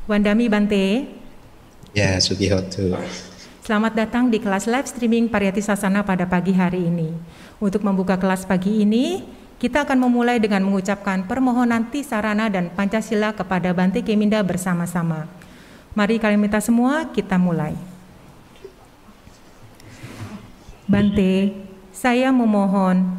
Wandami Bante. Ya, Sugihotu. Selamat datang di kelas live streaming Pariyati Sasana pada pagi hari ini. Untuk membuka kelas pagi ini, kita akan memulai dengan mengucapkan permohonan Tisarana dan Pancasila kepada Bante Keminda bersama-sama. Mari kalian minta semua, kita mulai. Bante, saya memohon,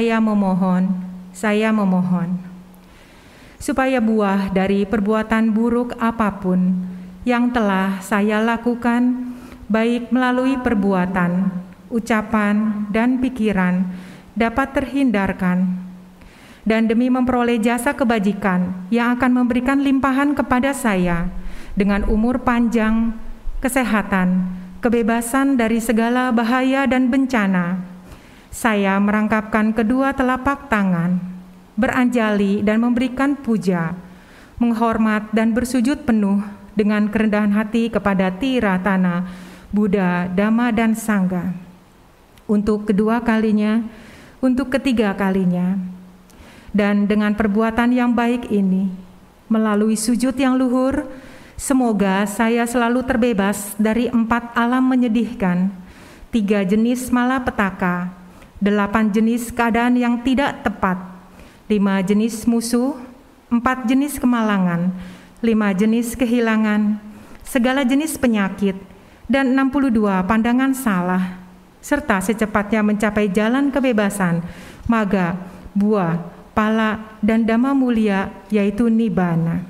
supaya buah dari perbuatan buruk apapun yang telah saya lakukan, baik melalui perbuatan, ucapan, dan pikiran, dapat terhindarkan. Dan demi memperoleh jasa kebajikan yang akan memberikan limpahan kepada saya dengan umur panjang, kesehatan, kebebasan dari segala bahaya dan bencana, saya merangkapkan kedua telapak tangan, beranjali dan memberikan puja, menghormat dan bersujud penuh dengan kerendahan hati kepada Tiratana, Buddha, Dhamma, dan Sangha. Untuk kedua kalinya, untuk ketiga kalinya, dan dengan perbuatan yang baik ini, melalui sujud yang luhur, semoga saya selalu terbebas dari 4 alam menyedihkan, 3 jenis malapetaka, 8 jenis keadaan yang tidak tepat, 5 jenis musuh, 4 jenis kemalangan, 5 jenis kehilangan, segala jenis penyakit, dan 62 pandangan salah, serta secepatnya mencapai jalan kebebasan, maga, buah, pala, dan dhamma mulia, yaitu nibbana.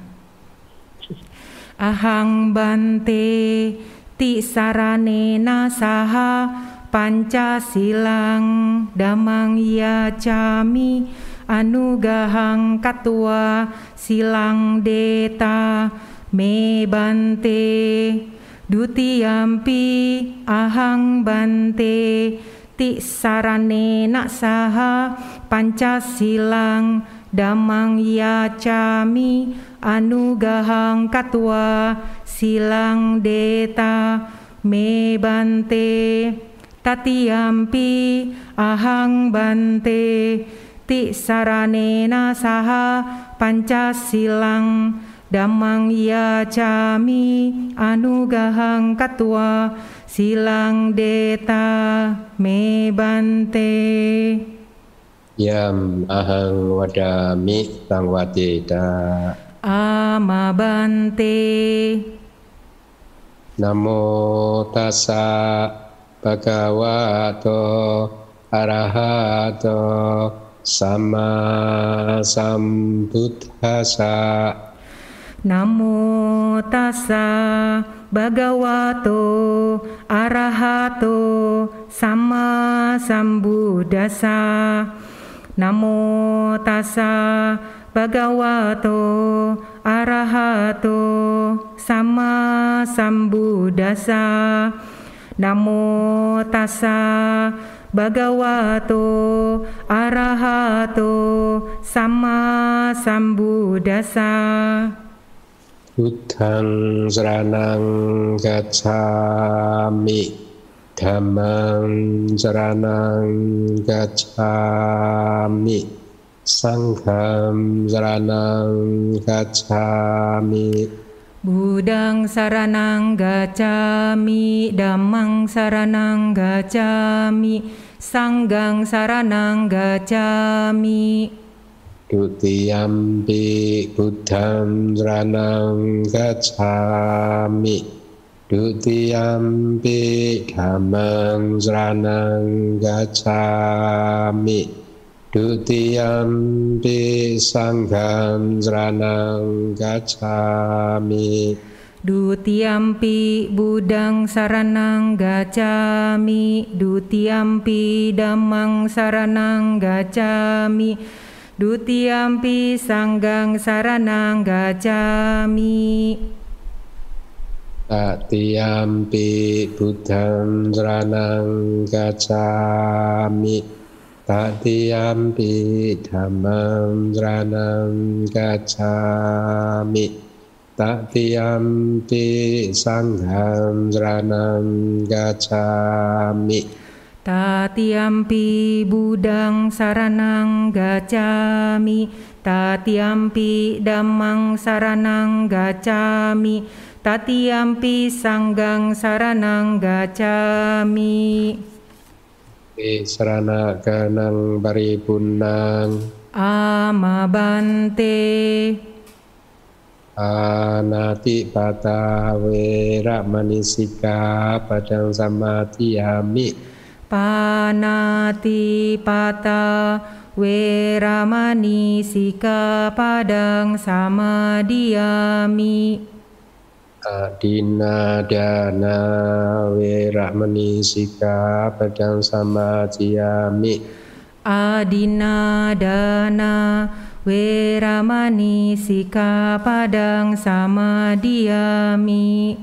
Ahang bante tisaranena saha pancasilang dhammang yacami anugahang katwa silang deta me bante dutiyampi ahang bante tisaranena saha pancasilang dhammang yacami anugahang katwa silang deta me bante tatiyampi ahang bante tisaranena saha pancasilang dhammang yacami anugahang katwa silang deta me bante. Yam ahang wadami tang wadita. Ama bante. Namo tassa bhagavato arahato sama sambuddhassa. Namo tassa bhagavato arahato sama sambuddhassa. Namo tassa bhagavato arahato sama sambuddhassa. Namo tassa bhagavato arahato sama sambuddhassa. Buddhang saranang gacchami, dhammang saranang gacchami, sangham saranang gacchami. Buddhang saranang gacchami, dhammang saranang gacchami, sanghang saranang gacchami. Dutiyampi buddhang saranang gacchami, dutiyampi dhammang saranang gacchami, dutiyampi sangham saranang gacchami. Dutiyampi buddhang saranang gacchami, dutiyampi dhammang saranang gacchami, dutiyampi sanghang saranang gacchami. Tatiyampi buddhang saranang gacchami, tatiyampi dhammang saranang gacchami, tatiyampi sangham saranang gacchami. Tatiyampi buddhang saranang gacchami, Tatiampi dhammang saranang gacchami, tatiampi sanggang saranang gacchami. Sarana ganang paripurnang amabante. Anati pata wera manisika padang samadhiyami. Panati pata weramani sikapadang samadhiyami. Adina dana weramani sikapadang samadhiyami. Adina dana weramani sikapadang samadhiyami.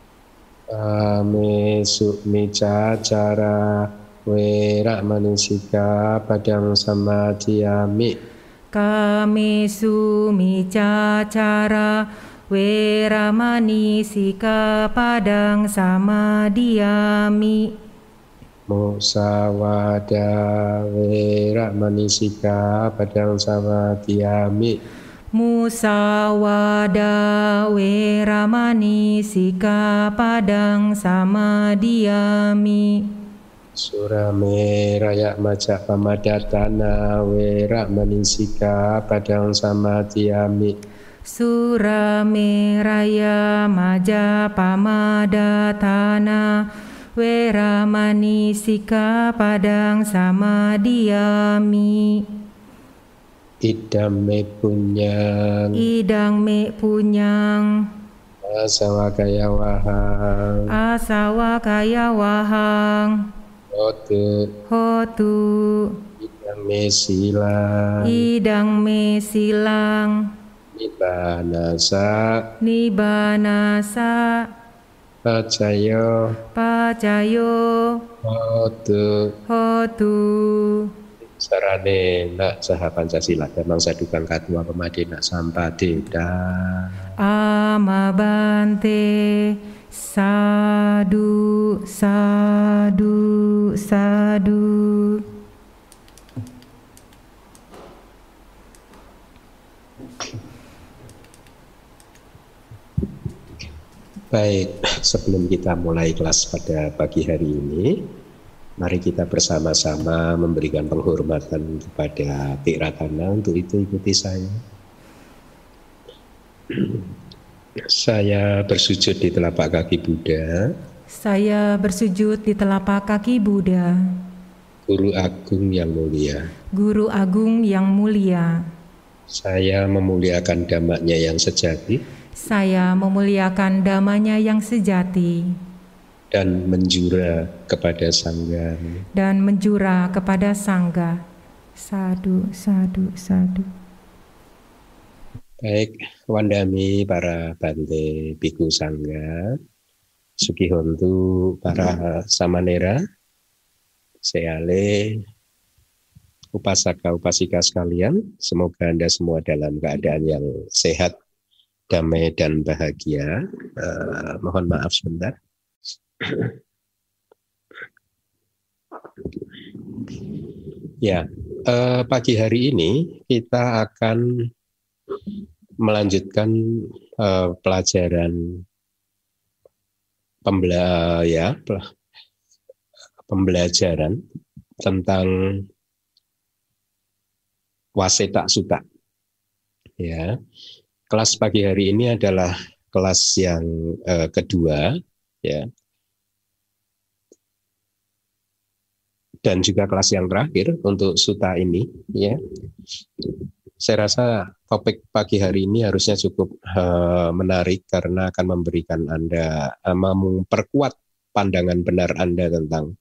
Ame sukmicacara weramani sikapadang samadhiyami. Kamesu micacara weramani sikapadang samadhiyami. Musawada weramani sikapadang samadhiyami. Musawada weramani sikapadang samadhiyami. Suramera maca pamadatana weramani sikapadang samadhiyami. Surameraya maja pamadatana weramani sikapadang samadhiyami. Idam me punyang Idang me punyang asawakaya wahang asawakaya wahang hotu hotu idam me silang idang me silang nibanasa nibanasa pacayo hotu sarane nak saha Pancasila damang sadukang katua pemadena sampadeda amabante. Sadu sadu sadu. Baik, sebelum kita mulai kelas pada pagi hari ini, mari kita bersama-sama memberikan penghormatan kepada Tik Ratana. Untuk itu ikuti saya. Saya bersujud di telapak kaki Buddha. Saya bersujud di telapak kaki Buddha. Guru Agung yang mulia. Guru Agung yang mulia. Saya memuliakan dhammanya yang sejati. Saya memuliakan dhammanya yang sejati. Dan menjura kepada sangga. Dan menjura kepada sangga. Sadu, sadu, sadu. Baik, wandami para bante biku sangga, sugihontu para samanera, seale, upasaka upasika sekalian, semoga Anda semua dalam keadaan yang sehat, damai dan bahagia. Mohon maaf sebentar. Ya, pagi hari ini kita akan melanjutkan pelajaran pembelajaran tentang Waseta Sutta. Ya, kelas pagi hari ini adalah kelas yang kedua, ya, dan juga kelas yang terakhir untuk sutta ini, ya. Saya rasa topik pagi hari ini harusnya cukup menarik karena akan memberikan Anda, memperkuat pandangan benar Anda tentang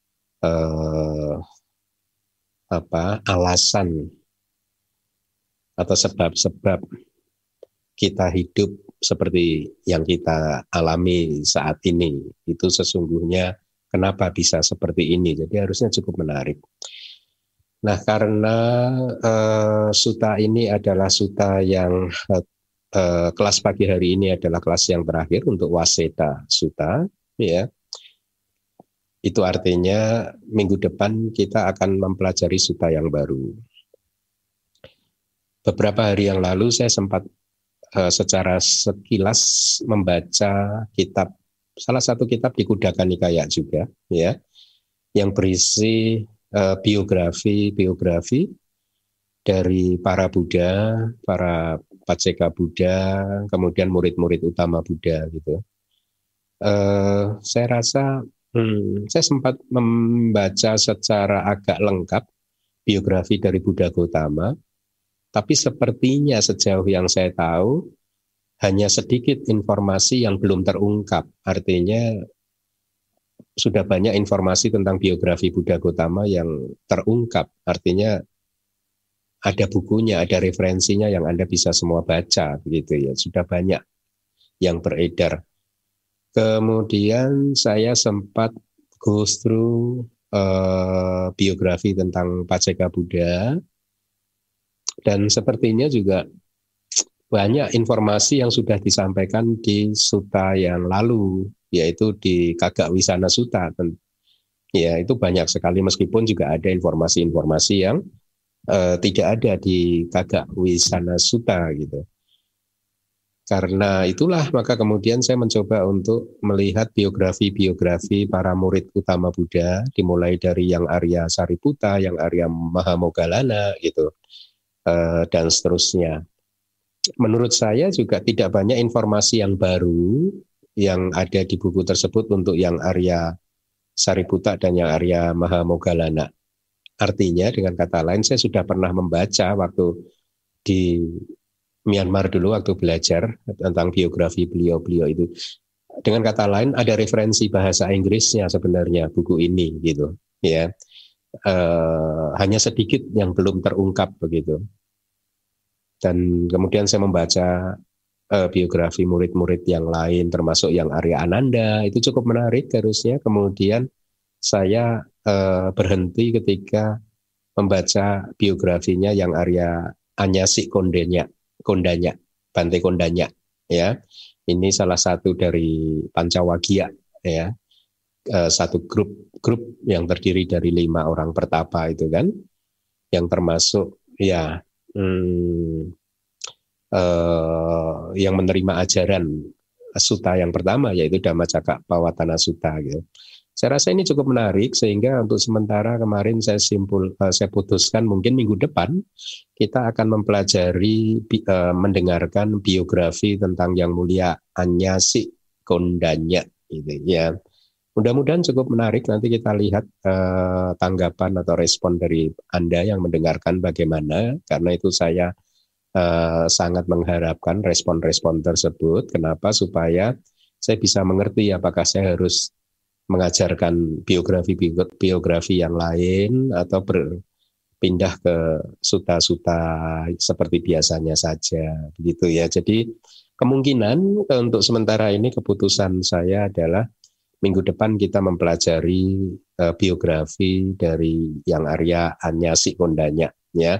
alasan atau sebab-sebab kita hidup seperti yang kita alami saat ini. Itu sesungguhnya kenapa bisa seperti ini. Jadi harusnya cukup menarik. Nah, karena sutta ini adalah sutta yang kelas pagi hari ini adalah kelas yang terakhir untuk Waseta Sutta, ya. Itu artinya minggu depan kita akan mempelajari sutta yang baru. beberapa hari yang lalu saya sempat secara sekilas membaca kitab, salah satu kitab di Kudaka Nikaya juga, ya, yang berisi biografi dari para Buddha, para Paceka Buddha, kemudian murid-murid utama Buddha gitu. Saya rasa saya sempat membaca secara agak lengkap biografi dari Buddha Gautama, tapi sepertinya sejauh yang saya tahu hanya sedikit informasi yang belum terungkap. Artinya sudah banyak informasi tentang biografi Buddha Gautama yang terungkap. Artinya ada bukunya, ada referensinya yang Anda bisa semua baca, begitu ya. Sudah banyak yang beredar. Kemudian saya sempat go through biografi tentang Paceka Buddha, dan sepertinya juga banyak informasi yang sudah disampaikan di sutta yang lalu, yaitu di Kagak Wisana Sutta. Ya, itu banyak sekali, meskipun juga ada informasi-informasi yang tidak ada di Kagak Wisana Sutta gitu. Karena itulah maka kemudian saya mencoba untuk melihat biografi-biografi para murid utama Buddha, dimulai dari yang Arya Sariputta, yang Arya Mahamoggallana gitu, dan seterusnya. Menurut saya juga tidak banyak informasi yang baru yang ada di buku tersebut untuk yang Arya Sariputta dan yang Arya Mahamoggallana. Artinya dengan kata lain saya sudah pernah membaca waktu di Myanmar dulu waktu belajar tentang biografi beliau-beliau itu. Dengan kata lain ada referensi bahasa Inggrisnya sebenarnya buku ini gitu ya. Hanya sedikit yang belum terungkap begitu. Dan kemudian saya membaca biografi murid-murid yang lain termasuk yang Arya Ananda, itu cukup menarik harusnya. Kemudian saya berhenti ketika membaca biografinya yang Arya Anyasi Kondanya, Bante Kondanya, ya. Ini salah satu dari Pancawagya, ya. Satu grup yang terdiri dari 5 orang pertapa itu kan, yang termasuk ya yang menerima ajaran sutta yang pertama, yaitu Dhammacakkappavattana Sutta gitu. Saya rasa ini cukup menarik, sehingga untuk sementara kemarin saya putuskan mungkin minggu depan kita akan mempelajari, mendengarkan biografi tentang Yang Mulia Anyasi Kondanya gitu ya. Mudah-mudahan cukup menarik. Nanti kita lihat tanggapan atau respon dari Anda yang mendengarkan bagaimana, karena itu saya sangat mengharapkan respon-respon tersebut. Kenapa? Supaya saya bisa mengerti apakah saya harus mengajarkan biografi yang lain atau berpindah ke sutta-sutta seperti biasanya saja, begitu ya. Jadi kemungkinan untuk sementara ini keputusan saya adalah minggu depan kita mempelajari biografi dari Yang Arya Anyasi Kondanya, ya.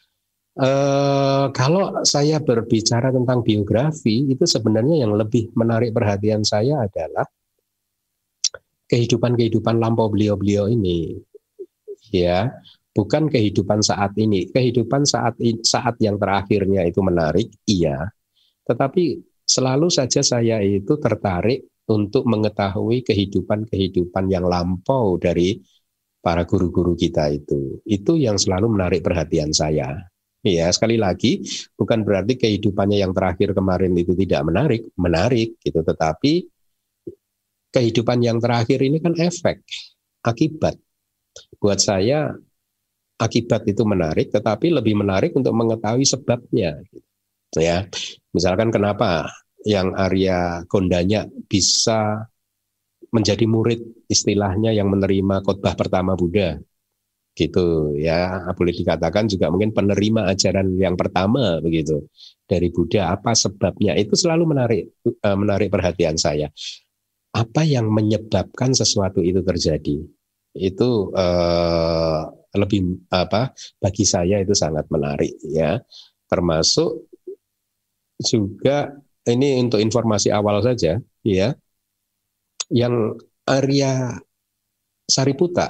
Kalau saya berbicara tentang biografi, itu sebenarnya yang lebih menarik perhatian saya adalah kehidupan lampau beliau-beliau ini, ya, bukan kehidupan saat ini. Kehidupan saat yang terakhirnya itu menarik, iya, tetapi selalu saja saya itu tertarik untuk mengetahui kehidupan yang lampau dari para guru-guru kita itu. Itu yang selalu menarik perhatian saya. Ya, sekali lagi, bukan berarti kehidupannya yang terakhir kemarin itu tidak menarik gitu, tetapi kehidupan yang terakhir ini kan efek, akibat. Buat saya akibat itu menarik, tetapi lebih menarik untuk mengetahui sebabnya. Ya, misalkan kenapa yang Arya Kondanya bisa menjadi murid, istilahnya yang menerima khotbah pertama Buddha, gitu ya. Boleh dikatakan juga mungkin penerima ajaran yang pertama begitu dari Buddha. Apa sebabnya? Itu selalu menarik perhatian saya. Apa yang menyebabkan sesuatu itu terjadi? Itu lebih bagi saya itu sangat menarik ya. Termasuk juga ini untuk informasi awal saja ya. Yang Arya Sariputta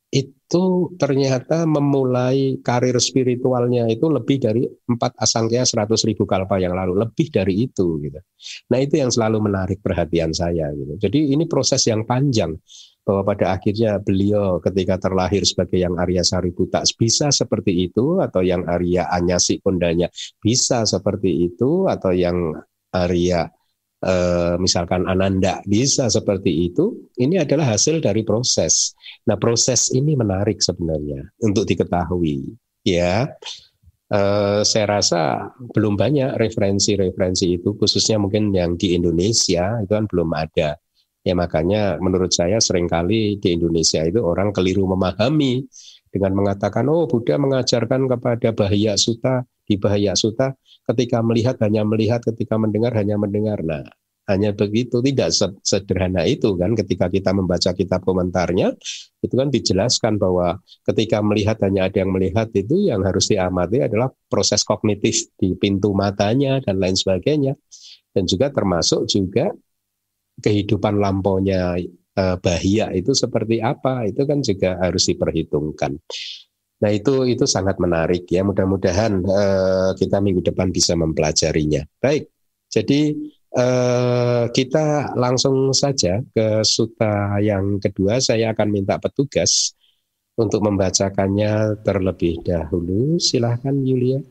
itu ternyata memulai karir spiritualnya itu lebih dari 4 asangkaya 100.000 kalpa yang lalu, lebih dari itu gitu. Nah itu yang selalu menarik perhatian saya gitu. Jadi ini proses yang panjang, bahwa pada akhirnya beliau ketika terlahir sebagai yang Arya Sariputa bisa seperti itu, atau yang Arya Anyasi Kondanya bisa seperti itu, atau yang Arya misalkan Ananda bisa seperti itu. Ini adalah hasil dari proses. Nah proses ini menarik sebenarnya untuk diketahui ya. Saya rasa belum banyak referensi-referensi itu, khususnya mungkin yang di Indonesia itu kan belum ada ya. Makanya menurut saya seringkali di Indonesia itu orang keliru memahami dengan mengatakan oh Buddha mengajarkan kepada Bahaya Sutta, di Bahaya Sutta ketika melihat hanya melihat, ketika mendengar hanya mendengar. Nah, hanya begitu, tidak sederhana itu kan. Ketika kita membaca kitab komentarnya, itu kan dijelaskan bahwa ketika melihat hanya ada yang melihat, itu yang harus diamati adalah proses kognitif di pintu matanya dan lain sebagainya. Dan juga termasuk juga kehidupan lampaunya Bahia itu seperti apa, itu kan juga harus diperhitungkan. Nah itu sangat menarik ya. Mudah-mudahan kita minggu depan bisa mempelajarinya. Baik, jadi kita langsung saja ke sutta yang kedua. Saya akan minta petugas untuk membacakannya terlebih dahulu. Silahkan Yulia.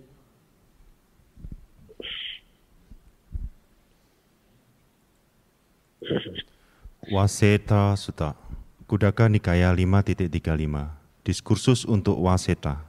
Waseta Sutta, Khuddaka Nikaya 5.35, Diskursus untuk Waseta.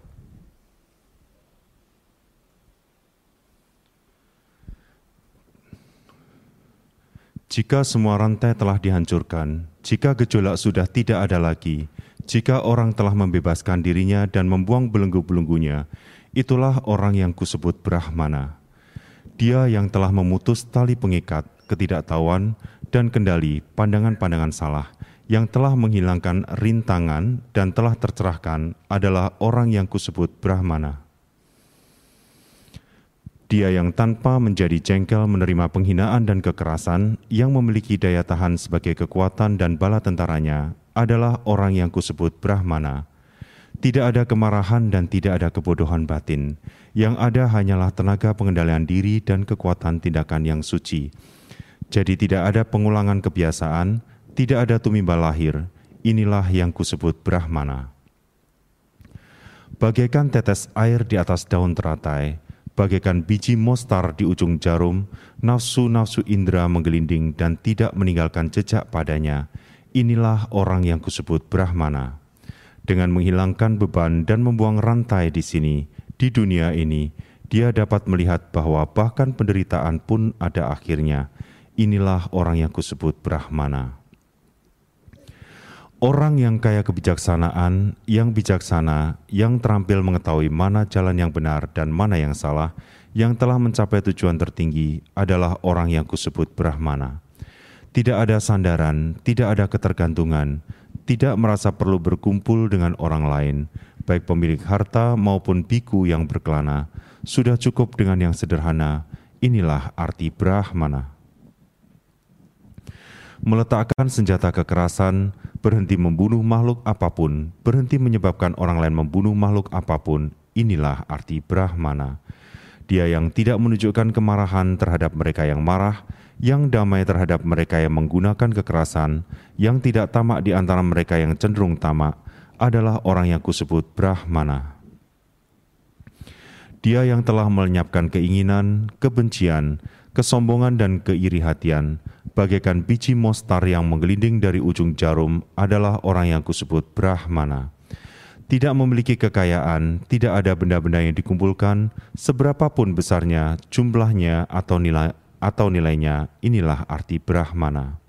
Jika semua rantai telah dihancurkan, jika gejolak sudah tidak ada lagi, jika orang telah membebaskan dirinya dan membuang belenggu-belenggunya, itulah orang yang kusebut Brahmana. Dia yang telah memutus tali pengikat, ketidaktahuan, dan kendali pandangan-pandangan salah, yang telah menghilangkan rintangan dan telah tercerahkan adalah orang yang kusebut Brahmana. Dia yang tanpa menjadi jengkel menerima penghinaan dan kekerasan, yang memiliki daya tahan sebagai kekuatan dan bala tentaranya, adalah orang yang kusebut Brahmana. Tidak ada kemarahan dan tidak ada kebodohan batin. Yang ada hanyalah tenaga pengendalian diri dan kekuatan tindakan yang suci. Jadi tidak ada pengulangan kebiasaan, tidak ada tumimbal lahir. Inilah yang kusebut Brahmana. Bagaikan tetes air di atas daun teratai, bagaikan biji mostar di ujung jarum, nafsu-nafsu indera menggelinding dan tidak meninggalkan jejak padanya. Inilah orang yang kusebut Brahmana. Dengan menghilangkan beban dan membuang rantai di sini, di dunia ini, dia dapat melihat bahwa bahkan penderitaan pun ada akhirnya. Inilah orang yang kusebut Brahmana. Orang yang kaya kebijaksanaan, yang bijaksana, yang terampil mengetahui mana jalan yang benar dan mana yang salah, yang telah mencapai tujuan tertinggi adalah orang yang kusebut Brahmana. Tidak ada sandaran, tidak ada ketergantungan, tidak merasa perlu berkumpul dengan orang lain, baik pemilik harta maupun biku yang berkelana, sudah cukup dengan yang sederhana. Inilah arti Brahmana. Meletakkan senjata kekerasan, berhenti membunuh makhluk apapun, berhenti menyebabkan orang lain membunuh makhluk apapun, inilah arti Brahmana. Dia yang tidak menunjukkan kemarahan terhadap mereka yang marah, yang damai terhadap mereka yang menggunakan kekerasan, yang tidak tamak di antara mereka yang cenderung tamak, adalah orang yang kusebut Brahmana. Dia yang telah melenyapkan keinginan, kebencian, kesombongan dan keiri hatian, bagaikan biji mostar yang menggelinding dari ujung jarum, adalah orang yang kusebut Brahmana. Tidak memiliki kekayaan, tidak ada benda-benda yang dikumpulkan, seberapapun besarnya, jumlahnya atau nilainya, inilah arti Brahmana.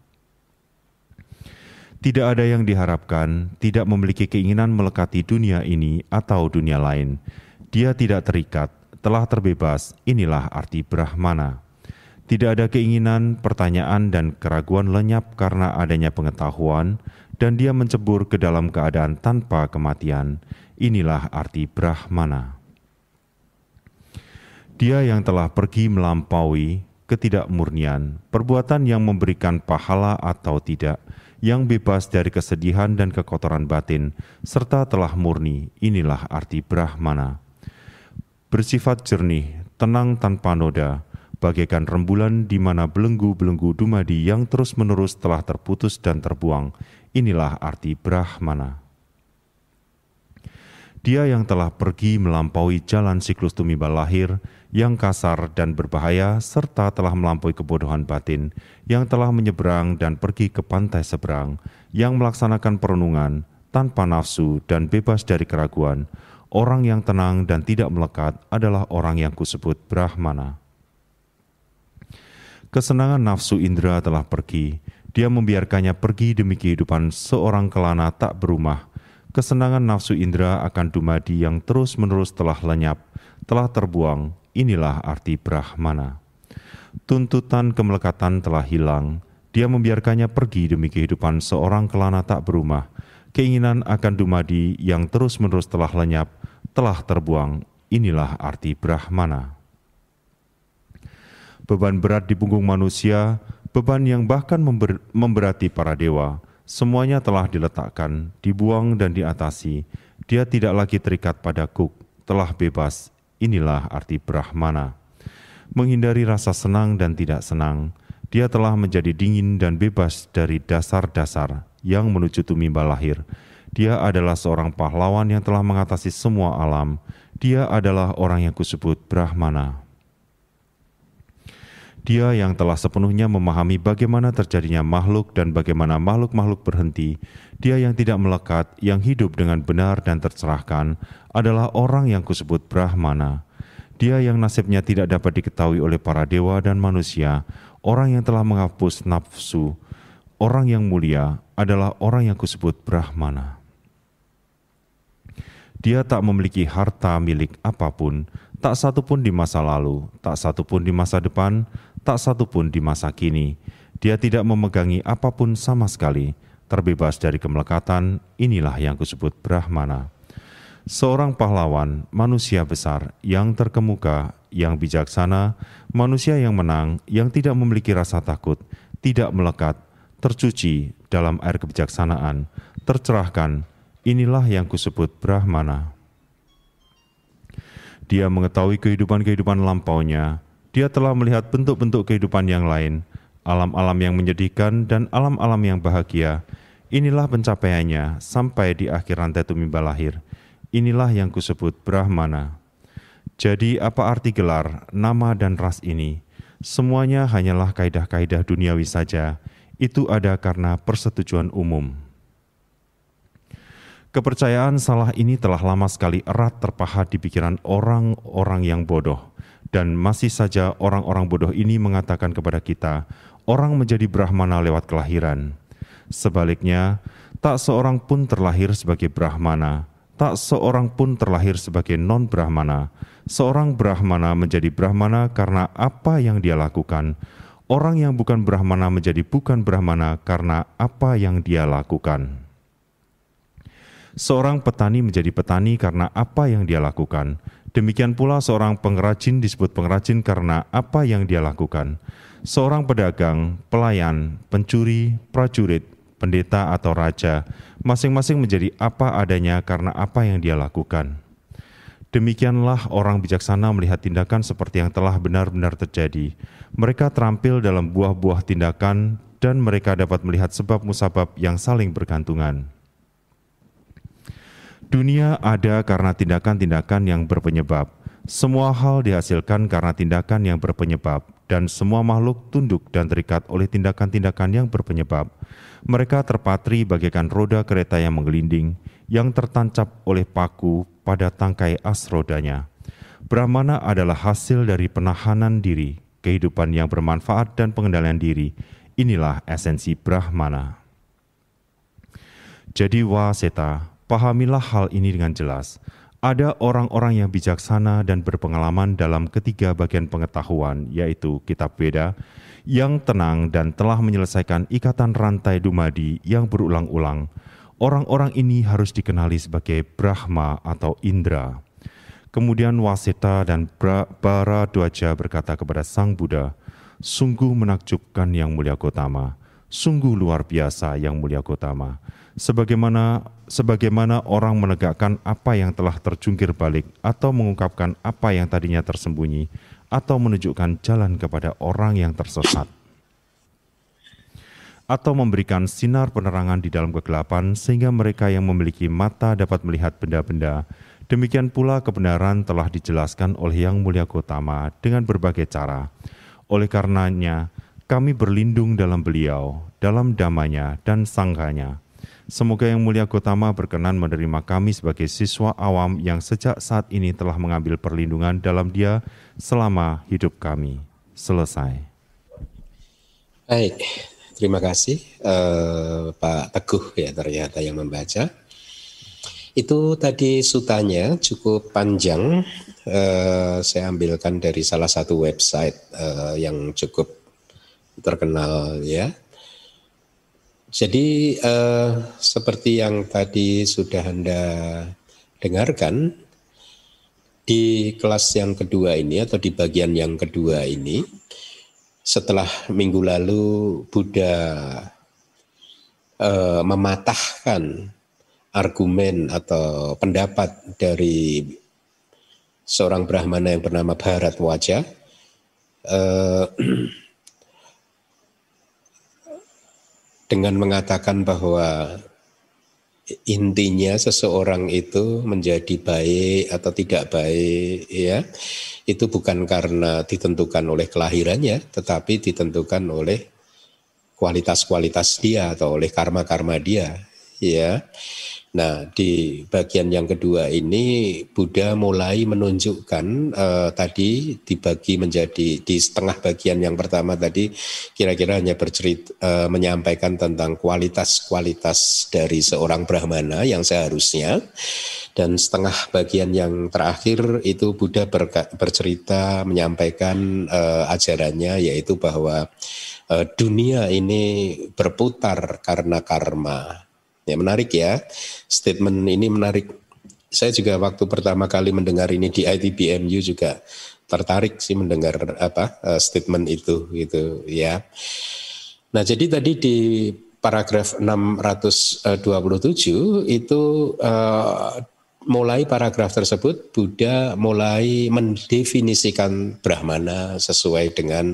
Tidak ada yang diharapkan, tidak memiliki keinginan melekati dunia ini atau dunia lain. Dia tidak terikat, telah terbebas, inilah arti Brahmana. Tidak ada keinginan, pertanyaan, dan keraguan lenyap karena adanya pengetahuan, dan dia mencebur ke dalam keadaan tanpa kematian. Inilah arti Brahmana. Dia yang telah pergi melampaui ketidakmurnian, perbuatan yang memberikan pahala atau tidak, yang bebas dari kesedihan dan kekotoran batin, serta telah murni. Inilah arti Brahmana. Bersifat jernih, tenang tanpa noda, bagaikan rembulan di mana belenggu-belenggu dumadi yang terus-menerus telah terputus dan terbuang. Inilah arti Brahmana. Dia yang telah pergi melampaui jalan siklus tumimbal lahir, yang kasar dan berbahaya, serta telah melampaui kebodohan batin, yang telah menyeberang dan pergi ke pantai seberang, yang melaksanakan perenungan tanpa nafsu dan bebas dari keraguan. Orang yang tenang dan tidak melekat adalah orang yang kusebut Brahmana. Kesenangan nafsu indera telah pergi, dia membiarkannya pergi demi kehidupan seorang kelana tak berumah. Kesenangan nafsu indera akan dumadi yang terus-menerus telah lenyap, telah terbuang. Inilah arti Brahmana. Tuntutan kemelekatan telah hilang, dia membiarkannya pergi demi kehidupan seorang kelana tak berumah. Keinginan akan dumadi yang terus-menerus telah lenyap, telah terbuang. Inilah arti Brahmana. Beban berat di punggung manusia, beban yang bahkan memberati para dewa, semuanya telah diletakkan, dibuang dan diatasi. Dia tidak lagi terikat pada kuk, telah bebas. Inilah arti Brahmana. Menghindari rasa senang dan tidak senang, dia telah menjadi dingin dan bebas dari dasar-dasar yang menuju tumimbal lahir. Dia adalah seorang pahlawan yang telah mengatasi semua alam. Dia adalah orang yang kusebut Brahmana. Dia yang telah sepenuhnya memahami bagaimana terjadinya makhluk dan bagaimana makhluk-makhluk berhenti, dia yang tidak melekat, yang hidup dengan benar dan tercerahkan, adalah orang yang kusebut Brahmana. Dia yang nasibnya tidak dapat diketahui oleh para dewa dan manusia, orang yang telah menghapus nafsu, orang yang mulia adalah orang yang kusebut Brahmana. Dia tak memiliki harta milik apapun, tak satu pun di masa lalu, tak satu pun di masa depan, tak satu pun di masa kini. Dia tidak memegangi apapun sama sekali, terbebas dari kemelekatan. Inilah yang kusebut Brahmana. Seorang pahlawan, manusia besar, yang terkemuka, yang bijaksana, manusia yang menang, yang tidak memiliki rasa takut, tidak melekat, tercuci dalam air kebijaksanaan, tercerahkan. Inilah yang kusebut Brahmana. Dia mengetahui kehidupan-kehidupan lampaunya. Dia telah melihat bentuk-bentuk kehidupan yang lain, alam-alam yang menyedihkan dan alam-alam yang bahagia. Inilah pencapaiannya sampai di akhir rantai tumimbal lahir. Inilah yang kusebut Brahmana. Jadi apa arti gelar, nama dan ras ini? Semuanya hanyalah kaidah-kaidah duniawi saja. Itu ada karena persetujuan umum. Kepercayaan salah ini telah lama sekali erat terpahat di pikiran orang-orang yang bodoh. Dan masih saja orang-orang bodoh ini mengatakan kepada kita, orang menjadi Brahmana lewat kelahiran. Sebaliknya, tak seorang pun terlahir sebagai Brahmana, tak seorang pun terlahir sebagai non-Brahmana. Seorang Brahmana menjadi Brahmana karena apa yang dia lakukan. Orang yang bukan Brahmana menjadi bukan Brahmana karena apa yang dia lakukan. Seorang petani menjadi petani karena apa yang dia lakukan. Demikian pula seorang pengrajin disebut pengrajin karena apa yang dia lakukan. Seorang pedagang, pelayan, pencuri, prajurit, pendeta atau raja, masing-masing menjadi apa adanya karena apa yang dia lakukan. Demikianlah orang bijaksana melihat tindakan seperti yang telah benar-benar terjadi. Mereka terampil dalam buah-buah tindakan dan mereka dapat melihat sebab musabab yang saling bergantungan. Dunia ada karena tindakan-tindakan yang berpenyebab. Semua hal dihasilkan karena tindakan yang berpenyebab, dan semua makhluk tunduk dan terikat oleh tindakan-tindakan yang berpenyebab. Mereka terpatri bagaikan roda kereta yang menggelinding, yang tertancap oleh paku pada tangkai as rodanya. Brahmana adalah hasil dari penahanan diri, kehidupan yang bermanfaat dan pengendalian diri. Inilah esensi Brahmana. Jadi Waseta, pahamilah hal ini dengan jelas. Ada orang-orang yang bijaksana dan berpengalaman dalam ketiga bagian pengetahuan, yaitu Kitab Veda, yang tenang dan telah menyelesaikan ikatan rantai dumadi yang berulang-ulang. Orang-orang ini harus dikenali sebagai Brahma atau Indra. Kemudian Waseta dan Bharadwaja berkata kepada Sang Buddha, "Sungguh menakjubkan yang mulia Gotama. Sungguh luar biasa Yang Mulia Gotama. Sebagaimana orang menegakkan apa yang telah terjungkir balik, atau mengungkapkan apa yang tadinya tersembunyi, atau menunjukkan jalan kepada orang yang tersesat, atau memberikan sinar penerangan di dalam kegelapan, sehingga mereka yang memiliki mata dapat melihat benda-benda. Demikian pula kebenaran telah dijelaskan oleh Yang Mulia Gotama dengan berbagai cara. Oleh karenanya, kami berlindung dalam beliau, dalam damanya dan sangganya. Semoga Yang Mulia Gotama berkenan menerima kami sebagai siswa awam yang sejak saat ini telah mengambil perlindungan dalam Dia selama hidup kami. Selesai. Baik, terima kasih Pak Teguh ya ternyata yang membaca. Itu tadi sutanya cukup panjang, saya ambilkan dari salah satu website yang cukup terkenal ya. Jadi seperti yang tadi sudah Anda dengarkan, di kelas yang kedua ini atau di bagian yang kedua ini, setelah minggu lalu Buddha mematahkan argumen atau pendapat dari seorang Brahmana yang bernama Bharadwaja, dengan mengatakan bahwa intinya seseorang itu menjadi baik atau tidak baik ya, itu bukan karena ditentukan oleh kelahirannya, tetapi ditentukan oleh kualitas-kualitas dia atau oleh karma-karma dia ya. Nah, di bagian yang kedua ini Buddha mulai menunjukkan tadi dibagi menjadi di setengah bagian yang pertama tadi kira-kira hanya menyampaikan tentang kualitas-kualitas dari seorang Brahmana yang seharusnya, dan setengah bagian yang terakhir itu Buddha bercerita menyampaikan ajarannya, yaitu bahwa dunia ini berputar karena karma. Ya, menarik ya, statement ini menarik. Saya juga waktu pertama kali mendengar ini di ITBMU juga tertarik sih mendengar statement itu gitu ya. Nah, jadi tadi di paragraf 627 itu mulai paragraf tersebut Buddha mulai mendefinisikan Brahmana sesuai dengan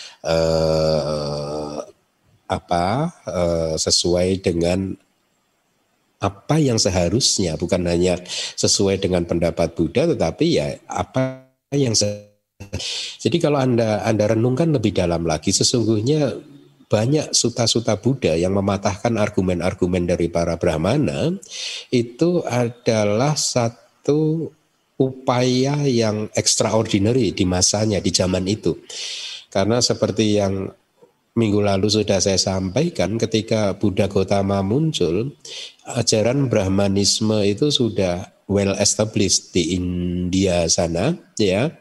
sesuai dengan apa yang seharusnya, bukan hanya sesuai dengan pendapat Buddha, tetapi ya apa yang jadi kalau Anda renungkan lebih dalam lagi, sesungguhnya banyak suta-suta Buddha yang mematahkan argumen-argumen dari para Brahmana itu adalah satu upaya yang extraordinary di masanya, di zaman itu. Karena seperti yang minggu lalu sudah saya sampaikan, ketika Buddha Gotama muncul, ajaran Brahmanisme itu sudah well established di India sana, ya,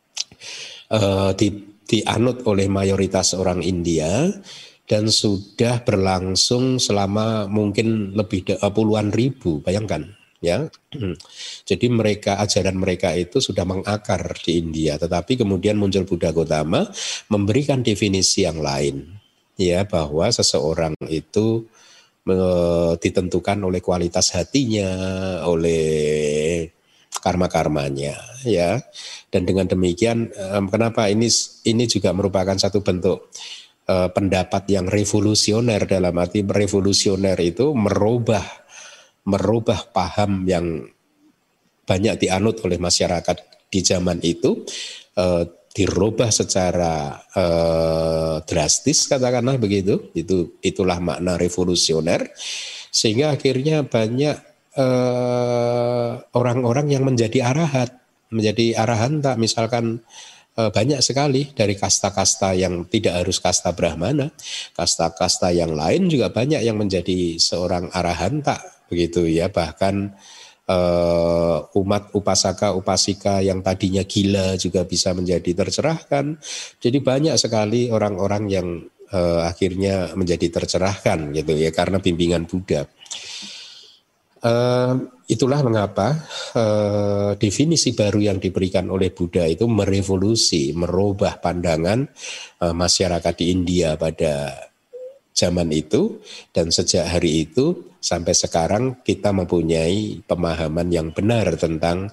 dianut oleh mayoritas orang India dan sudah berlangsung selama mungkin lebih puluhan ribu, bayangkan. Ya, jadi ajaran mereka itu sudah mengakar di India, tetapi kemudian muncul Buddha Gotama memberikan definisi yang lain, ya, bahwa seseorang itu ditentukan oleh kualitas hatinya, oleh karma-karmanya, ya, dan dengan demikian kenapa ini juga merupakan satu bentuk pendapat yang revolusioner, dalam arti revolusioner itu merubah paham yang banyak dianut oleh masyarakat di zaman itu, dirubah secara drastis, katakanlah begitu. Itulah makna revolusioner, sehingga akhirnya banyak orang-orang yang menjadi arahanta, misalkan banyak sekali dari kasta-kasta yang tidak harus kasta Brahmana, kasta-kasta yang lain juga banyak yang menjadi seorang arahanta, begitu ya. Bahkan umat upasaka-upasika yang tadinya gila juga bisa menjadi tercerahkan. Jadi banyak sekali orang-orang yang akhirnya menjadi tercerahkan gitu ya, karena bimbingan Buddha. Itulah mengapa definisi baru yang diberikan oleh Buddha itu merevolusi, merubah pandangan masyarakat di India pada zaman itu, dan sejak hari itu sampai sekarang kita mempunyai pemahaman yang benar tentang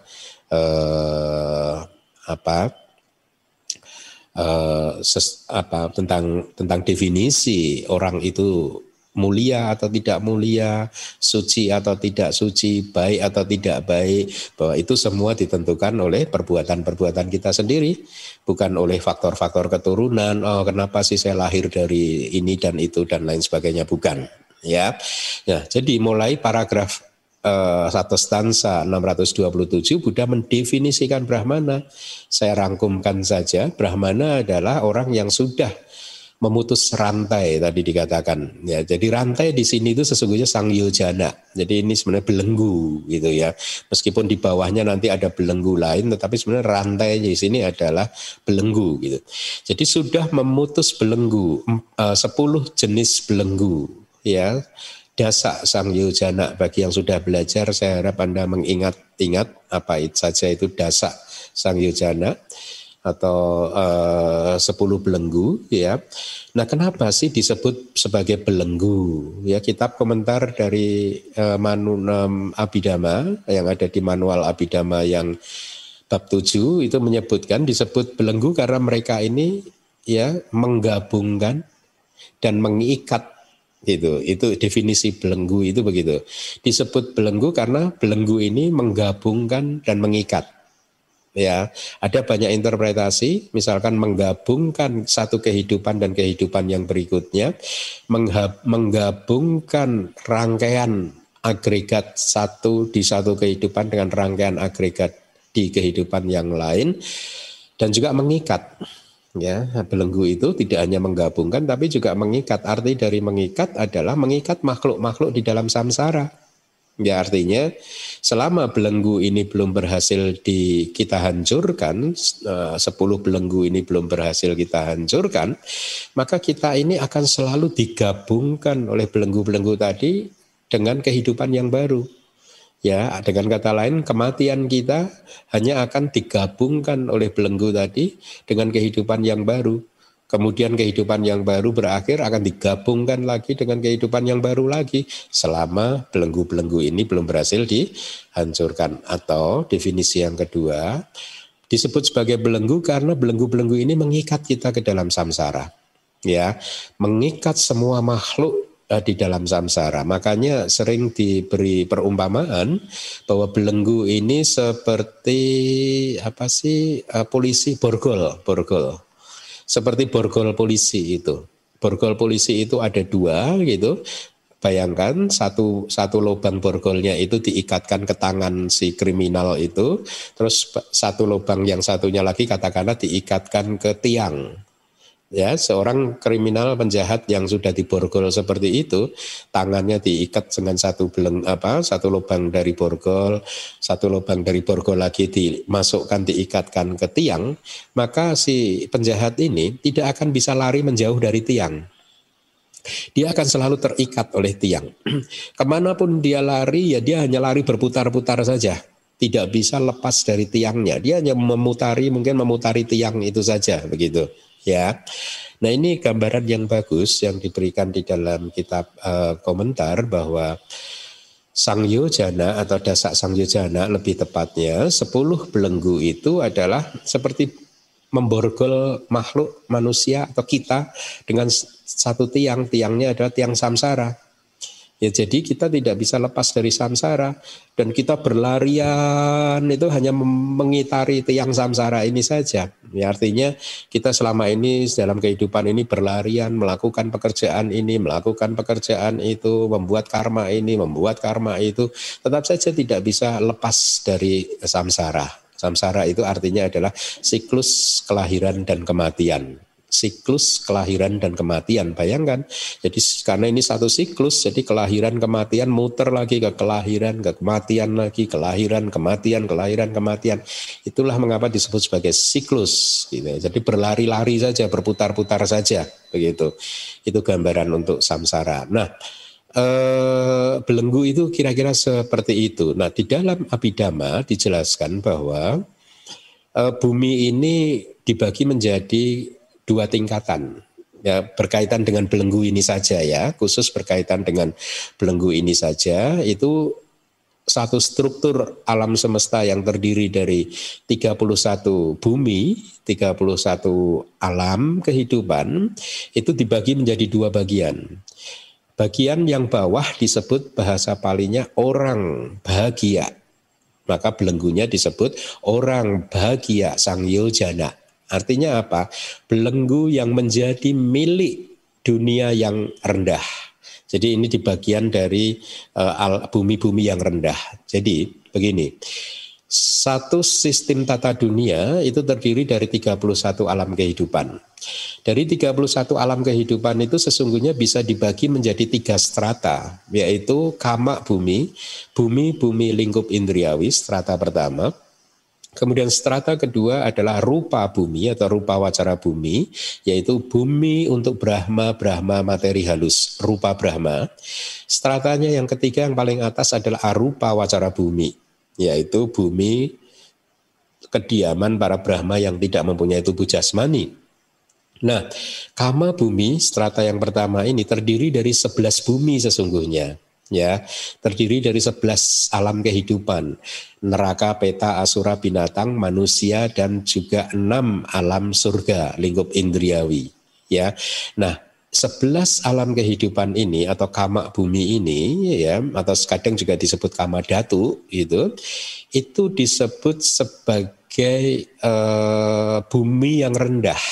tentang definisi orang itu mulia atau tidak mulia, suci atau tidak suci, baik atau tidak baik, bahwa itu semua ditentukan oleh perbuatan-perbuatan kita sendiri, bukan oleh faktor-faktor keturunan. Oh, kenapa sih saya lahir dari ini dan itu dan lain sebagainya, bukan. Ya, jadi mulai paragraf 1 stansa 627 Buddha mendefinisikan Brahmana. Saya rangkumkan saja, Brahmana adalah orang yang sudah memutus rantai tadi dikatakan. Ya, jadi rantai di sini itu sesungguhnya sangyojana. Jadi ini sebenarnya belenggu gitu ya. Meskipun di bawahnya nanti ada belenggu lain, tetapi sebenarnya rantai di sini adalah belenggu gitu. Jadi sudah memutus belenggu, 10 jenis belenggu ya. Dasa sangyojana, bagi yang sudah belajar saya harap Anda mengingat-ingat apa itu saja itu dasa sangyojana atau 10 belenggu ya. Nah, kenapa sih disebut sebagai belenggu? Ya, kitab komentar dari Abhidhamma yang ada di manual Abhidhamma yang bab 7 itu menyebutkan disebut belenggu karena mereka ini ya menggabungkan dan mengikat gitu. Itu definisi belenggu itu begitu. Disebut belenggu karena belenggu ini menggabungkan dan mengikat. Ya, ada banyak interpretasi, misalkan menggabungkan satu kehidupan dan kehidupan yang berikutnya, menggabungkan rangkaian agregat satu di satu kehidupan dengan rangkaian agregat di kehidupan yang lain, dan juga mengikat. Ya, belenggu itu tidak hanya menggabungkan tapi juga mengikat. Arti dari mengikat adalah mengikat makhluk-makhluk di dalam samsara. Ya, artinya selama belenggu ini belum berhasil kita hancurkan, 10 belenggu ini belum berhasil kita hancurkan, maka kita ini akan selalu digabungkan oleh belenggu-belenggu tadi dengan kehidupan yang baru. Ya, dengan kata lain kematian kita hanya akan digabungkan oleh belenggu tadi dengan kehidupan yang baru. Kemudian kehidupan yang baru berakhir akan digabungkan lagi dengan kehidupan yang baru lagi selama belenggu-belenggu ini belum berhasil dihancurkan. Atau definisi yang kedua disebut sebagai belenggu karena belenggu-belenggu ini mengikat kita ke dalam samsara. Ya, mengikat semua makhluk di dalam samsara. Makanya sering diberi perumpamaan bahwa belenggu ini seperti polisi borgol. Seperti borgol polisi itu. Borgol polisi itu ada 2 gitu. Bayangkan satu lubang borgolnya itu diikatkan ke tangan si kriminal itu. Terus satu lubang yang satunya lagi katakanlah diikatkan ke tiang. Ya, seorang kriminal penjahat yang sudah diborgol seperti itu, tangannya diikat dengan satu lubang dari borgol, satu lubang dari borgol lagi dimasukkan, diikatkan ke tiang, maka si penjahat ini tidak akan bisa lari menjauh dari tiang. Dia akan selalu terikat oleh tiang. Kemanapun dia lari, ya dia hanya lari berputar-putar saja. Tidak bisa lepas dari tiangnya. Dia hanya memutari tiang itu saja, begitu. Ya, nah ini gambaran yang bagus yang diberikan di dalam kitab komentar bahwa sangyojana atau dasa sangyojana lebih tepatnya 10 belenggu itu adalah seperti memborgol makhluk manusia atau kita dengan satu tiangnya adalah tiang samsara. Ya, jadi kita tidak bisa lepas dari samsara dan kita berlarian itu hanya mengitari tiang samsara ini saja. Ya, artinya kita selama ini dalam kehidupan ini berlarian melakukan pekerjaan ini, melakukan pekerjaan itu, membuat karma ini, membuat karma itu, tetap saja tidak bisa lepas dari samsara. Samsara itu artinya adalah siklus kelahiran dan kematian. Siklus kelahiran dan kematian, bayangkan. Jadi karena ini satu siklus, jadi kelahiran kematian muter lagi ke kelahiran, ke kematian lagi, kelahiran kematian, kelahiran kematian. Itulah mengapa disebut sebagai siklus. Gitu. Jadi berlari-lari saja, berputar-putar saja, begitu. Itu gambaran untuk samsara. Nah, belenggu itu kira-kira seperti itu. Nah, di dalam Abhidhamma dijelaskan bahwa bumi ini dibagi menjadi 2 tingkatan. ya berkaitan dengan belenggu ini saja ya, khusus berkaitan dengan belenggu ini saja, itu satu struktur alam semesta yang terdiri dari 31 bumi, 31 alam kehidupan, itu dibagi menjadi dua bagian. Bagian yang bawah disebut bahasa Palinya orang bahagia. Maka belenggunya disebut orang bahagia Sangyojana. Artinya apa? Belenggu yang menjadi milik dunia yang rendah. Jadi ini di bagian dari bumi-bumi yang rendah. Jadi begini, satu sistem tata dunia itu terdiri dari 31 alam kehidupan. Dari 31 alam kehidupan itu sesungguhnya bisa dibagi menjadi 3 strata, yaitu kama bumi, bumi lingkup indriawi, strata pertama. Kemudian strata kedua adalah rupa bumi atau rupa wacara bumi, yaitu bumi untuk Brahma materi halus, rupa Brahma. Stratanya yang ketiga yang paling atas adalah arupa wacara bumi, yaitu bumi kediaman para Brahma yang tidak mempunyai tubuh jasmani. Nah, kama bumi, strata yang pertama ini terdiri dari 11 bumi sesungguhnya. Ya, terdiri dari 11 alam kehidupan, neraka, peta, asura, binatang, manusia, dan juga 6 alam surga, lingkup indriawi. Ya, nah 11 alam kehidupan ini atau kama bumi ini, ya, atau kadang juga disebut kama datu, itu disebut sebagai bumi yang rendah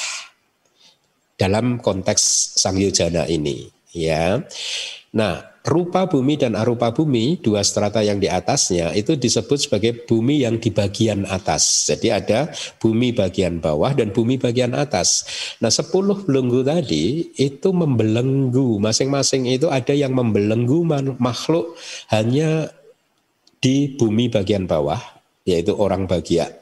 dalam konteks Sangyojana ini. Ya, nah rupa bumi dan arupa bumi, dua strata yang di atasnya itu disebut sebagai bumi yang di bagian atas. Jadi ada bumi bagian bawah dan bumi bagian atas. Nah 10 belenggu tadi itu membelenggu, masing-masing itu ada yang membelenggu makhluk hanya di bumi bagian bawah, yaitu orang bahagia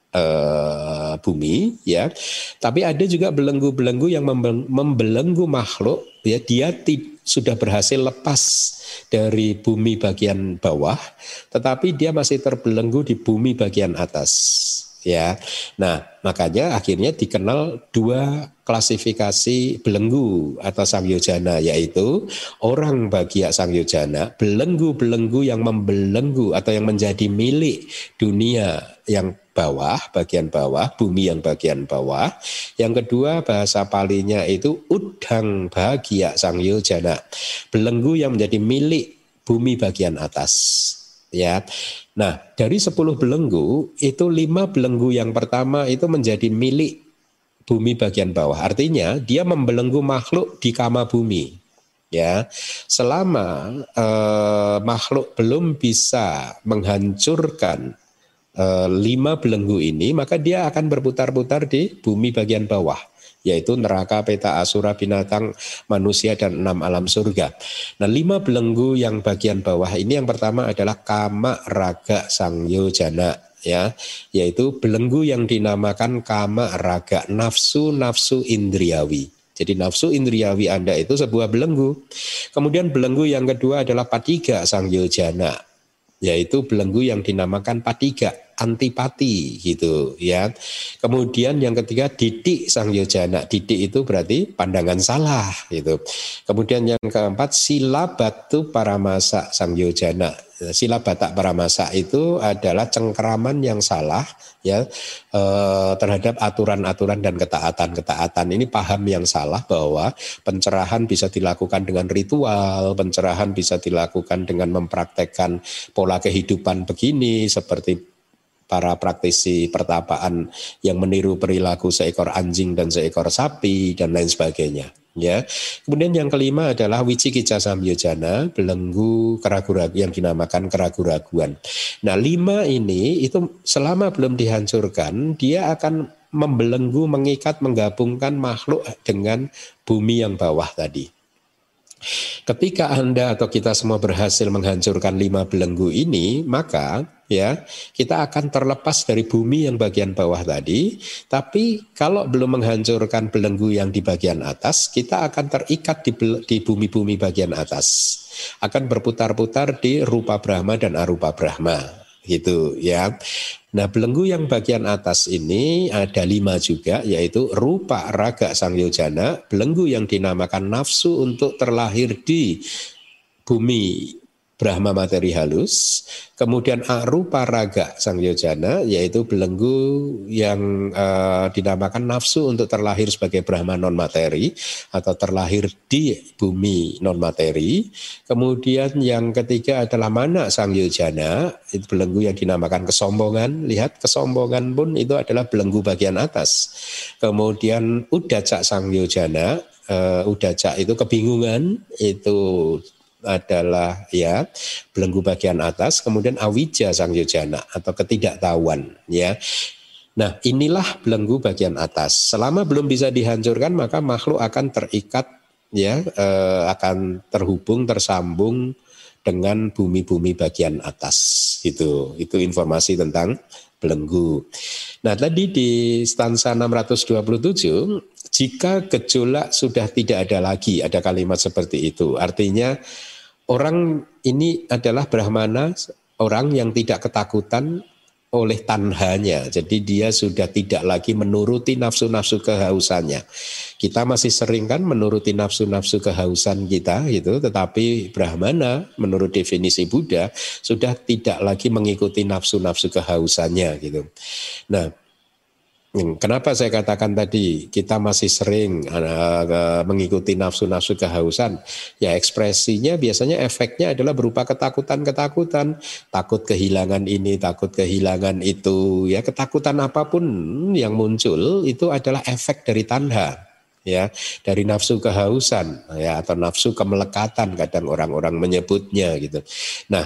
bumi, ya. Tapi ada juga belenggu-belenggu yang membelenggu makhluk, ya, dia sudah berhasil lepas dari bumi bagian bawah, tetapi dia masih terbelenggu di bumi bagian atas, ya. Nah, makanya akhirnya dikenal dua klasifikasi belenggu atau Sangyojana, yaitu orang bahagia Sangyojana, belenggu-belenggu yang membelenggu atau yang menjadi milik dunia yang bawah, bagian bawah, bumi yang bagian bawah. Yang kedua bahasa Palinya itu udang bahagia Sangyojana, belenggu yang menjadi milik bumi bagian atas. Ya, nah dari 10 belenggu itu 5 belenggu yang pertama itu menjadi milik bumi bagian bawah. Artinya dia membelenggu makhluk di kama bumi. Ya, selama makhluk belum bisa menghancurkan 5 belenggu ini, maka dia akan berputar-putar di bumi bagian bawah, yaitu neraka, peta, asura, binatang, manusia, dan 6 alam surga. Nah 5 belenggu yang bagian bawah ini yang pertama adalah kama raga Sangyojana, ya, yaitu belenggu yang dinamakan kama raga, nafsu indriawi. Jadi nafsu indriawi Anda itu sebuah belenggu. Kemudian belenggu yang kedua adalah patiga Sangyojana, yaitu belenggu yang dinamakan patiga, antipati gitu, ya. Kemudian yang ketiga didik Sangyojana, didik itu berarti pandangan salah gitu. Kemudian yang keempat silabatu paramasa Sangyojana. Silabata paramasa itu adalah cengkeraman yang salah, ya, terhadap aturan-aturan dan ketaatan-ketaatan. Ini paham yang salah bahwa pencerahan bisa dilakukan dengan ritual, pencerahan bisa dilakukan dengan mempraktekkan pola kehidupan begini, seperti para praktisi pertapaan yang meniru perilaku seekor anjing dan seekor sapi dan lain sebagainya, ya. Kemudian yang kelima adalah wicikicca Samyojana, belenggu keraguan yang dinamakan keraguan. Nah 5 ini itu selama belum dihancurkan, dia akan membelenggu, mengikat, menggabungkan makhluk dengan bumi yang bawah tadi. Ketika Anda atau kita semua berhasil menghancurkan 5 belenggu ini, maka ya kita akan terlepas dari bumi yang bagian bawah tadi. Tapi kalau belum menghancurkan belenggu yang di bagian atas, kita akan terikat di bumi-bumi bagian atas, akan berputar-putar di rupa Brahma dan arupa Brahma. gitu ya. Nah, belenggu yang bagian atas ini ada 5 juga, yaitu rupa raga sangyojana, belenggu yang dinamakan nafsu untuk terlahir di bumi Brahma materi halus, kemudian arupa raga sangyojana, yaitu belenggu yang dinamakan nafsu untuk terlahir sebagai Brahma non materi atau terlahir di bumi non materi. Kemudian yang ketiga adalah mana sangyojana, itu belenggu yang dinamakan kesombongan. Lihat, kesombongan pun itu adalah belenggu bagian atas. Kemudian udaca sangyojana, udaca itu kebingungan, itu adalah ya belenggu bagian atas. Kemudian awija sangyojana atau ketidaktahuan ya. Nah, inilah belenggu bagian atas. Selama belum bisa dihancurkan, maka makhluk akan terikat ya, akan terhubung, tersambung dengan bumi-bumi bagian atas. Itu informasi tentang belenggu. Nah, tadi di stansa 627, jika gejolak sudah tidak ada lagi, ada kalimat seperti itu. Artinya orang ini adalah Brahmana, orang yang tidak ketakutan oleh tanhanya. Jadi dia sudah tidak lagi menuruti nafsu-nafsu kehausannya. Kita masih sering kan menuruti nafsu-nafsu kehausan kita gitu, tetapi Brahmana menurut definisi Buddha sudah tidak lagi mengikuti nafsu-nafsu kehausannya gitu. Nah, kenapa saya katakan tadi kita masih sering mengikuti nafsu-nafsu kehausan? Ya ekspresinya biasanya efeknya adalah berupa ketakutan-ketakutan, takut kehilangan ini, takut kehilangan itu. Ya ketakutan apapun yang muncul itu adalah efek dari tanha, ya dari nafsu kehausan, ya atau nafsu kemelekatan kadang orang-orang menyebutnya gitu. Nah,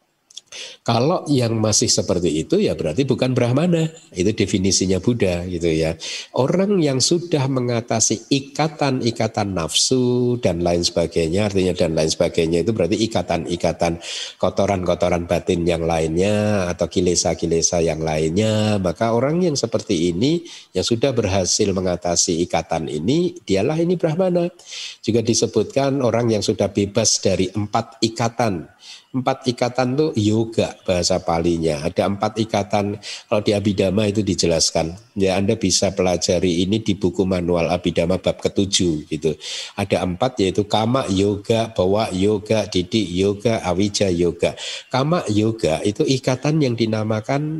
kalau yang masih seperti itu ya berarti bukan Brahmana. Itu definisinya Buddha gitu ya. Orang yang sudah mengatasi ikatan-ikatan nafsu dan lain sebagainya, artinya dan lain sebagainya itu berarti ikatan-ikatan kotoran-kotoran batin yang lainnya atau kilesa-kilesa yang lainnya. Maka orang yang seperti ini yang sudah berhasil mengatasi ikatan ini, dialah ini Brahmana. Juga disebutkan orang yang sudah bebas dari 4 ikatan. 4 ikatan itu yoga bahasa palinya. Ada 4 ikatan, kalau di Abhidhamma itu dijelaskan. Ya Anda bisa pelajari ini di buku manual Abhidhamma bab ke-7 gitu. Ada 4 yaitu kama yoga, bawa yoga, didik yoga, awija yoga. Kama yoga itu ikatan yang dinamakan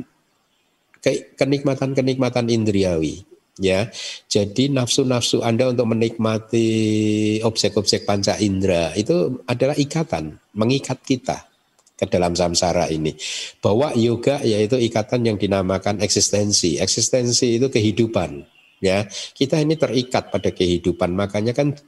kenikmatan-kenikmatan indriawi. Ya, jadi nafsu-nafsu Anda untuk menikmati objek-objek panca indera itu adalah ikatan, mengikat kita ke dalam samsara ini. Bahwa yoga yaitu ikatan yang dinamakan eksistensi. Eksistensi itu kehidupan. Ya, kita ini terikat pada kehidupan. Makanya kan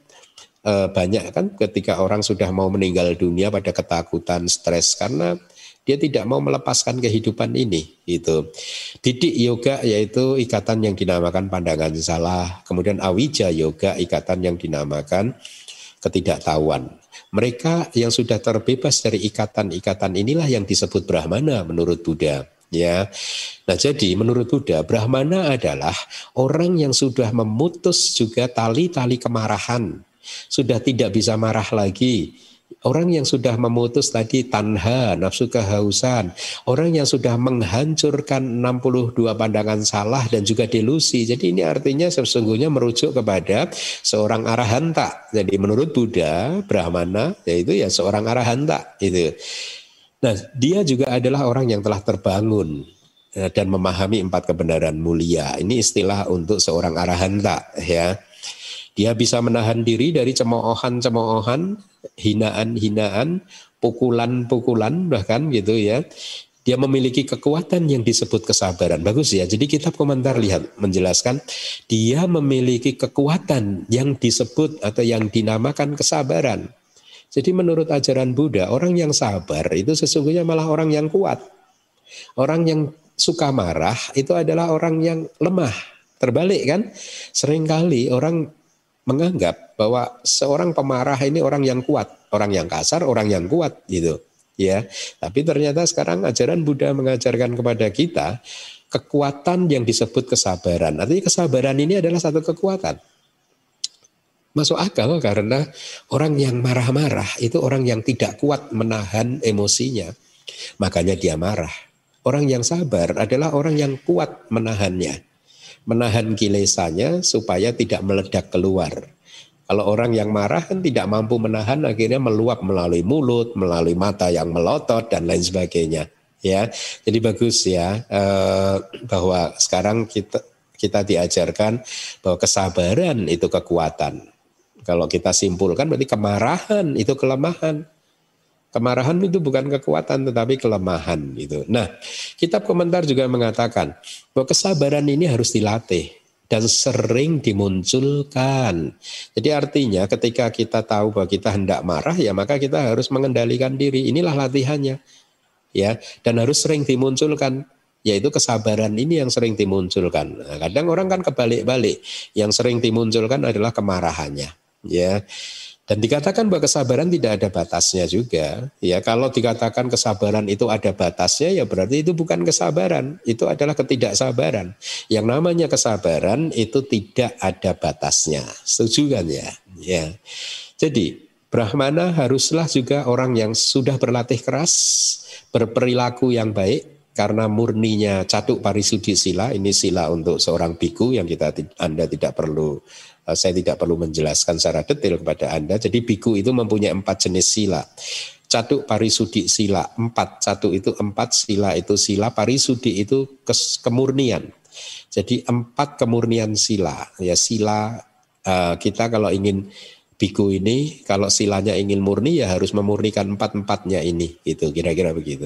banyak kan ketika orang sudah mau meninggal dunia pada ketakutan, stres karena dia tidak mau melepaskan kehidupan ini. Itu. Didik yoga yaitu ikatan yang dinamakan pandangan salah. Kemudian awija yoga ikatan yang dinamakan ketidaktahuan. Mereka yang sudah terbebas dari ikatan-ikatan inilah yang disebut Brahmana menurut Buddha. Ya, nah jadi menurut Buddha Brahmana adalah orang yang sudah memutus juga tali-tali kemarahan, sudah tidak bisa marah lagi. Orang yang sudah memutus tadi tanha, nafsu kehausan. Orang yang sudah menghancurkan 62 pandangan salah dan juga delusi. Jadi ini artinya sesungguhnya merujuk kepada seorang arahanta. Jadi menurut Buddha, Brahmana yaitu ya seorang arahanta. Itu. Nah dia juga adalah orang yang telah terbangun dan memahami 4 kebenaran mulia. Ini istilah untuk seorang arahanta ya. Dia bisa menahan diri dari cemoohan-cemoohan, hinaan-hinaan, pukulan-pukulan bahkan gitu ya. Dia memiliki kekuatan yang disebut kesabaran. Bagus ya. Jadi kitab komentar lihat menjelaskan dia memiliki kekuatan yang disebut atau yang dinamakan kesabaran. Jadi menurut ajaran Buddha, orang yang sabar itu sesungguhnya malah orang yang kuat. Orang yang suka marah itu adalah orang yang lemah. Terbalik kan? Seringkali orang menganggap bahwa seorang pemarah ini orang yang kuat, orang yang kasar, orang yang kuat gitu, ya. Tapi ternyata sekarang ajaran Buddha mengajarkan kepada kita kekuatan yang disebut kesabaran. Artinya kesabaran ini adalah satu kekuatan. Masuk akal karena orang yang marah-marah itu orang yang tidak kuat menahan emosinya, makanya dia marah. Orang yang sabar adalah orang yang kuat menahannya, menahan kilesanya supaya tidak meledak keluar. Kalau orang yang marah kan tidak mampu menahan, akhirnya meluap melalui mulut, melalui mata yang melotot dan lain sebagainya. Ya, jadi bagus ya bahwa sekarang kita diajarkan bahwa kesabaran itu kekuatan. Kalau kita simpulkan berarti kemarahan itu kelemahan. Kemarahan itu bukan kekuatan tetapi kelemahan gitu. Nah, kitab komentar juga mengatakan bahwa kesabaran ini harus dilatih dan sering dimunculkan. Jadi artinya ketika kita tahu bahwa kita hendak marah, ya maka kita harus mengendalikan diri. Inilah latihannya. Ya, dan harus sering dimunculkan, yaitu kesabaran ini yang sering dimunculkan. Nah, kadang orang kan kebalik-balik, yang sering dimunculkan adalah kemarahannya. Ya, dan dikatakan bahwa kesabaran tidak ada batasnya juga. Ya, kalau dikatakan kesabaran itu ada batasnya, ya berarti itu bukan kesabaran, itu adalah ketidaksabaran. Yang namanya kesabaran itu tidak ada batasnya. Setuju kan ya? Ya. Jadi Brahmana haruslah juga orang yang sudah berlatih keras, berperilaku yang baik, karena murninya Catuk Parisudhi Sila. Ini sila untuk seorang biku yang saya tidak perlu menjelaskan secara detail kepada Anda. Jadi biku itu mempunyai 4 jenis sila. Catuk Parisudhi Sila 4, Catuk itu 4, sila itu sila, Parisudhi itu kemurnian. Jadi 4 kemurnian sila. Ya, sila kita kalau ingin biku ini, kalau silanya ingin murni ya harus memurnikan 4-4-nya ini, gitu, kira-kira begitu.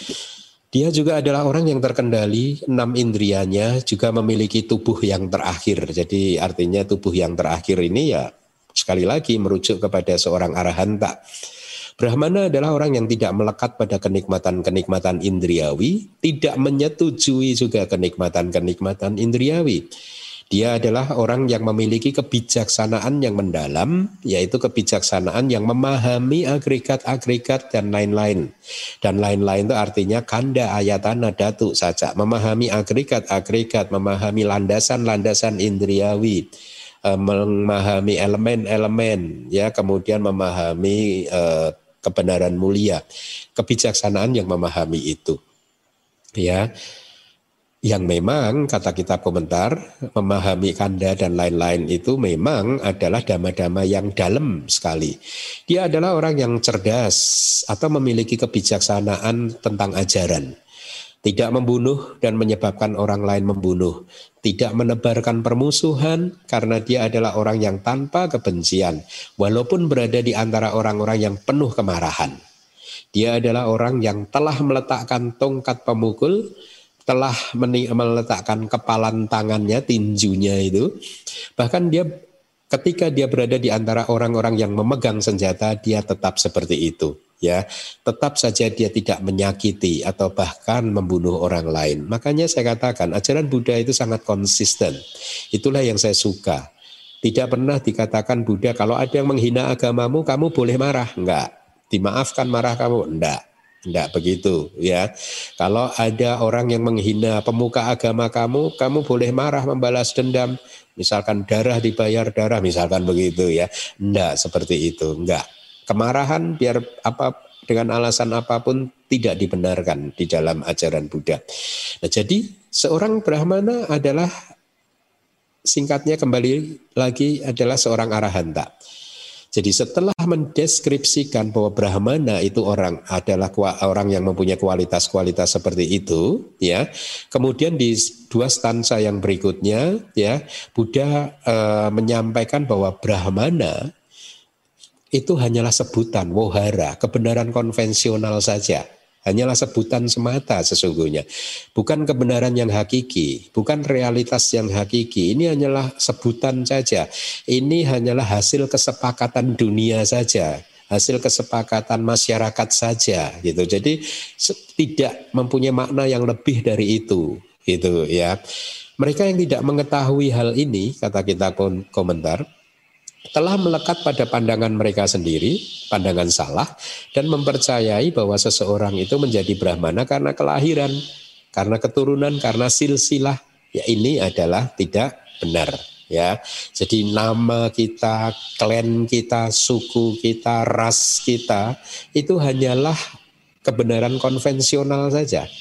Dia juga adalah orang yang terkendali 6 indrianya, juga memiliki tubuh yang terakhir. Jadi artinya tubuh yang terakhir ini ya sekali lagi merujuk kepada seorang arahanta. Brahmana adalah orang yang tidak melekat pada kenikmatan-kenikmatan indriawi, tidak menyetujui juga kenikmatan-kenikmatan indriawi. Dia adalah orang yang memiliki kebijaksanaan yang mendalam, yaitu kebijaksanaan yang memahami agregat-agregat dan lain-lain. Dan lain-lain itu artinya kanda, ayatana, dhatu saja. Memahami agregat-agregat, memahami landasan-landasan indriawi, memahami elemen-elemen, ya, kemudian memahami kebenaran mulia. Kebijaksanaan yang memahami itu. Ya. Yang memang kata kitab komentar memahami kanda dan lain-lain itu memang adalah dhamma-dhamma yang dalam sekali. Dia adalah orang yang cerdas atau memiliki kebijaksanaan tentang ajaran. Tidak membunuh dan menyebabkan orang lain membunuh. Tidak menebarkan permusuhan karena dia adalah orang yang tanpa kebencian. Walaupun berada di antara orang-orang yang penuh kemarahan. Dia adalah orang yang telah meletakkan tongkat pemukul, telah meletakkan kepalan tangannya, tinjunya itu. Bahkan dia ketika dia berada di antara orang-orang yang memegang senjata, dia tetap seperti itu. Ya, tetap saja dia tidak menyakiti atau bahkan membunuh orang lain. Makanya saya katakan ajaran Buddha itu sangat konsisten. Itulah yang saya suka. Tidak pernah dikatakan Buddha kalau ada yang menghina agamamu, kamu boleh marah. Enggak. Dimaafkan marah kamu. Enggak begitu ya. Kalau ada orang yang menghina pemuka agama kamu, kamu boleh marah, membalas dendam. Misalkan darah dibayar darah, misalkan begitu ya. Enggak seperti itu, enggak. Kemarahan biar apa dengan alasan apapun tidak dibenarkan di dalam ajaran Buddha. Nah, jadi seorang Brahmana adalah, singkatnya kembali lagi, adalah seorang arahanta. Jadi setelah mendeskripsikan bahwa Brahmana itu adalah orang yang mempunyai kualitas-kualitas seperti itu, ya. Kemudian di 2 stanza yang berikutnya, ya, Buddha menyampaikan bahwa Brahmana itu hanyalah sebutan, wohara, kebenaran konvensional saja. Hanyalah sebutan semata sesungguhnya. Bukan kebenaran yang hakiki, bukan realitas yang hakiki. Ini hanyalah sebutan saja. Ini hanyalah hasil kesepakatan dunia saja, hasil kesepakatan masyarakat saja gitu. Jadi tidak mempunyai makna yang lebih dari itu gitu ya. Mereka yang tidak mengetahui hal ini, kata kitab komentar, telah melekat pada pandangan mereka sendiri, pandangan salah, dan mempercayai bahwa seseorang itu menjadi Brahmana karena kelahiran, karena keturunan, karena silsilah. Ya, ini adalah tidak benar. Ya, jadi nama kita, klan kita, suku kita, ras kita itu hanyalah kebenaran konvensional saja.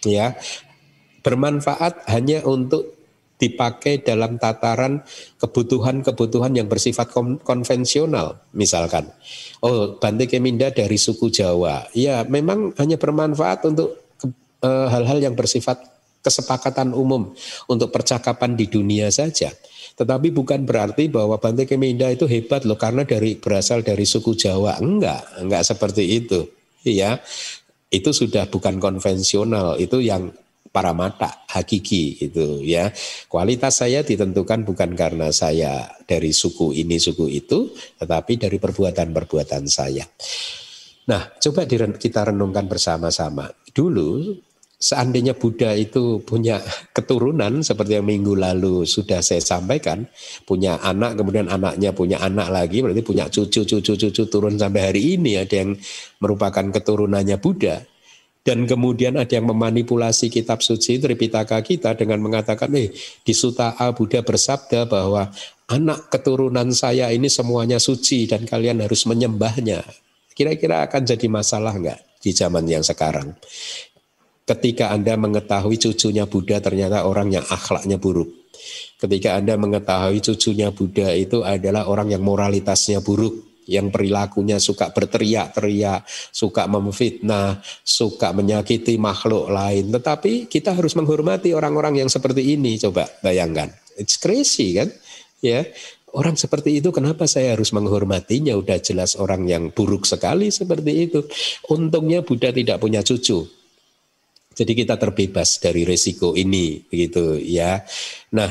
Ya, bermanfaat hanya untuk dipakai dalam tataran kebutuhan-kebutuhan yang bersifat konvensional. Misalkan, oh Bante Keminda dari suku Jawa, ya memang hanya bermanfaat untuk hal-hal yang bersifat kesepakatan umum untuk percakapan di dunia saja. Tetapi bukan berarti bahwa Bante Keminda itu hebat loh karena berasal dari suku Jawa. Enggak seperti itu. Ya, itu sudah bukan konvensional, itu yang paramata, hakiki itu ya. Kualitas saya ditentukan bukan karena saya dari suku ini, suku itu, tetapi dari perbuatan-perbuatan saya. Nah, coba kita renungkan bersama-sama. Dulu, seandainya Buddha itu punya keturunan seperti yang minggu lalu sudah saya sampaikan, punya anak, kemudian anaknya punya anak lagi, berarti punya cucu turun sampai hari ini ada yang merupakan keturunannya Buddha. Dan kemudian ada yang memanipulasi kitab suci Tripitaka kita dengan mengatakan, di Sutta A Buddha bersabda bahwa anak keturunan saya ini semuanya suci dan kalian harus menyembahnya. Kira-kira akan jadi masalah enggak di zaman yang sekarang? Ketika Anda mengetahui cucunya Buddha ternyata orang yang akhlaknya buruk. Ketika Anda mengetahui cucunya Buddha itu adalah orang yang moralitasnya buruk, yang perilakunya suka berteriak-teriak, suka memfitnah, suka menyakiti makhluk lain. Tetapi kita harus menghormati orang-orang yang seperti ini. Coba bayangkan, it's crazy kan? Ya, orang seperti itu kenapa saya harus menghormatinya? Udah jelas orang yang buruk sekali seperti itu. Untungnya Buddha tidak punya cucu. Jadi kita terbebas dari resiko ini, begitu ya. Nah,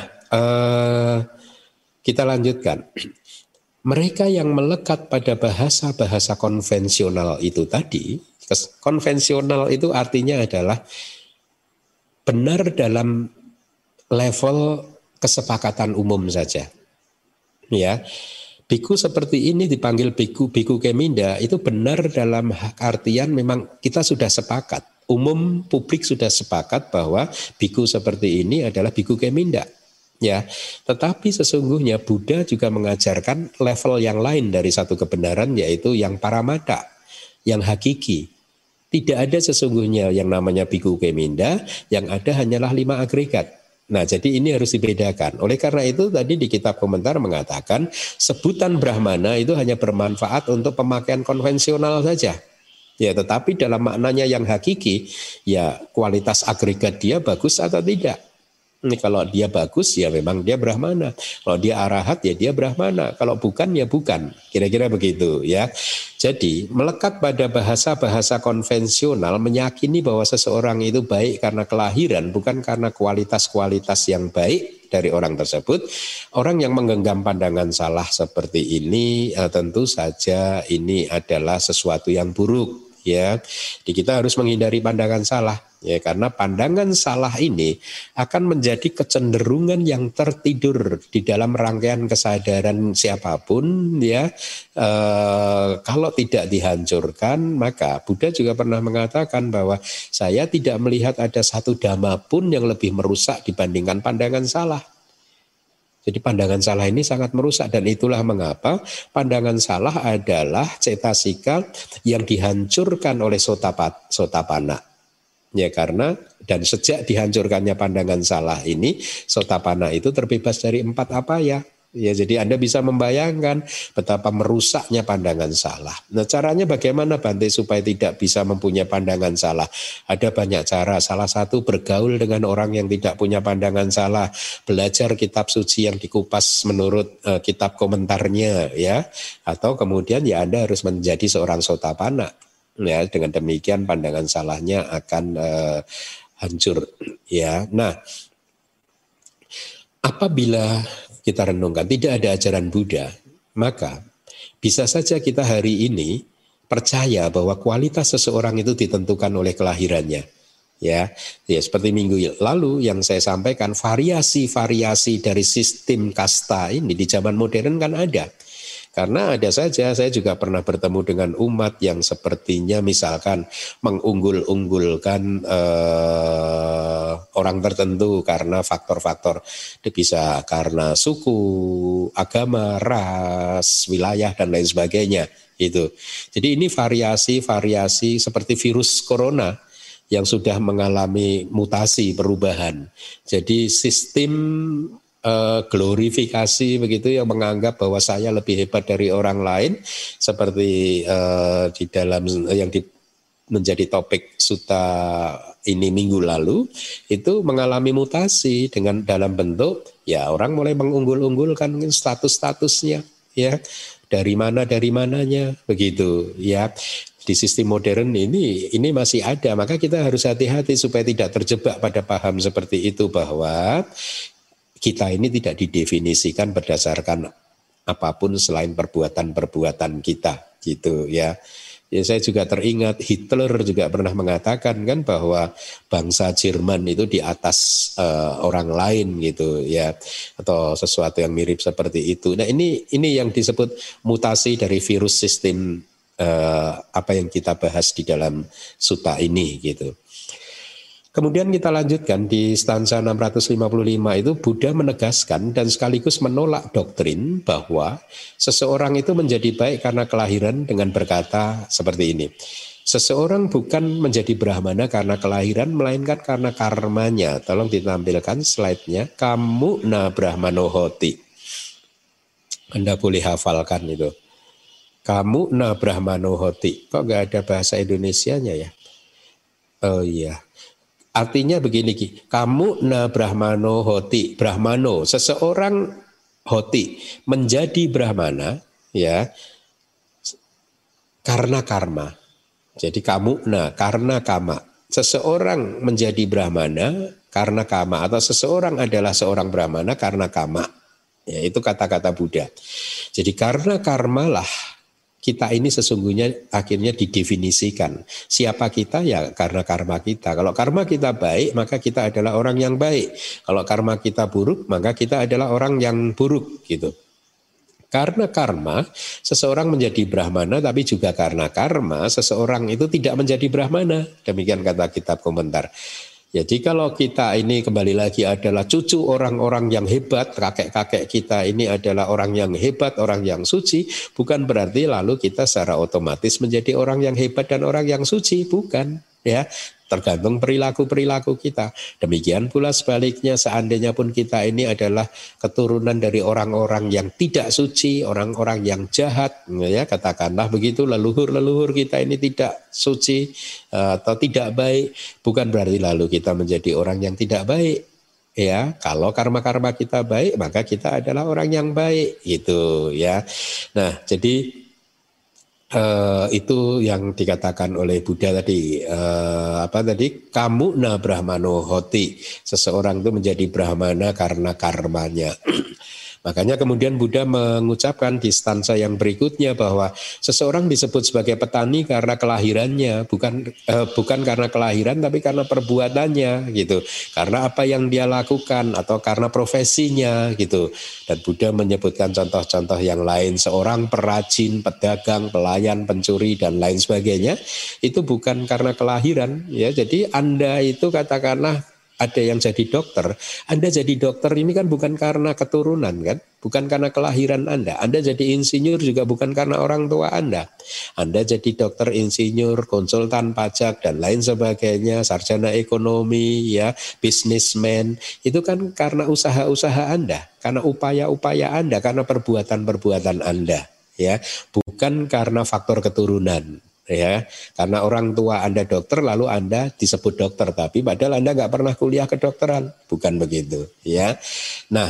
kita lanjutkan. Mereka yang melekat pada bahasa-bahasa konvensional itu tadi, konvensional itu artinya adalah benar dalam level kesepakatan umum saja. Ya, biku seperti ini dipanggil biku Keminda itu benar dalam artian memang kita sudah sepakat, umum publik sudah sepakat bahwa biku seperti ini adalah biku Keminda. Ya, tetapi sesungguhnya Buddha juga mengajarkan level yang lain dari satu kebenaran, yaitu yang paramata, yang hakiki. Tidak ada sesungguhnya yang namanya biku Keminda, yang ada hanyalah 5 agregat. Nah, jadi ini harus dibedakan. Oleh karena itu tadi di kitab komentar mengatakan sebutan Brahmana itu hanya bermanfaat untuk pemakaian konvensional saja. Ya, tetapi dalam maknanya yang hakiki, ya kualitas agregat dia bagus atau tidak. Ini kalau dia bagus ya memang dia Brahmana. Kalau dia arahat ya dia Brahmana. Kalau bukan ya bukan. Kira-kira begitu ya. Jadi melekat pada bahasa-bahasa konvensional meyakini bahwa seseorang itu baik karena kelahiran, bukan karena kualitas-kualitas yang baik dari orang tersebut. Orang yang menggenggam pandangan salah seperti ini tentu saja ini adalah sesuatu yang buruk. Ya, kita harus menghindari pandangan salah. Ya, karena pandangan salah ini akan menjadi kecenderungan yang tertidur di dalam rangkaian kesadaran siapapun. Ya, kalau tidak dihancurkan, maka Buddha juga pernah mengatakan bahwa saya tidak melihat ada satu dhamma pun yang lebih merusak dibandingkan pandangan salah. Jadi pandangan salah ini sangat merusak, dan itulah mengapa pandangan salah adalah cetasika yang dihancurkan oleh Sotapanna. Ya, karena dan sejak dihancurkannya pandangan salah ini, Sotapanna itu terbebas dari 4 apaya. Ya, jadi Anda bisa membayangkan betapa merusaknya pandangan salah. Nah, caranya bagaimana Bante supaya tidak bisa mempunyai pandangan salah? Ada banyak cara. Salah satu bergaul dengan orang yang tidak punya pandangan salah, belajar kitab suci yang dikupas menurut kitab komentarnya, ya. Atau kemudian ya Anda harus menjadi seorang Sotapanna. Ya, dengan demikian pandangan salahnya akan hancur. Ya, nah, apabila kita renungkan tidak ada ajaran Buddha, maka bisa saja kita hari ini percaya bahwa kualitas seseorang itu ditentukan oleh kelahirannya. Ya, seperti minggu lalu yang saya sampaikan, variasi-variasi dari sistem kasta ini di zaman modern kan ada. Karena ada saja, saya juga pernah bertemu dengan umat yang sepertinya misalkan mengunggul-unggulkan orang tertentu karena faktor-faktor, bisa karena suku, agama, ras, wilayah, dan lain sebagainya. Itu. Jadi ini variasi-variasi seperti virus corona yang sudah mengalami mutasi perubahan. Jadi sistem glorifikasi begitu yang menganggap bahwa saya lebih hebat dari orang lain, seperti di dalam yang menjadi topik Sutta ini minggu lalu, itu mengalami mutasi dengan dalam bentuk ya orang mulai mengunggul-unggulkan status-statusnya, ya dari mananya begitu ya. Di sistem modern ini masih ada, maka kita harus hati-hati supaya tidak terjebak pada paham seperti itu, bahwa kita ini tidak didefinisikan berdasarkan apapun selain perbuatan-perbuatan kita gitu ya. Ya, saya juga teringat Hitler juga pernah mengatakan kan bahwa bangsa Jerman itu di atas orang lain gitu ya, atau sesuatu yang mirip seperti itu. Nah ini yang disebut mutasi dari virus sistem apa yang kita bahas di dalam sutta ini gitu. Kemudian kita lanjutkan di stanza 655 itu Buddha menegaskan dan sekaligus menolak doktrin bahwa seseorang itu menjadi baik karena kelahiran dengan berkata seperti ini. Seseorang bukan menjadi brahmana karena kelahiran melainkan karena karmanya. Tolong ditampilkan slide-nya. Kamu na brahmano hoti. Anda boleh hafalkan itu. Kamu na brahmano hoti. Kok gak ada bahasa Indonesianya ya? Oh iya. Artinya begini, kamu na brahmano hoti, brahmano, seseorang hoti menjadi brahmana ya karena karma. Jadi kamu na karena kama, seseorang menjadi brahmana karena kama, atau seseorang adalah seorang brahmana karena kama. Ya, itu kata-kata Buddha. Jadi karena karmalah kita ini sesungguhnya akhirnya didefinisikan. Siapa kita ya karena karma kita. Kalau karma kita baik, maka kita adalah orang yang baik. Kalau karma kita buruk, maka kita adalah orang yang buruk gitu. Karena karma, seseorang menjadi brahmana, tapi juga karena karma, seseorang itu tidak menjadi brahmana. Demikian kata kitab komentar. Jadi kalau kita ini kembali lagi adalah cucu orang-orang yang hebat, kakek-kakek kita ini adalah orang yang hebat, orang yang suci, bukan berarti lalu kita secara otomatis menjadi orang yang hebat dan orang yang suci, bukan ya. Tergantung perilaku-perilaku kita. Demikian pula sebaliknya, seandainya pun kita ini adalah keturunan dari orang-orang yang tidak suci, orang-orang yang jahat, ya katakanlah begitu, leluhur-leluhur kita ini tidak suci atau tidak baik, bukan berarti lalu kita menjadi orang yang tidak baik. Ya, kalau karma-karma kita baik, maka kita adalah orang yang baik, gitu ya. Nah, jadi itu yang dikatakan oleh Buddha tadi, kamu na brahmano hoti, seseorang itu menjadi brahmana karena karmanya. Makanya kemudian Buddha mengucapkan di stanza yang berikutnya bahwa seseorang disebut sebagai petani karena kelahirannya, bukan karena kelahiran tapi karena perbuatannya gitu. Karena apa yang dia lakukan atau karena profesinya gitu. Dan Buddha menyebutkan contoh-contoh yang lain, seorang perajin, pedagang, pelayan, pencuri dan lain sebagainya, itu bukan karena kelahiran ya. Jadi Anda itu katakanlah ada yang jadi dokter, Anda jadi dokter ini kan bukan karena keturunan kan, bukan karena kelahiran Anda. Anda jadi insinyur juga bukan karena orang tua Anda. Anda jadi dokter, insinyur, konsultan pajak dan lain sebagainya, sarjana ekonomi, ya, bisnismen, itu kan karena usaha-usaha Anda, karena upaya-upaya Anda, karena perbuatan-perbuatan Anda, ya, bukan karena faktor keturunan. Ya, karena orang tua Anda dokter lalu Anda disebut dokter, tapi padahal Anda nggak pernah kuliah kedokteran, bukan begitu ya. Nah,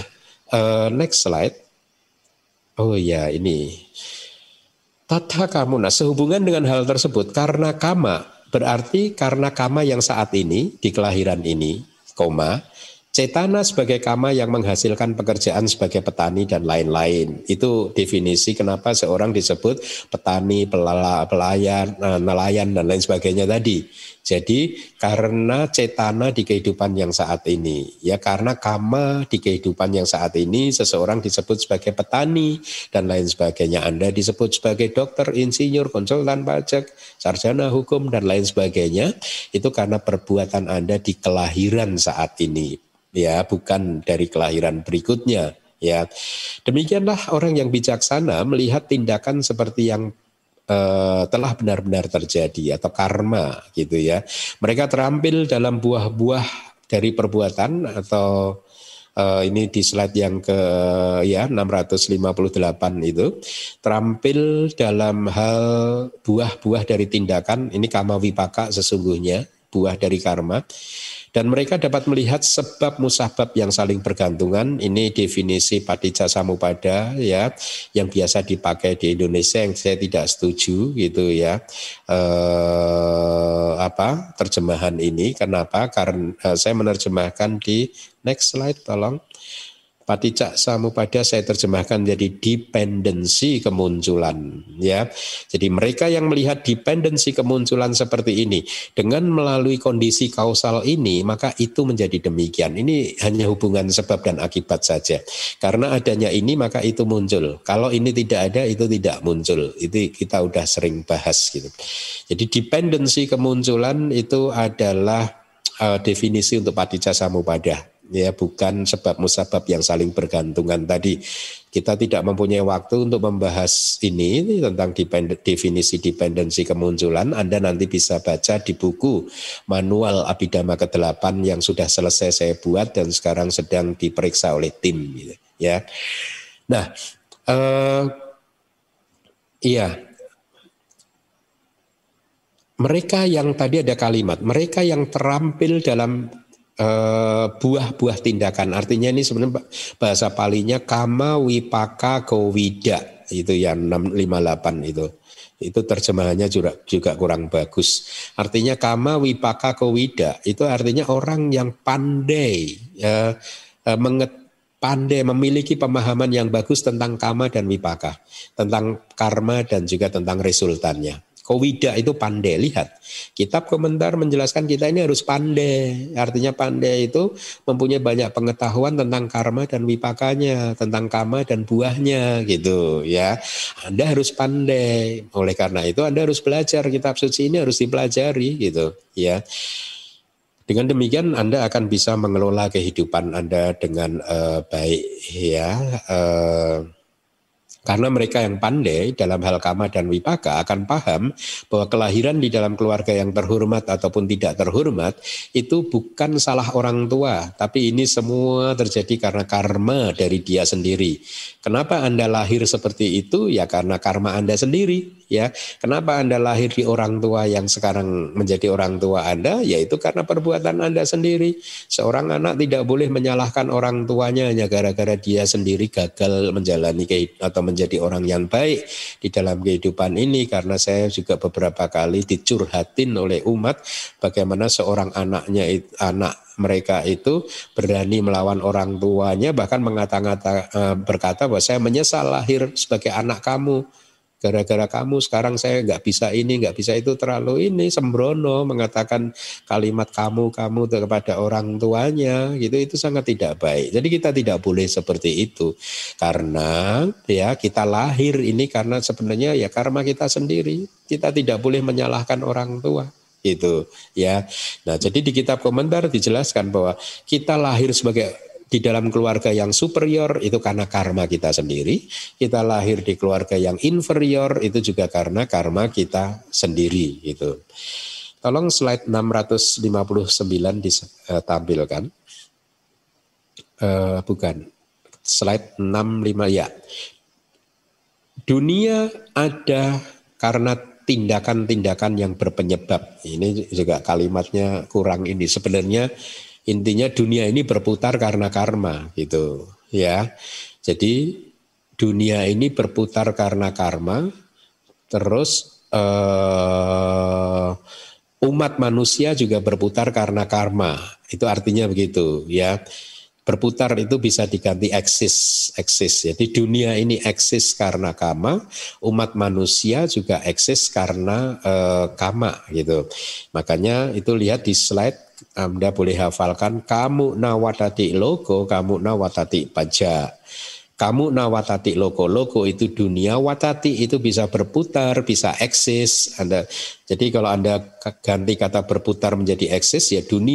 next slide. Oh ya, ini tata kamuna, sehubungan dengan hal tersebut, karena kama berarti karena kama yang saat ini di kelahiran ini, koma, cetana sebagai kama yang menghasilkan pekerjaan sebagai petani dan lain-lain. Itu definisi kenapa seorang disebut petani, pelayan, nelayan dan lain sebagainya tadi. Jadi karena cetana di kehidupan yang saat ini, ya karena kama di kehidupan yang saat ini seseorang disebut sebagai petani dan lain sebagainya. Anda disebut sebagai dokter, insinyur, konsultan pajak, sarjana hukum dan lain sebagainya. Itu karena perbuatan Anda di kelahiran saat ini. Ya, bukan dari kelahiran berikutnya. Ya, demikianlah orang yang bijaksana melihat tindakan seperti yang telah benar-benar terjadi atau karma gitu ya. Mereka terampil dalam buah-buah dari perbuatan atau ini di slide yang ke 658 itu, terampil dalam hal buah-buah dari tindakan, ini kama wipaka sesungguhnya, buah dari karma. Dan mereka dapat melihat sebab musabab yang saling bergantungan. Ini definisi Paticca Samuppada ya, yang biasa dipakai di Indonesia, yang saya tidak setuju gitu ya. Terjemahan ini. Kenapa? Karena saya menerjemahkan di next slide tolong. Paticca Samuppada saya terjemahkan jadi dependensi kemunculan ya. Jadi mereka yang melihat dependensi kemunculan seperti ini dengan melalui kondisi kausal ini, maka itu menjadi demikian. Ini hanya hubungan sebab dan akibat saja. Karena adanya ini maka itu muncul. Kalau ini tidak ada itu tidak muncul. Itu kita udah sering bahas gitu. Jadi dependensi kemunculan itu adalah definisi untuk Paticca Samuppada. Ya, bukan sebab musabab yang saling bergantungan tadi. Kita tidak mempunyai waktu untuk membahas ini tentang definisi dependensi kemunculan. Anda nanti bisa baca di buku Manual Abhidhamma ke-8 yang sudah selesai saya buat dan sekarang sedang diperiksa oleh tim gitu, ya. Nah, mereka yang tadi ada kalimat, mereka yang terampil dalam buah-buah tindakan, artinya ini sebenarnya bahasa Palinya kama wipaka kowida, itu yang 658 itu terjemahannya juga kurang bagus. Artinya kama wipaka kowida itu artinya orang yang pandai pandai memiliki pemahaman yang bagus tentang kama dan wipaka, tentang karma dan juga tentang resultannya. Kowida itu pandai. Lihat, kitab komentar menjelaskan kita ini harus pandai. Artinya pandai itu mempunyai banyak pengetahuan tentang karma dan wipakanya, tentang kama dan buahnya gitu ya. Anda harus pandai. Oleh karena itu Anda harus belajar kitab suci ini, harus dipelajari gitu ya. Dengan demikian Anda akan bisa mengelola kehidupan Anda dengan baik ya. Karena mereka yang pandai dalam hal kama dan wipaka akan paham bahwa kelahiran di dalam keluarga yang terhormat ataupun tidak terhormat itu bukan salah orang tua, tapi ini semua terjadi karena karma dari dia sendiri. Kenapa Anda lahir seperti itu? Ya karena karma Anda sendiri. Ya, kenapa Anda lahir di orang tua yang sekarang menjadi orang tua Anda? Yaitu karena perbuatan Anda sendiri. Seorang anak tidak boleh menyalahkan orang tuanya hanya gara-gara dia sendiri gagal menjalani atau menjadi orang yang baik di dalam kehidupan ini. Karena saya juga beberapa kali dicurhatin oleh umat bagaimana seorang anak mereka itu berani melawan orang tuanya, bahkan berkata bahwa saya menyesal lahir sebagai anak kamu. Gara-gara kamu sekarang saya nggak bisa ini, nggak bisa itu, terlalu ini sembrono mengatakan kalimat kamu kepada orang tuanya gitu, itu sangat tidak baik. Jadi kita tidak boleh seperti itu karena ya kita lahir ini karena sebenarnya ya karma kita sendiri. Kita tidak boleh menyalahkan orang tua gitu ya. Nah, jadi di kitab komentar dijelaskan bahwa kita lahir sebagai di dalam keluarga yang superior itu karena karma kita sendiri. Kita lahir di keluarga yang inferior itu juga karena karma kita sendiri gitu. Tolong slide 659 ditampilkan. Bukan. Slide 65 ya. Dunia ada karena tindakan-tindakan yang berpenyebab. Ini juga kalimatnya kurang ini. Sebenarnya intinya dunia ini berputar karena karma gitu ya. Jadi dunia ini berputar karena karma. Terus umat manusia juga berputar karena karma. Itu artinya begitu ya. Berputar itu bisa diganti eksis. Jadi dunia ini eksis karena kama, umat manusia juga eksis karena kama gitu. Makanya itu lihat di slide, Anda boleh hafalkan, kamu nawatati logo, kamu nawatati paja. Kamu nawatati logo itu dunia, watati itu bisa berputar, bisa eksis. Jadi kalau Anda ganti kata berputar menjadi eksis, ya dunia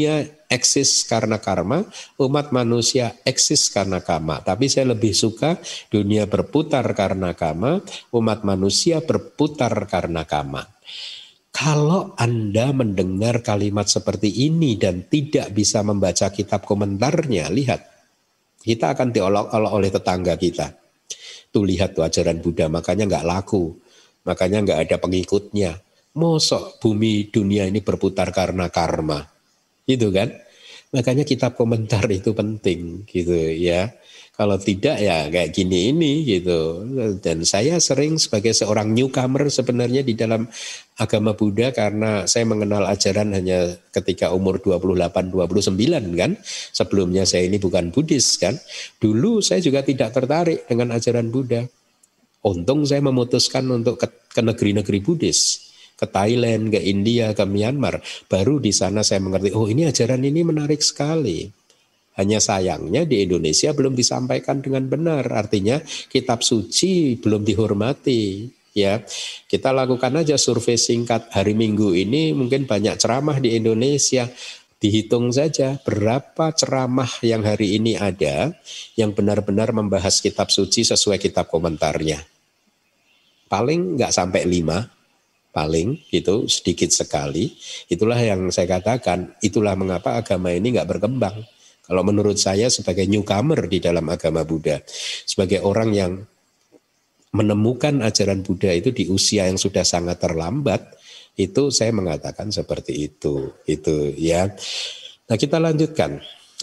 eksis karena karma, umat manusia eksis karena karma. Tapi saya lebih suka dunia berputar karena karma, umat manusia berputar karena karma. Kalau Anda mendengar kalimat seperti ini dan tidak bisa membaca kitab komentarnya, lihat, kita akan diolok-olok oleh tetangga kita. Tuh lihat tuh ajaran Buddha, makanya nggak laku, makanya nggak ada pengikutnya. Mosok bumi dunia ini berputar karena karma, gitu kan? Makanya kitab komentar itu penting, gitu ya. Kalau tidak ya kayak gini ini gitu. Dan saya sering sebagai seorang newcomer sebenarnya di dalam agama Buddha karena saya mengenal ajaran hanya ketika umur 28-29 kan. Sebelumnya saya ini bukan Buddhis kan. Dulu saya juga tidak tertarik dengan ajaran Buddha. Untung saya memutuskan untuk ke negeri-negeri Buddhis. Ke Thailand, ke India, ke Myanmar. Baru di sana saya mengerti, oh ini ajaran ini menarik sekali. Hanya sayangnya di Indonesia belum disampaikan dengan benar. Artinya kitab suci belum dihormati. Ya, kita lakukan aja survei singkat hari Minggu ini, mungkin banyak ceramah di Indonesia. Dihitung saja berapa ceramah yang hari ini ada yang benar-benar membahas kitab suci sesuai kitab komentarnya. Paling nggak sampai 5, paling gitu, sedikit sekali. Itulah yang saya katakan, itulah mengapa agama ini nggak berkembang. Kalau menurut saya sebagai newcomer di dalam agama Buddha, sebagai orang yang menemukan ajaran Buddha itu di usia yang sudah sangat terlambat, itu saya mengatakan seperti itu ya. Nah kita lanjutkan.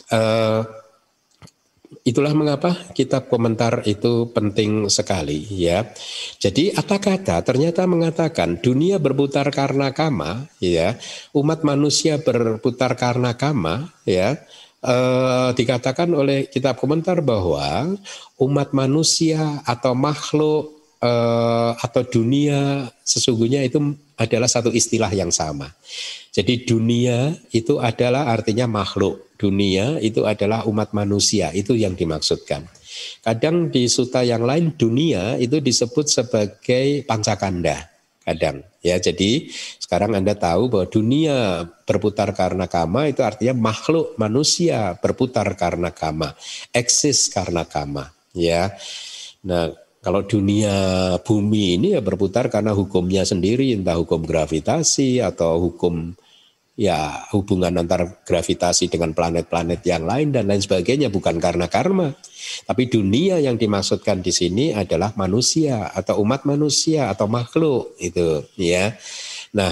Itulah mengapa kitab komentar itu penting sekali ya. Jadi kata-kata ternyata mengatakan dunia berputar karena kama ya, umat manusia berputar karena kama ya. Dikatakan oleh kitab komentar bahwa umat manusia atau makhluk atau dunia sesungguhnya itu adalah satu istilah yang sama. Jadi dunia itu adalah artinya makhluk, dunia itu adalah umat manusia, itu yang dimaksudkan. Kadang di sutta yang lain dunia itu disebut sebagai pancakanda. Kadang ya, jadi sekarang Anda tahu bahwa dunia berputar karena kama itu artinya makhluk manusia berputar karena kama, eksis karena kama ya. Nah kalau dunia bumi ini ya berputar karena hukumnya sendiri, entah hukum gravitasi atau hukum ya hubungan antar gravitasi dengan planet-planet yang lain dan lain sebagainya, bukan karena karma. Tapi dunia yang dimaksudkan di sini adalah manusia atau umat manusia atau makhluk itu ya. Nah,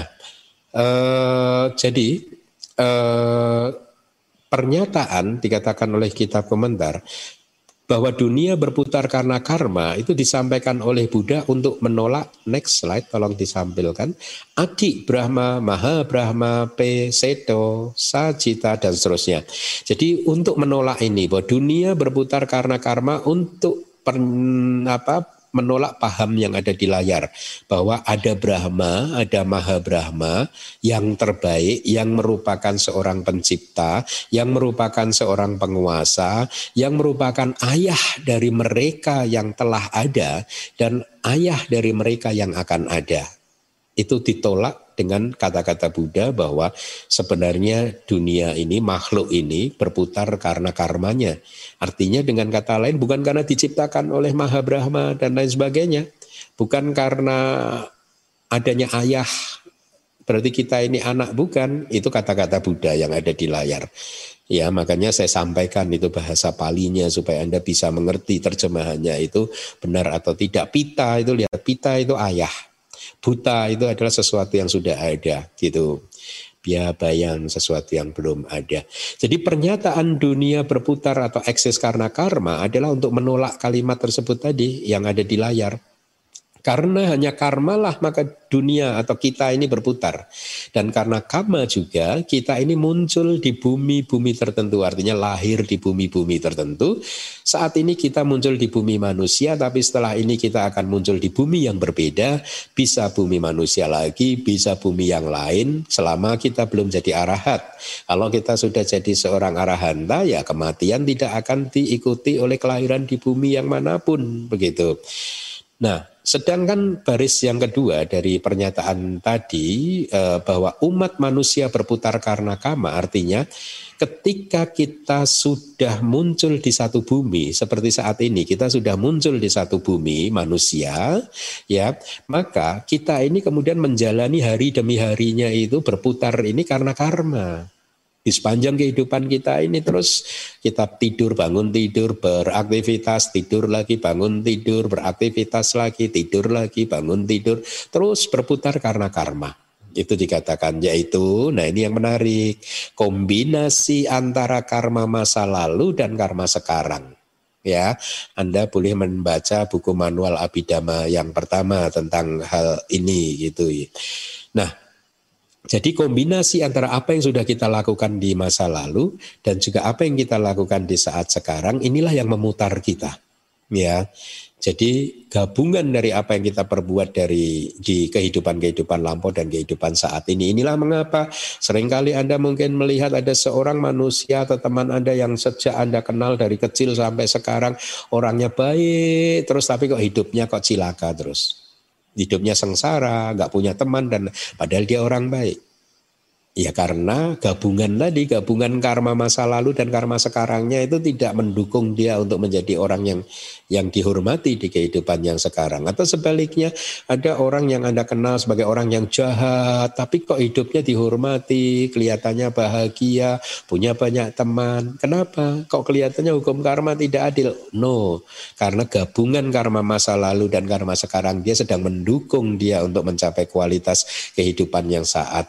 jadi pernyataan dikatakan oleh kitab komentar bahwa dunia berputar karena karma itu disampaikan oleh Buddha untuk menolak, next slide tolong disampilkan, Adi Brahma, Maha Brahma, Peseto, Sajita dan seterusnya. Jadi untuk menolak ini bahwa dunia berputar karena karma untuk menolak paham yang ada di layar bahwa ada Brahma, ada Maha Brahma yang terbaik, yang merupakan seorang pencipta, yang merupakan seorang penguasa, yang merupakan ayah dari mereka yang telah ada dan ayah dari mereka yang akan ada. Itu ditolak dengan kata-kata Buddha bahwa sebenarnya dunia ini, makhluk ini berputar karena karmanya. Artinya dengan kata lain bukan karena diciptakan oleh Maha Brahma dan lain sebagainya. Bukan karena adanya ayah, berarti kita ini anak, bukan. Itu kata-kata Buddha yang ada di layar. Ya, makanya saya sampaikan itu bahasa Palinya supaya Anda bisa mengerti terjemahannya itu benar atau tidak. Pita itu, lihat, pita itu ayah. Buta itu adalah sesuatu yang sudah ada gitu. Bayang sesuatu yang belum ada. Jadi pernyataan dunia berputar atau eksis karena karma adalah untuk menolak kalimat tersebut tadi yang ada di layar. Karena hanya karma lah maka dunia atau kita ini berputar. Dan karena karma juga kita ini muncul di bumi-bumi tertentu. Artinya lahir di bumi-bumi tertentu. Saat ini kita muncul di bumi manusia, tapi setelah ini kita akan muncul di bumi yang berbeda. Bisa bumi manusia lagi, bisa bumi yang lain selama kita belum jadi arahat. Kalau kita sudah jadi seorang arahanta ya kematian tidak akan diikuti oleh kelahiran di bumi yang manapun. Begitu. Nah, sedangkan baris yang kedua dari pernyataan tadi bahwa umat manusia berputar karena karma, artinya ketika kita sudah muncul di satu bumi seperti saat ini, kita sudah muncul di satu bumi manusia, ya, maka kita ini kemudian menjalani hari demi harinya itu berputar ini karena karma. Di sepanjang kehidupan kita ini terus kita tidur, bangun tidur, beraktivitas, tidur lagi, bangun tidur, beraktivitas lagi, tidur lagi, bangun tidur, terus berputar karena karma. Itu dikatakan, yaitu, nah ini yang menarik, kombinasi antara karma masa lalu dan karma sekarang. Ya, Anda boleh membaca buku manual Abhidhamma yang pertama tentang hal ini gitu. Nah, jadi kombinasi antara apa yang sudah kita lakukan di masa lalu dan juga apa yang kita lakukan di saat sekarang, inilah yang memutar kita. Ya, jadi gabungan dari apa yang kita perbuat di kehidupan lampau dan kehidupan saat ini. Inilah mengapa seringkali Anda mungkin melihat ada seorang manusia atau teman Anda yang sejak Anda kenal dari kecil sampai sekarang orangnya baik terus, tapi kok hidupnya kok cilaka terus. Hidupnya sengsara, gak punya teman, dan padahal dia orang baik. Ya karena gabungan karma masa lalu dan karma sekarangnya itu tidak mendukung dia untuk menjadi orang yang dihormati di kehidupan yang sekarang. Atau sebaliknya, ada orang yang Anda kenal sebagai orang yang jahat, tapi kok hidupnya dihormati, kelihatannya bahagia, punya banyak teman. Kenapa? Kok kelihatannya hukum karma tidak adil? No, karena gabungan karma masa lalu dan karma sekarang dia sedang mendukung dia untuk mencapai kualitas kehidupan yang saat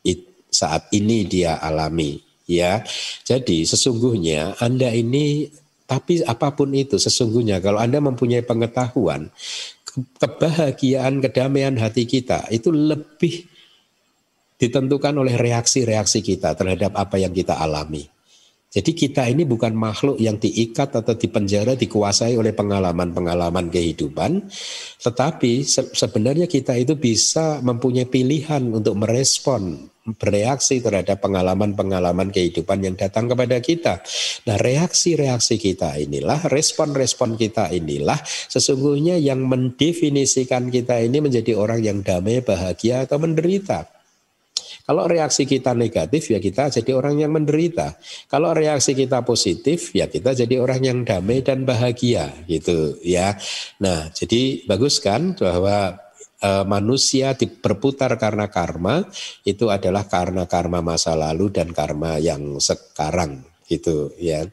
ini dia alami, ya. Jadi sesungguhnya Anda ini, tapi apapun itu sesungguhnya kalau Anda mempunyai pengetahuan, kebahagiaan, kedamaian hati kita itu lebih ditentukan oleh reaksi-reaksi kita terhadap apa yang kita alami. Jadi kita ini bukan makhluk yang diikat atau dipenjara, dikuasai oleh pengalaman-pengalaman kehidupan. Tetapi sebenarnya kita itu bisa mempunyai pilihan untuk merespon, bereaksi terhadap pengalaman-pengalaman kehidupan yang datang kepada kita. Nah, reaksi-reaksi kita inilah, respon-respon kita inilah sesungguhnya yang mendefinisikan kita ini menjadi orang yang damai, bahagia atau menderita. Kalau reaksi kita negatif, ya kita jadi orang yang menderita. Kalau reaksi kita positif, ya kita jadi orang yang damai dan bahagia, gitu ya. Nah, jadi bagus kan bahwa manusia berputar karena karma, itu adalah karena karma masa lalu dan karma yang sekarang, gitu ya.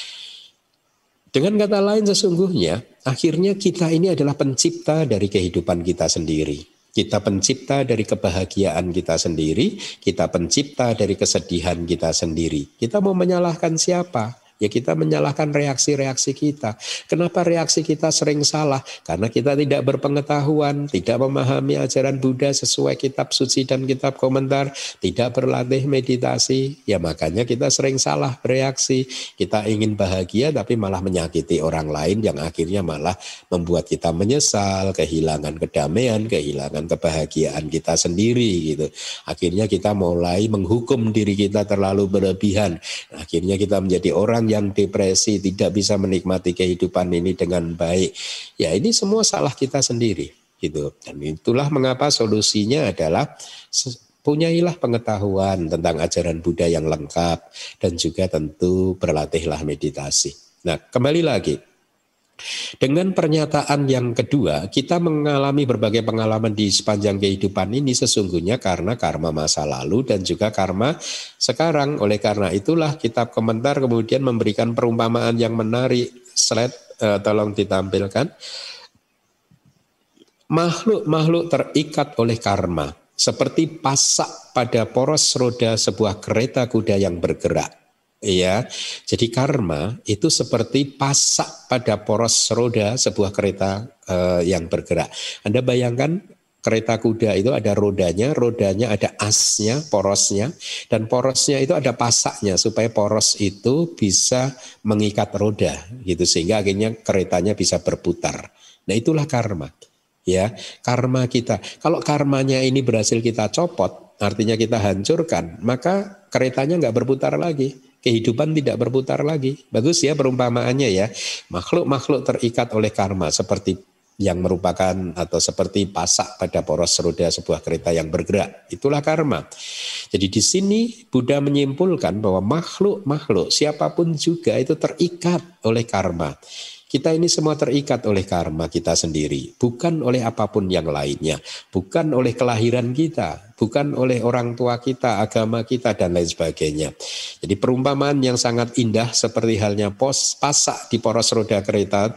Dengan kata lain sesungguhnya, akhirnya kita ini adalah pencipta dari kehidupan kita sendiri. Kita pencipta dari kebahagiaan kita sendiri, kita pencipta dari kesedihan kita sendiri. Kita mau menyalahkan siapa? Ya kita menyalahkan reaksi-reaksi kita. Kenapa reaksi kita sering salah? Karena kita tidak berpengetahuan, tidak memahami ajaran Buddha sesuai kitab suci dan kitab komentar, tidak berlatih meditasi. Ya makanya kita sering salah bereaksi. Kita ingin bahagia tapi malah menyakiti orang lain yang akhirnya malah membuat kita menyesal, kehilangan kedamaian, kehilangan kebahagiaan kita sendiri gitu. Akhirnya kita mulai menghukum diri kita terlalu berlebihan. Akhirnya kita menjadi orang yang depresi, tidak bisa menikmati kehidupan ini dengan baik. Ya ini semua salah kita sendiri gitu. Dan itulah mengapa solusinya adalah punyailah pengetahuan tentang ajaran Buddha yang lengkap dan juga tentu berlatihlah meditasi. Nah, kembali lagi. Dengan pernyataan yang kedua, kita mengalami berbagai pengalaman di sepanjang kehidupan ini sesungguhnya karena karma masa lalu dan juga karma sekarang. Oleh karena itulah kitab komentar kemudian memberikan perumpamaan yang menarik. Slide tolong ditampilkan. Makhluk-makhluk terikat oleh karma seperti pasak pada poros roda sebuah kereta kuda yang bergerak. Ya, jadi karma itu seperti pasak pada poros roda sebuah kereta yang bergerak. Anda bayangkan kereta kuda itu ada rodanya ada asnya, porosnya, dan porosnya itu ada pasaknya supaya poros itu bisa mengikat roda, gitu sehingga akhirnya keretanya bisa berputar. Nah itulah karma. Ya, karma kita. Kalau karmanya ini berhasil kita copot, artinya kita hancurkan, maka keretanya nggak berputar lagi. Kehidupan tidak berputar lagi. Bagus ya perumpamaannya ya. Makhluk-makhluk terikat oleh karma seperti yang merupakan atau seperti pasak pada poros roda sebuah kereta yang bergerak. Itulah karma. Jadi di sini Buddha menyimpulkan bahwa makhluk siapapun juga itu terikat oleh karma. Kita ini semua terikat oleh karma kita sendiri, bukan oleh apapun yang lainnya, bukan oleh kelahiran kita, bukan oleh orang tua kita, agama kita, dan lain sebagainya. Jadi perumpamaan yang sangat indah seperti halnya pasak di poros roda kereta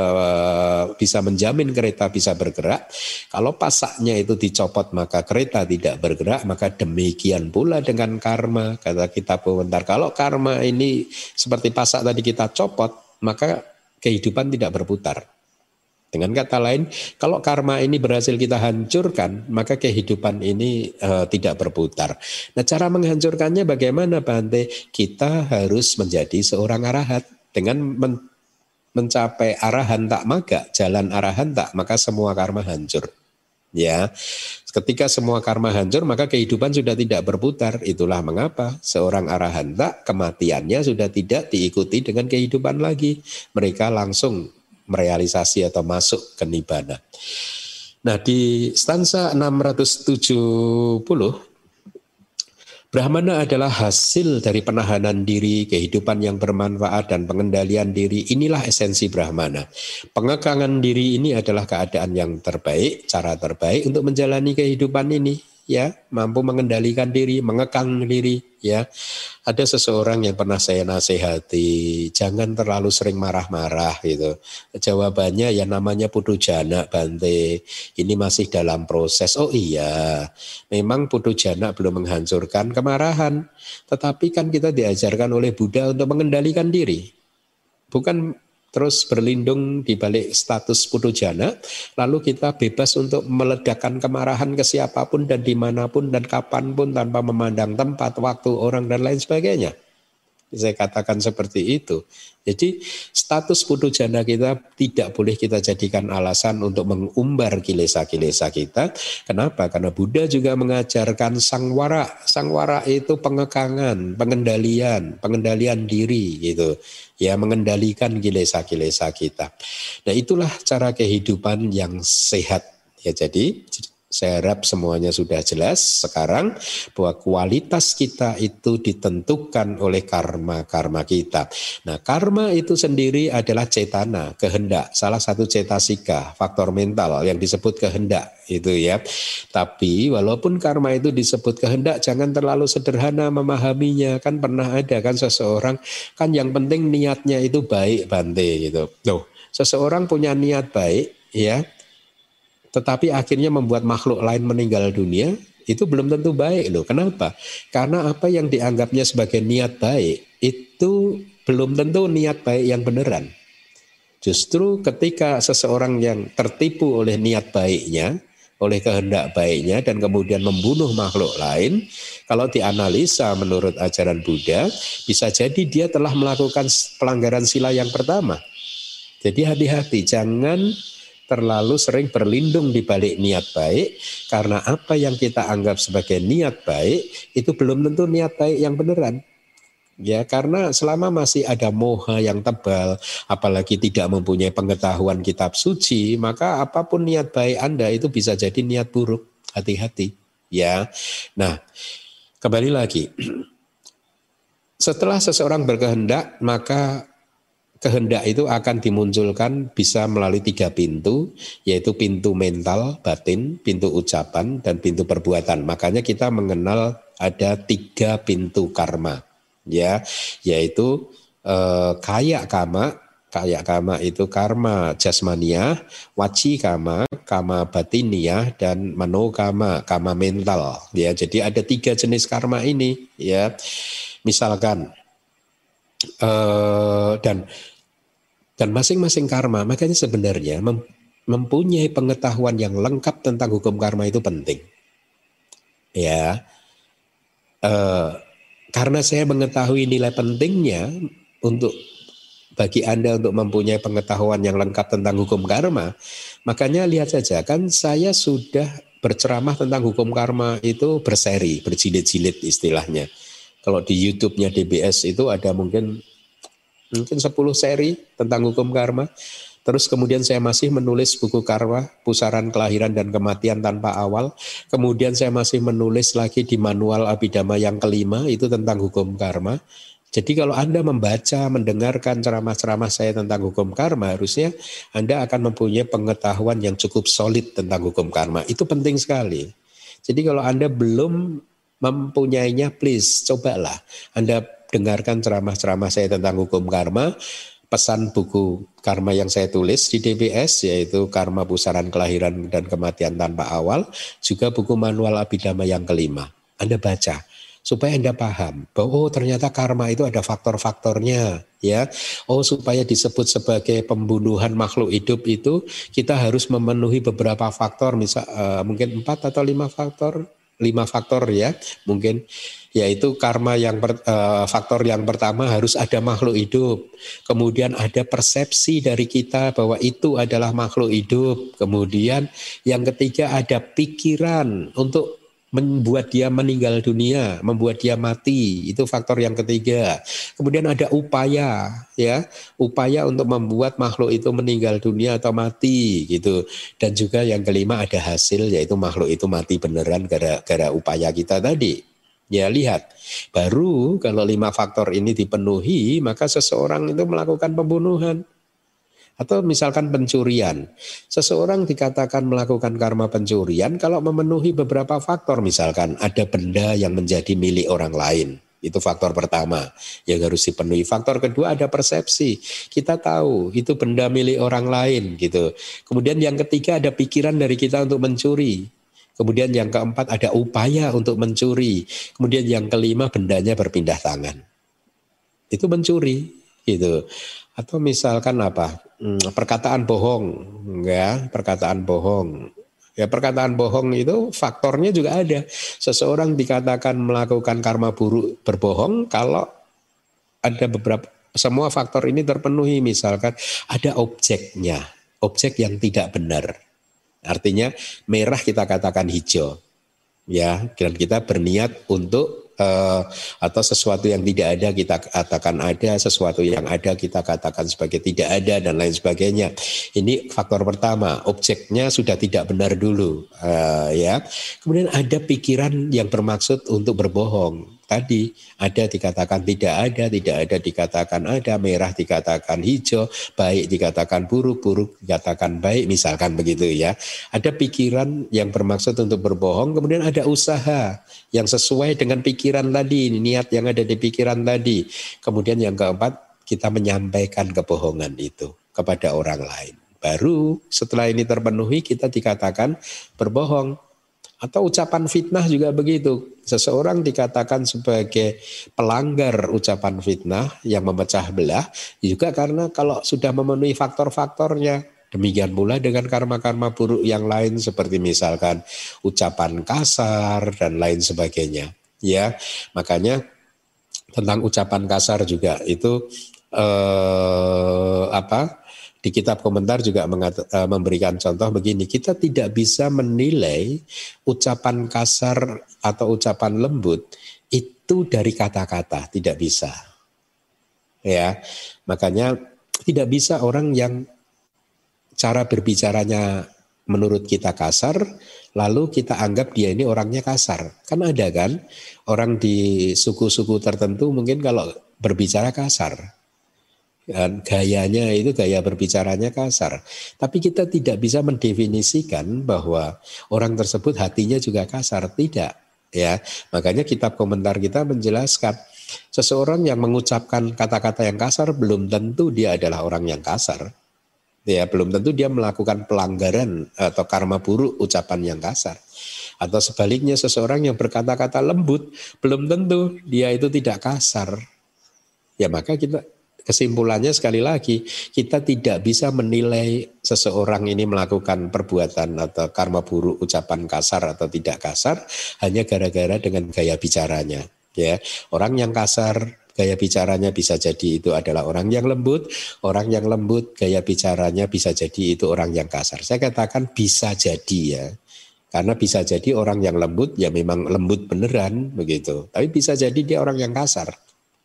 bisa menjamin kereta bisa bergerak. Kalau pasaknya itu dicopot maka kereta tidak bergerak, maka demikian pula dengan karma. Kata kitab komentar, kalau karma ini seperti pasak tadi kita copot, maka kehidupan tidak berputar. Dengan kata lain, kalau karma ini berhasil kita hancurkan, maka kehidupan ini tidak berputar. Nah, cara menghancurkannya bagaimana, Bante? Kita harus menjadi seorang arahat. Dengan mencapai arahan tak maga, jalan arahan tak, maka semua karma hancur. Ya, ketika semua karma hancur, maka kehidupan sudah tidak berputar. Itulah mengapa seorang arahanta kematiannya sudah tidak diikuti dengan kehidupan lagi. Mereka langsung merealisasi atau masuk ke nibbana. Nah, di stanza 670, Brahmana adalah hasil dari penahanan diri, kehidupan yang bermanfaat, dan pengendalian diri. Inilah esensi Brahmana. Pengekangan diri ini adalah keadaan yang terbaik, cara terbaik untuk menjalani kehidupan ini. Ya, mampu mengendalikan diri, mengekang diri. Ya, ada seseorang yang pernah saya nasihati, jangan terlalu sering marah-marah gitu. Jawabannya ya namanya pudujana, Bante. Ini masih dalam proses. Oh iya, memang pudujana belum menghancurkan kemarahan. Tetapi kan kita diajarkan oleh Buddha untuk mengendalikan diri. Bukan terus berlindung di balik status pudujana, lalu kita bebas untuk meledakkan kemarahan ke siapapun dan dimanapun dan kapanpun tanpa memandang tempat, waktu, orang, dan lain sebagainya. Saya katakan seperti itu. Jadi status pudujana kita tidak boleh kita jadikan alasan untuk mengumbar kilesa-kilesa kita. Kenapa? Karena Buddha juga mengajarkan sangwara. Sangwara itu pengekangan, pengendalian diri gitu. Ya, mengendalikan kilesa-kilesa kita. Nah, itulah cara kehidupan yang sehat. Ya, jadi saya harap semuanya sudah jelas sekarang bahwa kualitas kita itu ditentukan oleh karma-karma kita. Nah, karma itu sendiri adalah cetana, kehendak, salah satu cetasika, faktor mental yang disebut kehendak itu ya. Tapi walaupun karma itu disebut kehendak, jangan terlalu sederhana memahaminya. Kan pernah ada kan seseorang, kan yang penting niatnya itu baik, Bante gitu. Loh, seseorang punya niat baik ya, tetapi akhirnya membuat makhluk lain meninggal dunia, itu belum tentu baik loh. Kenapa? Karena apa yang dianggapnya sebagai niat baik, itu belum tentu niat baik yang beneran. Justru ketika seseorang yang tertipu oleh niat baiknya, oleh kehendak baiknya, dan kemudian membunuh makhluk lain, kalau dianalisa menurut ajaran Buddha, bisa jadi dia telah melakukan pelanggaran sila yang pertama. Jadi hati-hati, jangan terlalu sering berlindung di balik niat baik, karena apa yang kita anggap sebagai niat baik itu belum tentu niat baik yang beneran. Ya, karena selama masih ada moha yang tebal, apalagi tidak mempunyai pengetahuan kitab suci, maka apapun niat baik Anda itu bisa jadi niat buruk. Hati-hati. Ya. Nah, kembali lagi. Setelah seseorang berkehendak, maka kehendak itu akan dimunculkan bisa melalui 3 pintu, yaitu pintu mental, batin, pintu ucapan, dan pintu perbuatan. Makanya kita mengenal ada 3 pintu karma, ya, yaitu kaya kama. Kaya kama itu karma jasmania, waci kama, kama batiniah, dan mano kama, kama mental. Ya, jadi ada 3 jenis karma ini, ya. Misalkan dan masing-masing karma, makanya sebenarnya mempunyai pengetahuan yang lengkap tentang hukum karma itu penting. Ya, karena saya mengetahui nilai pentingnya untuk bagi Anda untuk mempunyai pengetahuan yang lengkap tentang hukum karma, makanya lihat saja kan saya sudah berceramah tentang hukum karma itu berseri, berjilid-jilid istilahnya. Kalau di YouTube-nya DBS itu ada mungkin 10 seri tentang hukum karma. Terus kemudian saya masih menulis buku karma, pusaran kelahiran dan kematian tanpa awal. Kemudian saya masih menulis lagi di manual Abhidhamma yang kelima, itu tentang hukum karma. Jadi kalau Anda membaca, mendengarkan ceramah-ceramah saya tentang hukum karma, harusnya Anda akan mempunyai pengetahuan yang cukup solid tentang hukum karma. Itu penting sekali. Jadi kalau Anda belum mempunyainya, please cobalah Anda dengarkan ceramah-ceramah saya tentang hukum karma, pesan buku karma yang saya tulis di DBS, yaitu Karma Pusaran Kelahiran dan Kematian Tanpa Awal, juga buku manual Abhidhamma yang kelima. Anda baca supaya Anda paham bahwa ternyata karma itu ada faktor-faktornya, ya. Supaya disebut sebagai pembunuhan makhluk hidup itu kita harus memenuhi beberapa faktor, misal mungkin 4 atau 5 faktor. 5 faktor ya, mungkin, yaitu karma yang faktor yang pertama harus ada makhluk hidup. Kemudian ada persepsi dari kita bahwa itu adalah makhluk hidup. Kemudian yang ketiga ada pikiran untuk membuat dia meninggal dunia, membuat dia mati, itu faktor yang ketiga. Kemudian ada upaya, ya, upaya untuk membuat makhluk itu meninggal dunia atau mati, gitu. Dan juga yang kelima ada hasil, yaitu makhluk itu mati beneran gara-gara upaya kita tadi. Ya, lihat, baru kalau 5 faktor ini dipenuhi, maka seseorang itu melakukan pembunuhan. Atau misalkan pencurian. Seseorang dikatakan melakukan karma pencurian kalau memenuhi beberapa faktor. Misalkan ada benda yang menjadi milik orang lain. Itu faktor pertama yang harus dipenuhi. Faktor kedua ada persepsi. Kita tahu itu benda milik orang lain gitu. Kemudian yang ketiga ada pikiran dari kita untuk mencuri. Kemudian yang keempat ada upaya untuk mencuri. Kemudian yang kelima bendanya berpindah tangan. Itu mencuri gitu. Atau misalkan apa? Perkataan bohong, ya, perkataan bohong. Ya, perkataan bohong itu faktornya juga ada. Seseorang dikatakan melakukan karma buruk berbohong kalau ada beberapa, semua faktor ini terpenuhi. Misalkan ada objeknya, objek yang tidak benar. Artinya merah kita katakan hijau. Ya, dan kita berniat untuk atau sesuatu yang tidak ada kita katakan ada, sesuatu yang ada kita katakan sebagai tidak ada, dan lain sebagainya. Ini faktor pertama, objeknya sudah tidak benar dulu, ya. Kemudian ada pikiran yang bermaksud untuk berbohong. Tadi ada dikatakan tidak ada dikatakan ada, merah dikatakan hijau, baik dikatakan buruk, buruk dikatakan baik, misalkan begitu ya. Ada pikiran yang bermaksud untuk berbohong, kemudian ada usaha yang sesuai dengan pikiran tadi, niat yang ada di pikiran tadi. Kemudian yang keempat, kita menyampaikan kebohongan itu kepada orang lain. Baru setelah ini terpenuhi kita dikatakan berbohong. Atau ucapan fitnah juga begitu. Seseorang dikatakan sebagai pelanggar ucapan fitnah yang memecah belah juga karena kalau sudah memenuhi faktor-faktornya. Demikian pula dengan karma-karma buruk yang lain seperti misalkan ucapan kasar dan lain sebagainya. Ya, makanya tentang ucapan kasar juga itu di kitab komentar juga memberikan contoh begini, kita tidak bisa menilai ucapan kasar atau ucapan lembut itu dari kata-kata, tidak bisa. Ya, makanya tidak bisa orang yang cara berbicaranya menurut kita kasar, lalu kita anggap dia ini orangnya kasar. Kan ada kan orang di suku-suku tertentu mungkin kalau berbicara kasar. Dan gayanya itu gaya berbicaranya kasar. Tapi kita tidak bisa mendefinisikan bahwa orang tersebut hatinya juga kasar. Tidak. Ya, makanya kitab komentar kita menjelaskan seseorang yang mengucapkan kata-kata yang kasar belum tentu dia adalah orang yang kasar. Ya, belum tentu dia melakukan pelanggaran atau karma buruk ucapan yang kasar. Atau sebaliknya seseorang yang berkata-kata lembut belum tentu dia itu tidak kasar. Ya, maka kita kesimpulannya sekali lagi, kita tidak bisa menilai seseorang ini melakukan perbuatan atau karma buruk ucapan kasar atau tidak kasar hanya gara-gara dengan gaya bicaranya. Ya, orang yang kasar gaya bicaranya bisa jadi itu adalah orang yang lembut, orang yang lembut gaya bicaranya bisa jadi itu orang yang kasar. Saya katakan bisa jadi ya. Karena bisa jadi orang yang lembut ya memang lembut beneran begitu. Tapi bisa jadi dia orang yang kasar.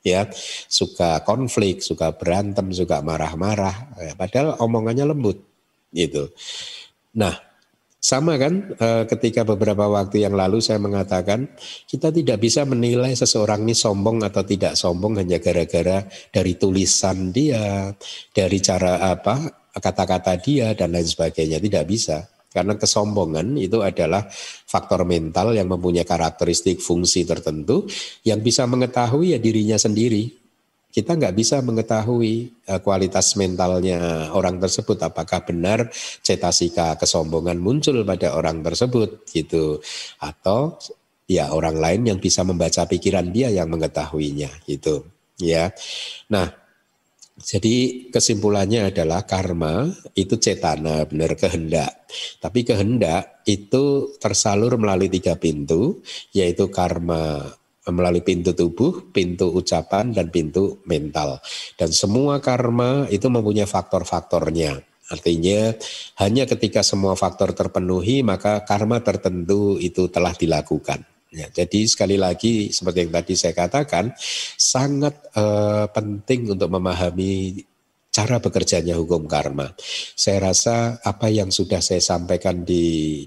ya, suka konflik, suka berantem, suka marah-marah, ya, padahal omongannya lembut gitu. Nah, sama kan ketika beberapa waktu yang lalu saya mengatakan kita tidak bisa menilai seseorang ini sombong atau tidak sombong hanya gara-gara dari tulisan dia, dari cara kata-kata dia dan lain sebagainya, tidak bisa. Karena kesombongan itu adalah faktor mental yang mempunyai karakteristik fungsi tertentu yang bisa mengetahui ya dirinya sendiri. Kita nggak bisa mengetahui kualitas mentalnya orang tersebut, apakah benar cetasika kesombongan muncul pada orang tersebut gitu, atau ya orang lain yang bisa membaca pikiran dia yang mengetahuinya gitu ya. Nah, jadi kesimpulannya adalah karma itu cetana, benar, kehendak. Tapi kehendak itu tersalur melalui 3 pintu, yaitu karma melalui pintu tubuh, pintu ucapan, dan pintu mental. Dan semua karma itu mempunyai faktor-faktornya. Artinya hanya ketika semua faktor terpenuhi maka karma tertentu itu telah dilakukan. Ya, jadi sekali lagi seperti yang tadi saya katakan, sangat penting untuk memahami cara bekerjanya hukum karma. Saya rasa apa yang sudah saya sampaikan di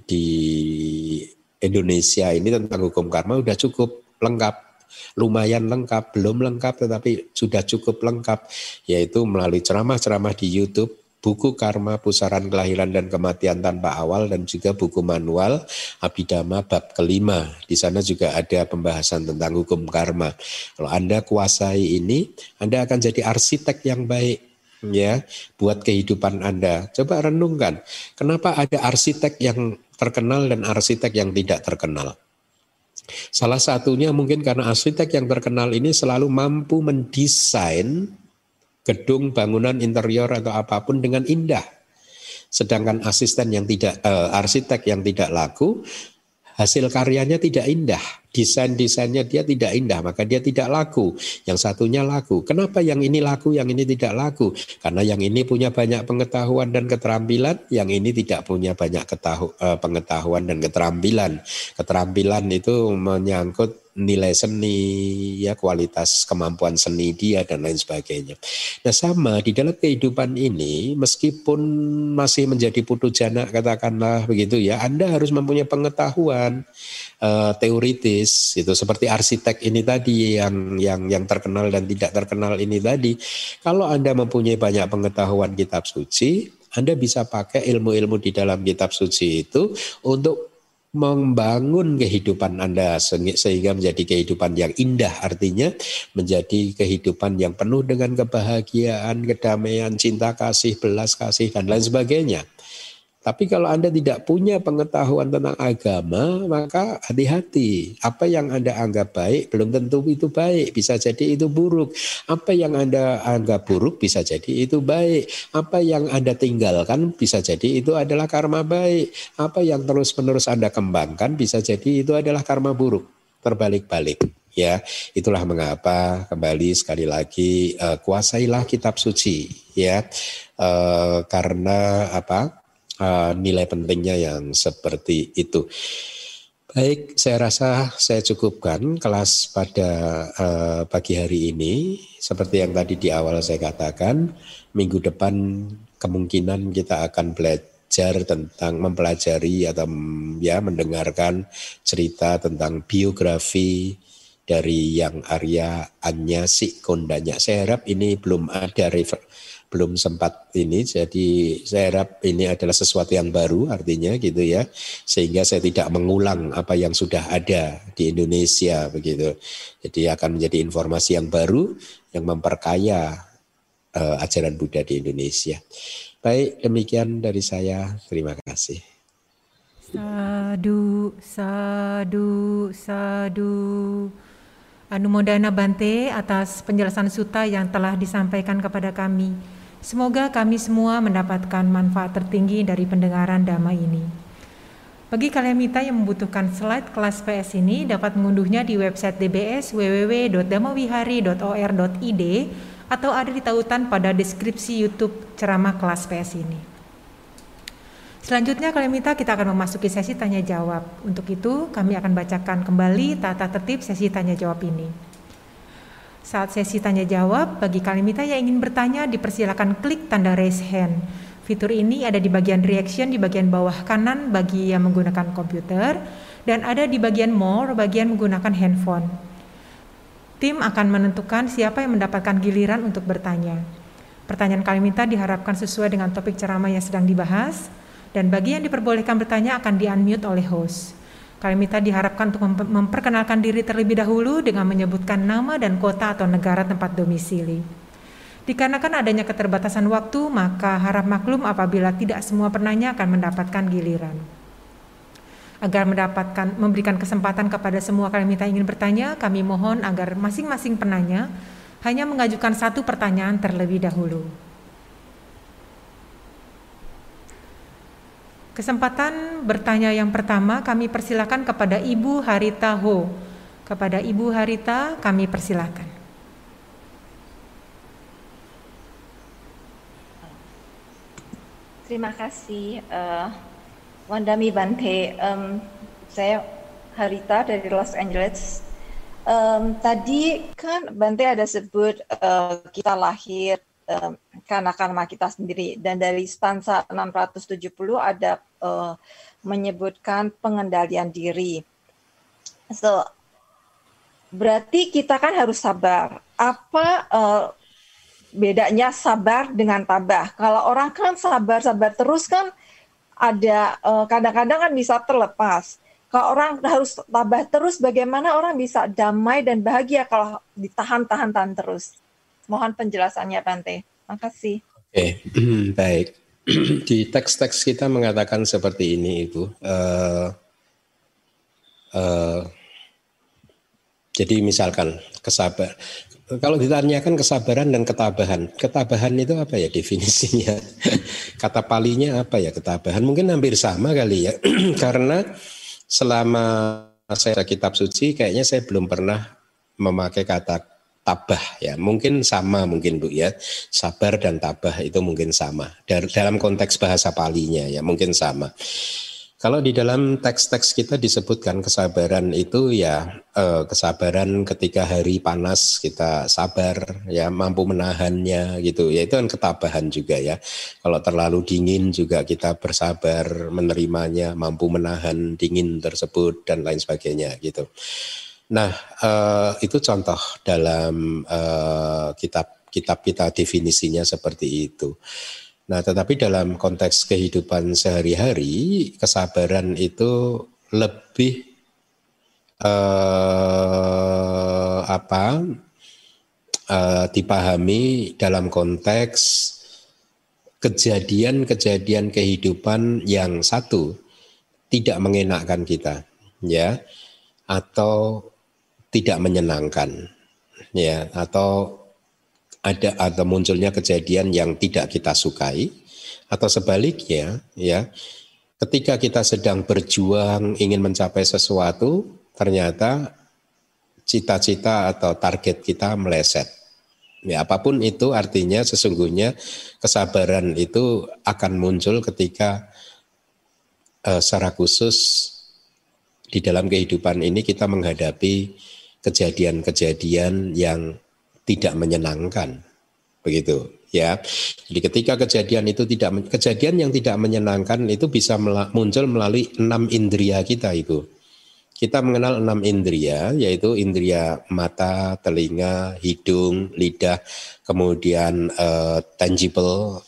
Indonesia ini tentang hukum karma sudah cukup lengkap, lumayan lengkap, belum lengkap tetapi sudah cukup lengkap, yaitu melalui ceramah-ceramah di YouTube, buku Karma Pusaran Kelahiran dan Kematian Tanpa Awal, dan juga buku manual Abhidhamma bab kelima. Di sana juga ada pembahasan tentang hukum karma. Kalau Anda kuasai ini, Anda akan jadi arsitek yang baik ya buat kehidupan Anda. Coba renungkan, kenapa ada arsitek yang terkenal dan arsitek yang tidak terkenal? Salah satunya mungkin karena arsitek yang terkenal ini selalu mampu mendesain gedung, bangunan, interior atau apapun dengan indah. Sedangkan arsitek yang tidak laku, hasil karyanya tidak indah. Desain-desainnya dia tidak indah, maka dia tidak laku. Yang satunya laku. Kenapa yang ini laku, yang ini tidak laku? Karena yang ini punya banyak pengetahuan dan keterampilan, yang ini tidak punya banyak pengetahuan dan keterampilan. Keterampilan itu menyangkut nilai seni, ya, kualitas kemampuan seni dia dan lain sebagainya. Nah, sama di dalam kehidupan ini, meskipun masih menjadi putu jana katakanlah begitu ya, Anda harus mempunyai pengetahuan teoritis itu seperti arsitek ini tadi yang terkenal dan tidak terkenal ini tadi. Kalau Anda mempunyai banyak pengetahuan kitab suci, Anda bisa pakai ilmu-ilmu di dalam kitab suci itu untuk membangun kehidupan Anda sehingga menjadi kehidupan yang indah, artinya menjadi kehidupan yang penuh dengan kebahagiaan, kedamaian, cinta kasih, belas kasih dan lain sebagainya. Tapi kalau Anda tidak punya pengetahuan tentang agama, maka hati-hati. Apa yang Anda anggap baik belum tentu itu baik, bisa jadi itu buruk. Apa yang Anda anggap buruk bisa jadi itu baik. Apa yang Anda tinggalkan bisa jadi itu adalah karma baik. Apa yang terus-menerus Anda kembangkan bisa jadi itu adalah karma buruk. Terbalik-balik. Ya, itulah mengapa kembali sekali lagi kuasailah kitab suci, ya, karena apa? Nilai pentingnya yang seperti itu. Baik, saya rasa saya cukupkan kelas pada pagi hari ini. Seperti yang tadi di awal saya katakan, minggu depan kemungkinan kita akan belajar tentang mempelajari atau ya mendengarkan cerita tentang biografi dari Yang Arya Anyasi Kondanya. Saya harap ini belum sempat ini, jadi saya harap ini adalah sesuatu yang baru artinya gitu ya, sehingga saya tidak mengulang apa yang sudah ada di Indonesia begitu. Jadi akan menjadi informasi yang baru yang memperkaya ajaran Buddha di Indonesia. Baik, demikian dari saya, terima kasih. Sadu, sadu, sadu. Anumodana Bante atas penjelasan sutta yang telah disampaikan kepada kami. Semoga kami semua mendapatkan manfaat tertinggi dari pendengaran Dhamma ini. Bagi kalian mita yang membutuhkan slide kelas PS ini dapat mengunduhnya di website DBS www.dhammawihari.or.id atau ada di tautan pada deskripsi YouTube ceramah kelas PS ini. Selanjutnya kalian minta kita akan memasuki sesi tanya jawab. Untuk itu kami akan bacakan kembali tata tertib sesi tanya jawab ini. Saat sesi tanya jawab, bagi Kalimita yang ingin bertanya dipersilakan klik tanda raise hand. Fitur ini ada di bagian reaction di bagian bawah kanan bagi yang menggunakan komputer dan ada di bagian more bagian menggunakan handphone. Tim akan menentukan siapa yang mendapatkan giliran untuk bertanya. Pertanyaan Kalimita diharapkan sesuai dengan topik ceramah yang sedang dibahas dan bagi yang diperbolehkan bertanya akan di-unmute oleh host. Kalimita diharapkan untuk memperkenalkan diri terlebih dahulu dengan menyebutkan nama dan kota atau negara tempat domisili. Dikarenakan adanya keterbatasan waktu, maka harap maklum apabila tidak semua penanya akan mendapatkan giliran. Agar memberikan kesempatan kepada semua Kalimita yang ingin bertanya, kami mohon agar masing-masing penanya hanya mengajukan satu pertanyaan terlebih dahulu. Kesempatan bertanya yang pertama kami persilakan kepada Ibu Harita Ho. Kepada Ibu Harita kami persilakan. Terima kasih Wandami Bante. Saya Harita dari Los Angeles. Tadi kan Bante ada sebut kita lahir karena karma kita sendiri, dan dari stansa 670 ada menyebutkan pengendalian diri. So berarti kita kan harus sabar. Apa bedanya sabar dengan tabah? Kalau orang kan sabar terus kan ada kadang-kadang kan bisa terlepas. Kalau orang harus tabah terus, bagaimana orang bisa damai dan bahagia kalau ditahan-tahan terus? Mohon penjelasannya, Bante. Makasih. Oke, baik. Di teks-teks kita mengatakan seperti ini, Ibu. Jadi misalkan kalau ditanyakan kesabaran dan ketabahan itu apa ya definisinya? Kata palinya apa ya ketabahan? Mungkin hampir sama kali ya. Karena selama saya baca kitab suci kayaknya saya belum pernah memakai kata tabah ya. Mungkin sama mungkin Bu ya. Sabar dan tabah itu mungkin sama. Dalam konteks bahasa palinya ya mungkin sama. Kalau di dalam teks-teks kita disebutkan kesabaran itu ya kesabaran ketika hari panas kita sabar ya mampu menahannya gitu ya, itu kan ketabahan juga ya. Kalau terlalu dingin juga kita bersabar menerimanya, mampu menahan dingin tersebut dan lain sebagainya gitu. Nah itu contoh dalam kitab kita definisinya seperti itu. Nah, tetapi dalam konteks kehidupan sehari-hari, kesabaran itu lebih dipahami dalam konteks kejadian-kejadian kehidupan yang satu tidak mengenakkan kita, ya, atau tidak menyenangkan, ya, atau munculnya kejadian yang tidak kita sukai, atau sebaliknya ya ketika kita sedang berjuang ingin mencapai sesuatu ternyata cita-cita atau target kita meleset ya, apapun itu artinya sesungguhnya kesabaran itu akan muncul ketika secara khusus di dalam kehidupan ini kita menghadapi kejadian-kejadian yang tidak menyenangkan, begitu ya. Jadi ketika kejadian yang tidak menyenangkan itu bisa muncul melalui 6 indria kita, Ibu. Kita mengenal 6 indria, yaitu indria mata, telinga, hidung, lidah, kemudian tangible,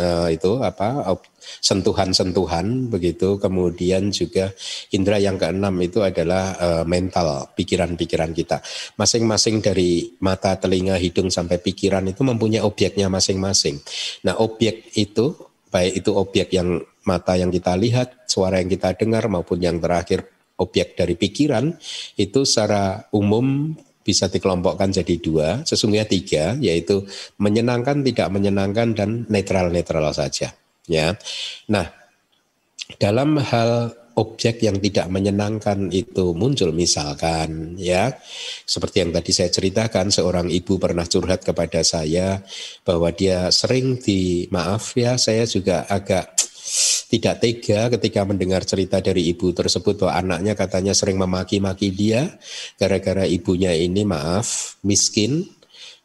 sentuhan-sentuhan, begitu. Kemudian juga indera yang keenam itu adalah mental, pikiran-pikiran kita. Masing-masing dari mata, telinga, hidung sampai pikiran itu mempunyai objeknya masing-masing. Nah, objek itu baik itu objek yang mata yang kita lihat, suara yang kita dengar maupun yang terakhir objek dari pikiran itu secara umum bisa dikelompokkan jadi 2, sesungguhnya 3, yaitu menyenangkan, tidak menyenangkan, dan netral-netral saja. Ya, nah dalam hal objek yang tidak menyenangkan itu muncul misalkan ya seperti yang tadi saya ceritakan, seorang ibu pernah curhat kepada saya bahwa dia sering saya juga agak tidak tega ketika mendengar cerita dari ibu tersebut bahwa anaknya katanya sering memaki-maki dia gara-gara ibunya ini miskin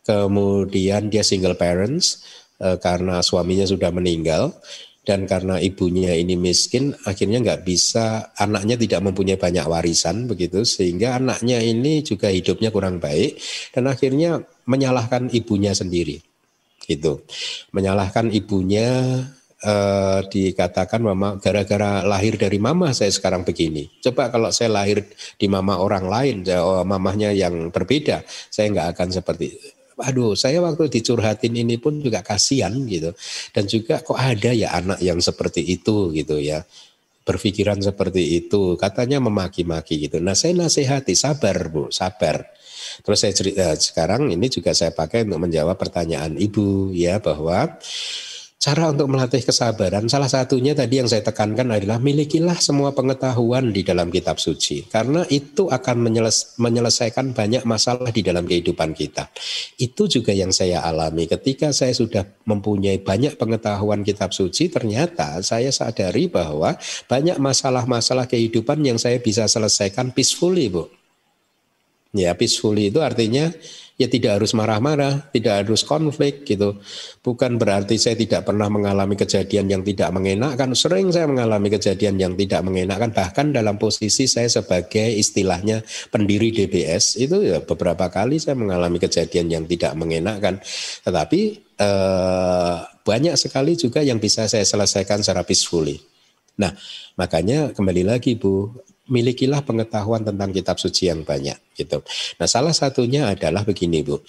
kemudian dia single parents karena suaminya sudah meninggal, dan karena ibunya ini miskin, akhirnya nggak bisa, anaknya tidak mempunyai banyak warisan begitu, sehingga anaknya ini juga hidupnya kurang baik, dan akhirnya menyalahkan ibunya sendiri, gitu, menyalahkan ibunya. Dikatakan mama, gara-gara lahir dari mama saya sekarang begini. Coba kalau saya lahir di mama orang lain, mamahnya yang berbeda, saya nggak akan seperti. Aduh, saya waktu dicurhatin ini pun juga kasihan gitu. Dan juga kok ada ya anak yang seperti itu gitu ya, berpikiran seperti itu, katanya memaki-maki gitu. Nah saya nasihati, sabar Bu, sabar. Terus saya cerita, sekarang ini juga saya pakai untuk menjawab pertanyaan Ibu ya, bahwa cara untuk melatih kesabaran, salah satunya tadi yang saya tekankan adalah milikilah semua pengetahuan di dalam kitab suci. Karena itu akan menyelesaikan banyak masalah di dalam kehidupan kita. Itu juga yang saya alami ketika saya sudah mempunyai banyak pengetahuan kitab suci, ternyata saya sadari bahwa banyak masalah-masalah kehidupan yang saya bisa selesaikan peacefully, Bu. Ya, peacefully itu artinya ya tidak harus marah-marah, tidak harus konflik gitu. Bukan berarti saya tidak pernah mengalami kejadian yang tidak mengenakan. Sering saya mengalami kejadian yang tidak mengenakan. Bahkan dalam posisi saya sebagai istilahnya pendiri DBS, itu ya beberapa kali saya mengalami kejadian yang tidak mengenakan. Tetapi banyak sekali juga yang bisa saya selesaikan secara peacefully. Nah, makanya kembali lagi Bu, milikilah pengetahuan tentang kitab suci yang banyak gitu. Nah, salah satunya adalah begini Bu.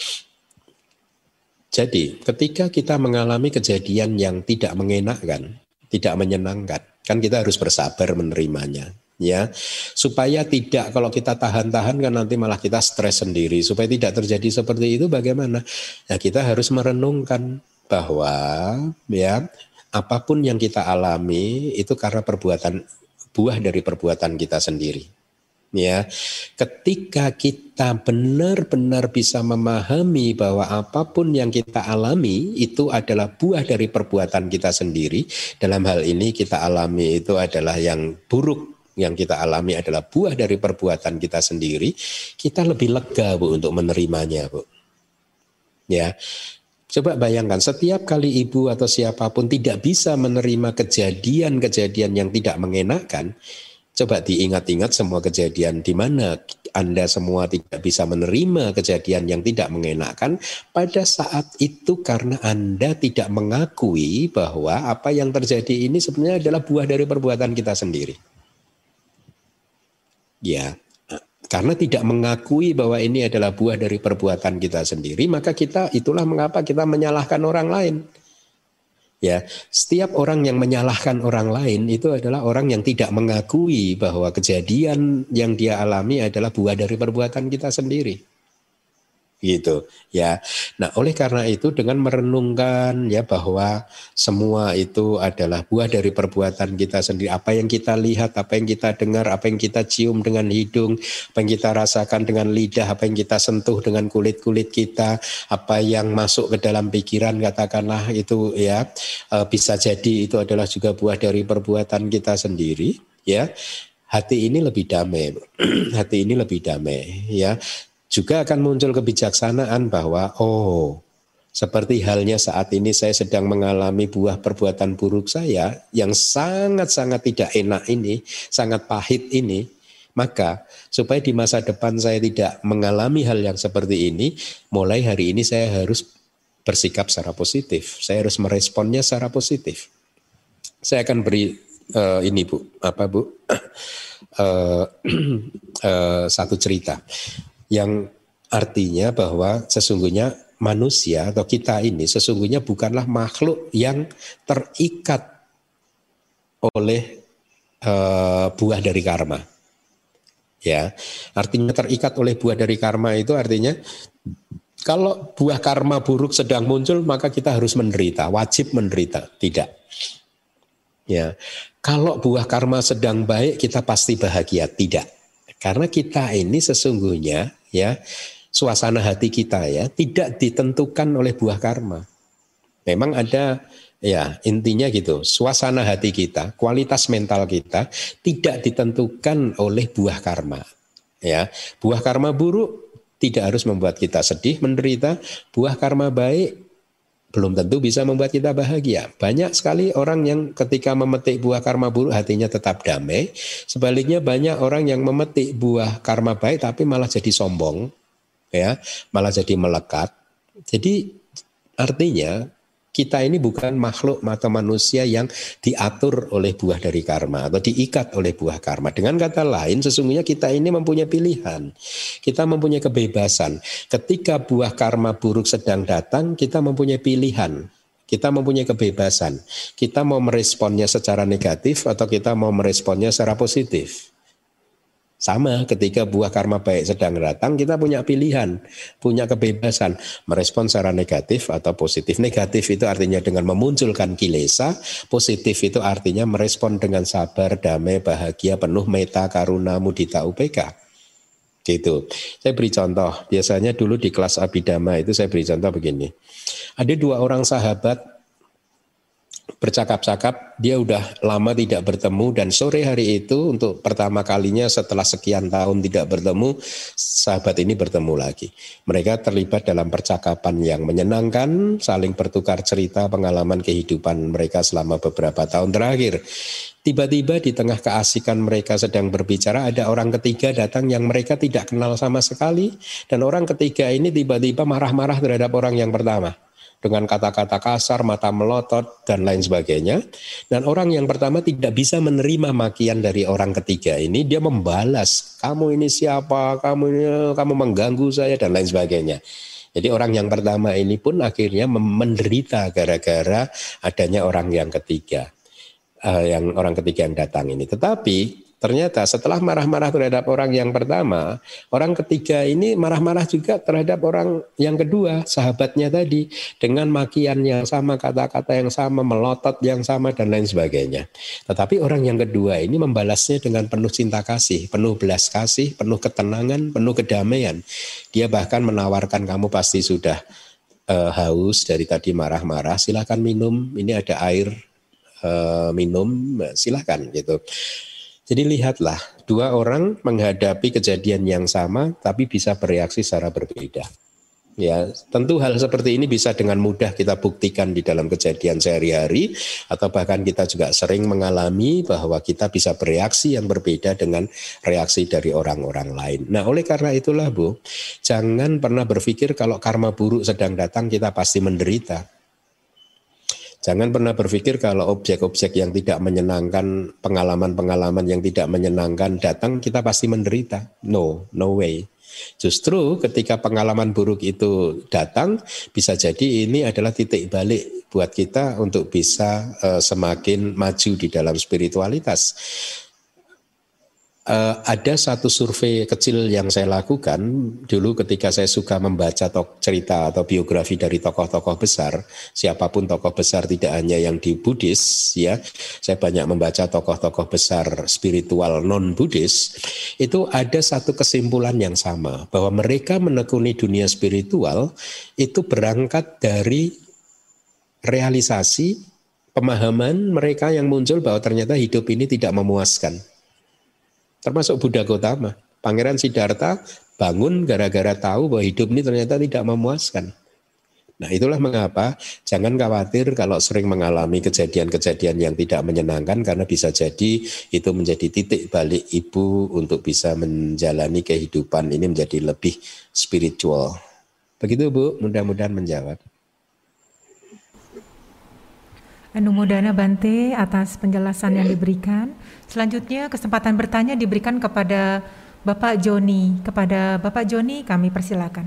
Jadi, ketika kita mengalami kejadian yang tidak mengenakkan, tidak menyenangkan, kan kita harus bersabar menerimanya, ya. Supaya tidak, kalau kita tahan-tahan kan nanti malah kita stres sendiri. Supaya tidak terjadi seperti itu bagaimana? Nah, kita harus merenungkan bahwa ya, apapun yang kita alami itu karena buah dari perbuatan kita sendiri. Ya, ketika kita benar-benar bisa memahami bahwa apapun yang kita alami itu adalah buah dari perbuatan kita sendiri. Dalam hal ini kita alami itu adalah yang buruk, yang kita alami adalah buah dari perbuatan kita sendiri. Kita lebih lega Bu untuk menerimanya Bu. Ya. Coba bayangkan, setiap kali ibu atau siapapun tidak bisa menerima kejadian-kejadian yang tidak mengenakan, coba diingat-ingat semua kejadian di mana Anda semua tidak bisa menerima kejadian yang tidak mengenakan, pada saat itu karena Anda tidak mengakui bahwa apa yang terjadi ini sebenarnya adalah buah dari perbuatan kita sendiri. Ya. Karena tidak mengakui bahwa ini adalah buah dari perbuatan kita sendiri, maka itulah mengapa kita menyalahkan orang lain. Ya, setiap orang yang menyalahkan orang lain itu adalah orang yang tidak mengakui bahwa kejadian yang dia alami adalah buah dari perbuatan kita sendiri. Gitu ya. Nah, oleh karena itu dengan merenungkan ya bahwa semua itu adalah buah dari perbuatan kita sendiri. Apa yang kita lihat, apa yang kita dengar, apa yang kita cium dengan hidung, apa yang kita rasakan dengan lidah, apa yang kita sentuh dengan kulit-kulit kita, apa yang masuk ke dalam pikiran katakanlah itu ya, bisa jadi itu adalah juga buah dari perbuatan kita sendiri ya. Hati ini lebih damai. Hati ini lebih damai ya. Juga akan muncul kebijaksanaan bahwa seperti halnya saat ini saya sedang mengalami buah perbuatan buruk saya yang sangat-sangat tidak enak ini, sangat pahit ini, maka supaya di masa depan saya tidak mengalami hal yang seperti ini, mulai hari ini saya harus bersikap secara positif, saya harus meresponnya secara positif. Saya akan beri ini Bu, satu cerita yang artinya bahwa sesungguhnya manusia atau kita ini sesungguhnya bukanlah makhluk yang terikat oleh buah dari karma. Ya, artinya terikat oleh buah dari karma itu artinya kalau buah karma buruk sedang muncul maka kita harus menderita, wajib menderita. Tidak. Ya, kalau buah karma sedang baik kita pasti bahagia. Tidak. Karena kita ini sesungguhnya ya suasana hati kita ya tidak ditentukan oleh buah karma. Memang ada ya intinya gitu, suasana hati kita, kualitas mental kita tidak ditentukan oleh buah karma. Ya, buah karma buruk tidak harus membuat kita sedih, menderita. Buah karma baik belum tentu bisa membuat kita bahagia. Banyak sekali orang yang ketika memetik buah karma buruk hatinya tetap damai. Sebaliknya banyak orang yang memetik buah karma baik tapi malah jadi sombong, ya, malah jadi melekat. Jadi artinya kita ini bukan makhluk atau manusia yang diatur oleh buah dari karma atau diikat oleh buah karma. Dengan kata lain, sesungguhnya kita ini mempunyai pilihan. Kita mempunyai kebebasan. Ketika buah karma buruk sedang datang, kita mempunyai pilihan. Kita mempunyai kebebasan. Kita mau meresponnya secara negatif atau kita mau meresponnya secara positif. Sama ketika buah karma baik sedang datang, kita punya pilihan, punya kebebasan merespon secara negatif atau positif. Negatif itu artinya dengan memunculkan kilesa, positif itu artinya merespon dengan sabar, damai, bahagia, penuh metta, karuna, mudita, upeka. Gitu. Saya beri contoh, biasanya dulu di kelas Abhidhamma itu saya beri contoh begini. Ada dua orang sahabat bercakap-cakap, dia udah lama tidak bertemu dan sore hari itu untuk pertama kalinya setelah sekian tahun tidak bertemu, sahabat ini bertemu lagi. Mereka terlibat dalam percakapan yang menyenangkan, saling bertukar cerita pengalaman kehidupan mereka selama beberapa tahun terakhir. Tiba-tiba di tengah keasikan mereka sedang berbicara, ada orang ketiga datang yang mereka tidak kenal sama sekali, dan orang ketiga ini tiba-tiba marah-marah terhadap orang yang pertama. Dengan kata-kata kasar, mata melotot, dan lain sebagainya. Dan orang yang pertama tidak bisa menerima makian dari orang ketiga ini. Dia membalas, kamu ini siapa, kamu mengganggu saya, dan lain sebagainya. Jadi orang yang pertama ini pun akhirnya menderita gara-gara adanya orang yang ketiga. Orang ketiga yang datang ini. Tetapi ternyata setelah marah-marah terhadap orang yang pertama, orang ketiga ini marah-marah juga terhadap orang yang kedua, sahabatnya tadi, dengan makian yang sama, kata-kata yang sama, melotot yang sama, dan lain sebagainya. Tetapi orang yang kedua ini membalasnya dengan penuh cinta kasih, penuh belas kasih, penuh ketenangan, penuh kedamaian. Dia bahkan menawarkan, kamu pasti sudah haus dari tadi marah-marah, silakan minum, ini ada air, minum, silakan gitu. Jadi lihatlah, dua orang menghadapi kejadian yang sama tapi bisa bereaksi secara berbeda. Ya, tentu hal seperti ini bisa dengan mudah kita buktikan di dalam kejadian sehari-hari, atau bahkan kita juga sering mengalami bahwa kita bisa bereaksi yang berbeda dengan reaksi dari orang-orang lain. Nah, oleh karena itulah Bu, jangan pernah berpikir kalau karma buruk sedang datang kita pasti menderita. Jangan pernah berpikir kalau objek-objek yang tidak menyenangkan, pengalaman-pengalaman yang tidak menyenangkan datang, kita pasti menderita. No way. Justru ketika pengalaman buruk itu datang, bisa jadi ini adalah titik balik buat kita untuk bisa semakin maju di dalam spiritualitas. Ada satu survei kecil yang saya lakukan dulu ketika saya suka membaca cerita atau biografi dari tokoh-tokoh besar, siapapun tokoh besar, tidak hanya yang di Buddhis, ya, saya banyak membaca tokoh-tokoh besar spiritual non-Buddhis. Itu ada satu kesimpulan yang sama, bahwa mereka menekuni dunia spiritual itu berangkat dari realisasi pemahaman mereka yang muncul bahwa ternyata hidup ini tidak memuaskan. Termasuk Buddha Gautama, Pangeran Siddhartha bangun gara-gara tahu bahwa hidup ini ternyata tidak memuaskan. Nah, itulah mengapa jangan khawatir kalau sering mengalami kejadian-kejadian yang tidak menyenangkan, karena bisa jadi itu menjadi titik balik ibu untuk bisa menjalani kehidupan ini menjadi lebih spiritual. Begitu Bu, mudah-mudahan menjawab. Anumodana Bante atas penjelasan yang diberikan. Selanjutnya kesempatan bertanya diberikan kepada Bapak Joni. Kepada Bapak Joni kami persilakan.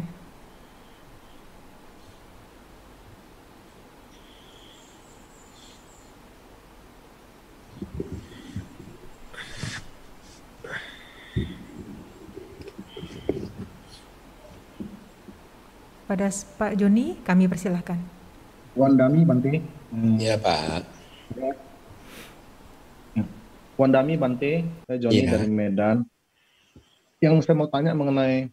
Pada Pak Joni kami persilakan. Wandami Bante. Ya Pak. Wandami Bante, saya Joni dari Medan. Yang saya mau tanya mengenai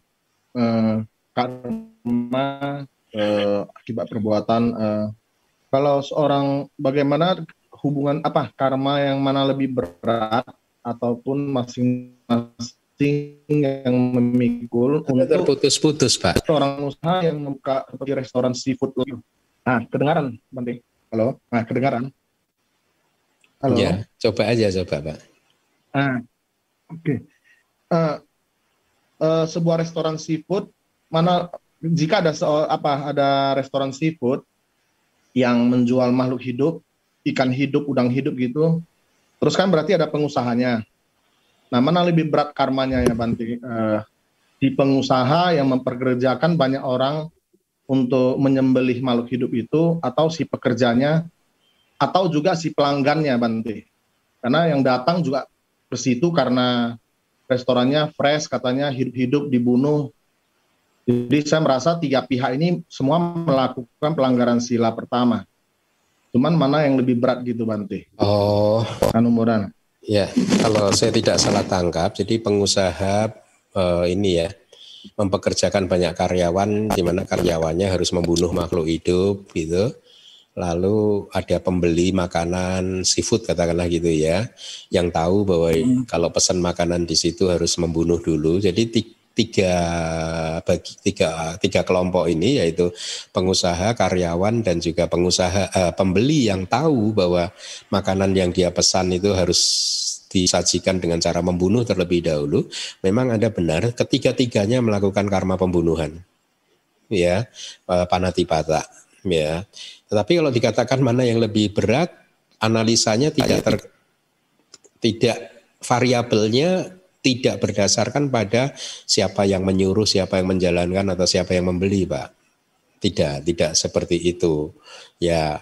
karma akibat perbuatan. Kalau seorang, bagaimana hubungan karma yang mana lebih berat ataupun masing-masing asing yang memikul Anda untuk terputus-putus, Pak. orang usaha yang membuka seperti restoran seafood. Nah, kedengaran, Bante? Halo? Nah, kedengaran? Halo? Ya, coba Pak. Oke. Sebuah restoran seafood, mana jika ada restoran seafood yang menjual makhluk hidup, ikan hidup, udang hidup gitu, terus kan berarti ada pengusahanya. Nah, mana lebih berat karmanya ya, Bante? Di pengusaha yang memperkerjakan banyak orang untuk menyembelih makhluk hidup itu, atau si pekerjanya, atau juga si pelanggannya, Bante? Karena yang datang juga ke situ karena restorannya fresh, katanya hidup-hidup dibunuh. Jadi saya merasa tiga pihak ini semua melakukan pelanggaran sila pertama. Cuman mana yang lebih berat gitu, Bante? Oh, Anumodana. ya, kalau saya tidak salah tangkap, jadi pengusaha ini ya, mempekerjakan banyak karyawan, di mana karyawannya harus membunuh makhluk hidup gitu. Lalu ada pembeli makanan seafood katakanlah gitu ya, yang tahu bahwa kalau pesan makanan di situ harus membunuh dulu. Jadi tiga kelompok ini, yaitu pengusaha, karyawan, dan juga pembeli yang tahu bahwa makanan yang dia pesan itu harus disajikan dengan cara membunuh terlebih dahulu. Memang ada benar ketiga-tiganya melakukan karma pembunuhan, ya, panatipata, ya. Tetapi kalau dikatakan mana yang lebih berat, analisanya tidak variabelnya tidak berdasarkan pada siapa yang menyuruh, siapa yang menjalankan, atau siapa yang membeli, Pak. Tidak seperti itu. Ya,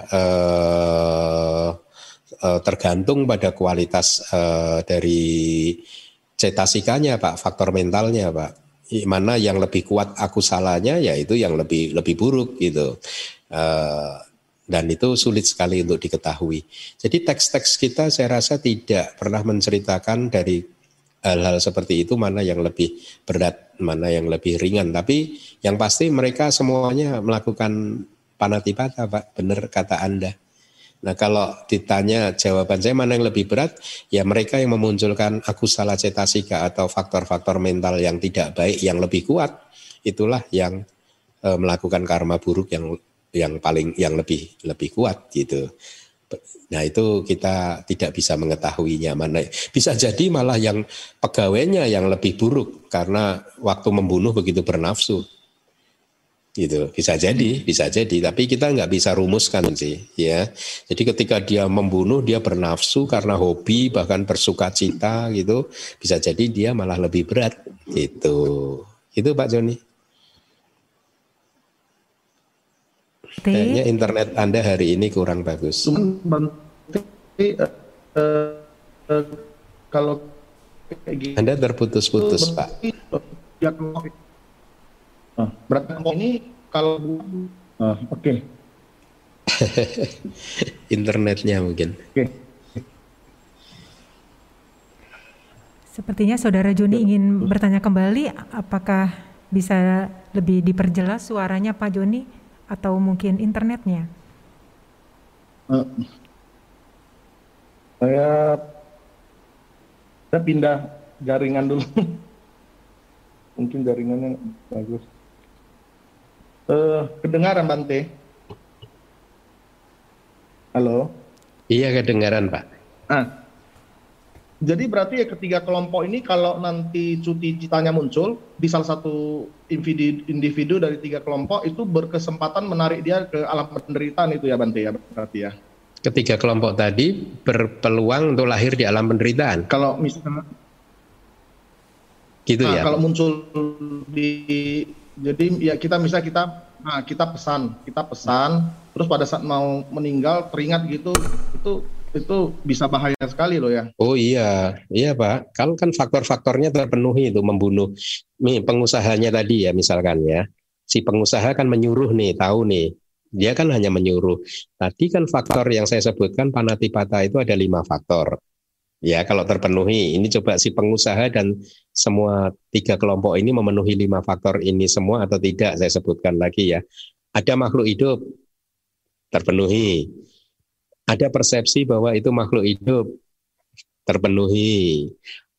tergantung pada kualitas dari cetasikanya, Pak, faktor mentalnya, Pak. Mana yang lebih kuat akusalanya, ya itu yang lebih buruk gitu. Dan itu sulit sekali untuk diketahui. Jadi teks-teks kita saya rasa tidak pernah menceritakan dari hal-hal seperti itu, mana yang lebih berat, mana yang lebih ringan. Tapi yang pasti mereka semuanya melakukan panatipata, Pak. Benar kata Anda. Nah, kalau ditanya jawaban saya mana yang lebih berat, ya mereka yang memunculkan akusala cetasika atau faktor-faktor mental yang tidak baik yang lebih kuat, itulah yang melakukan karma buruk yang lebih kuat gitu. Nah, itu kita tidak bisa mengetahuinya mana. Bisa jadi malah yang pegawainya yang lebih buruk karena waktu membunuh begitu bernafsu. Gitu. Bisa jadi, tapi kita nggak bisa rumuskan sih, ya. Jadi ketika dia membunuh, dia bernafsu karena hobi, bahkan bersukacita gitu, bisa jadi dia malah lebih berat gitu. Itu Pak Joni. Kayaknya internet Anda hari ini kurang bagus. Kalau Anda terputus-putus, Pak. Berarti ini kalau oke. Internetnya mungkin. Sepertinya Saudara Joni ingin bertanya kembali, apakah bisa lebih diperjelas suaranya Pak Joni atau mungkin internetnya? Saya pindah jaringan dulu. Mungkin jaringannya bagus. Kedengaran, Bante? Halo? Iya, kedengaran, Pak. Jadi berarti ya ketiga kelompok ini kalau nanti cuti citanya muncul di salah satu individu dari tiga kelompok itu berkesempatan menarik dia ke alam penderitaan itu ya, Bante, ya berarti ya. Ketiga kelompok tadi berpeluang untuk lahir di alam penderitaan. Kalau misalnya gitu ya. Kalau muncul jadi ya kita pesan, terus pada saat mau meninggal teringat gitu, itu bisa bahaya sekali loh ya. Oh iya Pak. Kalau kan faktor-faktornya terpenuhi itu membunuh. Nih pengusahanya tadi ya misalkan ya, si pengusaha kan menyuruh nih, tahu nih, dia kan hanya menyuruh. Tadi kan faktor yang saya sebutkan panatipata itu ada 5 faktor. Ya kalau terpenuhi, ini coba si pengusaha dan semua 3 kelompok ini memenuhi 5 faktor ini semua atau tidak, saya sebutkan lagi ya. Ada makhluk hidup, terpenuhi. Ada persepsi bahwa itu makhluk hidup, terpenuhi.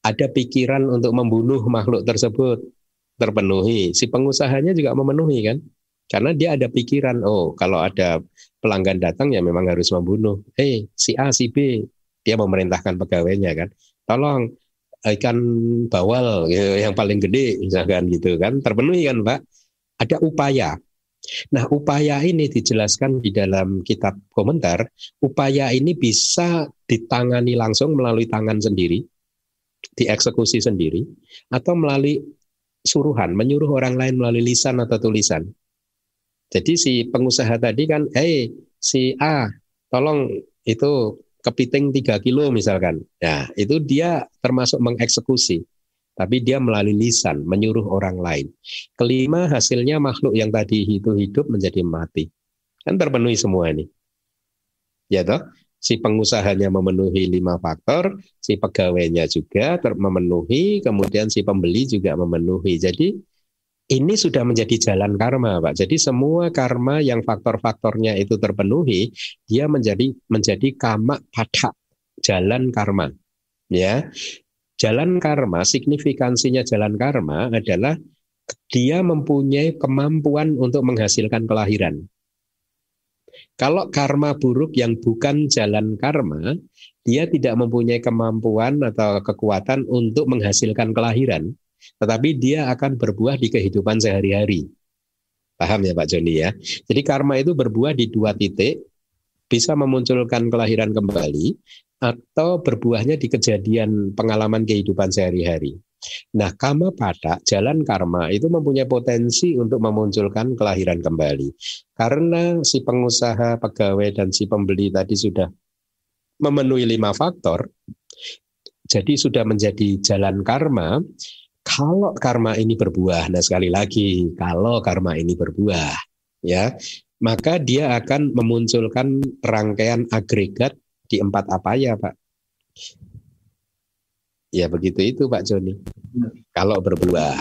ada pikiran untuk membunuh makhluk tersebut, terpenuhi. Si pengusahanya juga memenuhi kan, karena dia ada pikiran, oh kalau ada pelanggan datang ya memang harus membunuh. Si A, si B, dia memerintahkan pegawainya kan, tolong ikan bawal yang paling gede misalkan gitu kan, terpenuhi kan Pak. Ada upaya. Nah upaya ini dijelaskan di dalam kitab komentar. Upaya ini bisa ditangani langsung melalui tangan sendiri, dieksekusi sendiri, atau melalui suruhan, menyuruh orang lain melalui lisan atau tulisan. Jadi si pengusaha tadi kan, si A, tolong itu kepiting 3 kilo misalkan. Nah, itu dia termasuk mengeksekusi. Tapi dia melalui lisan, menyuruh orang lain. Kelima, hasilnya makhluk yang tadi itu hidup menjadi mati. Kan terpenuhi semua ini. Ya toh? Si pengusahanya memenuhi 5 faktor, si pegawainya juga memenuhi, kemudian si pembeli juga memenuhi. Jadi ini sudah menjadi jalan karma, Pak. Jadi semua karma yang faktor-faktornya itu terpenuhi, dia menjadi kama pada jalan karma. Ya, jalan karma, signifikansinya jalan karma adalah dia mempunyai kemampuan untuk menghasilkan kelahiran. Kalau karma buruk yang bukan jalan karma, dia tidak mempunyai kemampuan atau kekuatan untuk menghasilkan kelahiran, tetapi dia akan berbuah di kehidupan sehari-hari. Paham ya Pak Joni ya? Jadi karma itu berbuah di 2 titik, bisa memunculkan kelahiran kembali, atau berbuahnya di kejadian pengalaman kehidupan sehari-hari. Nah, kama pada jalan karma itu mempunyai potensi untuk memunculkan kelahiran kembali. Karena si pengusaha, pegawai, dan si pembeli tadi sudah memenuhi 5 faktor, jadi sudah menjadi jalan karma. Kalau karma ini berbuah, nah sekali lagi, kalau karma ini berbuah, ya, maka dia akan memunculkan rangkaian agregat di 4 apa ya Pak? Ya begitu itu Pak Joni. Kalau berbuah.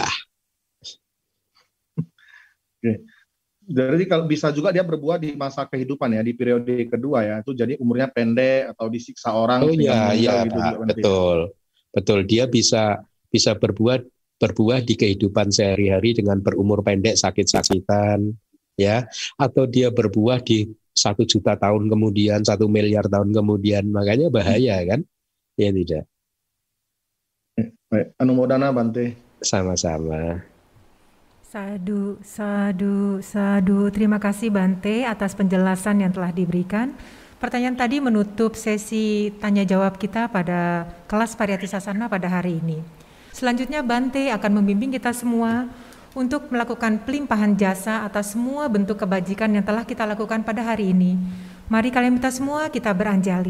Oke. Jadi kalau bisa juga dia berbuah di masa kehidupan ya, di periode kedua ya. Itu jadi umurnya pendek atau disiksa orang. Oh iya, gitu, betul. Betul, dia bisa berbuah di kehidupan sehari-hari dengan berumur pendek, sakit-sakitan, ya. Atau dia berbuah di 1 juta tahun kemudian, 1 miliar tahun kemudian. Makanya bahaya kan? Ya tidak. Baik, anumodana Bante. Sama-sama. Sadu, sadu, sadu. Terima kasih Bante atas penjelasan yang telah diberikan. Pertanyaan tadi menutup sesi tanya jawab kita pada kelas Pariyati Sasana pada hari ini. Selanjutnya Bante akan membimbing kita semua untuk melakukan pelimpahan jasa atas semua bentuk kebajikan yang telah kita lakukan pada hari ini. Mari kalian kita semua kita beranjali.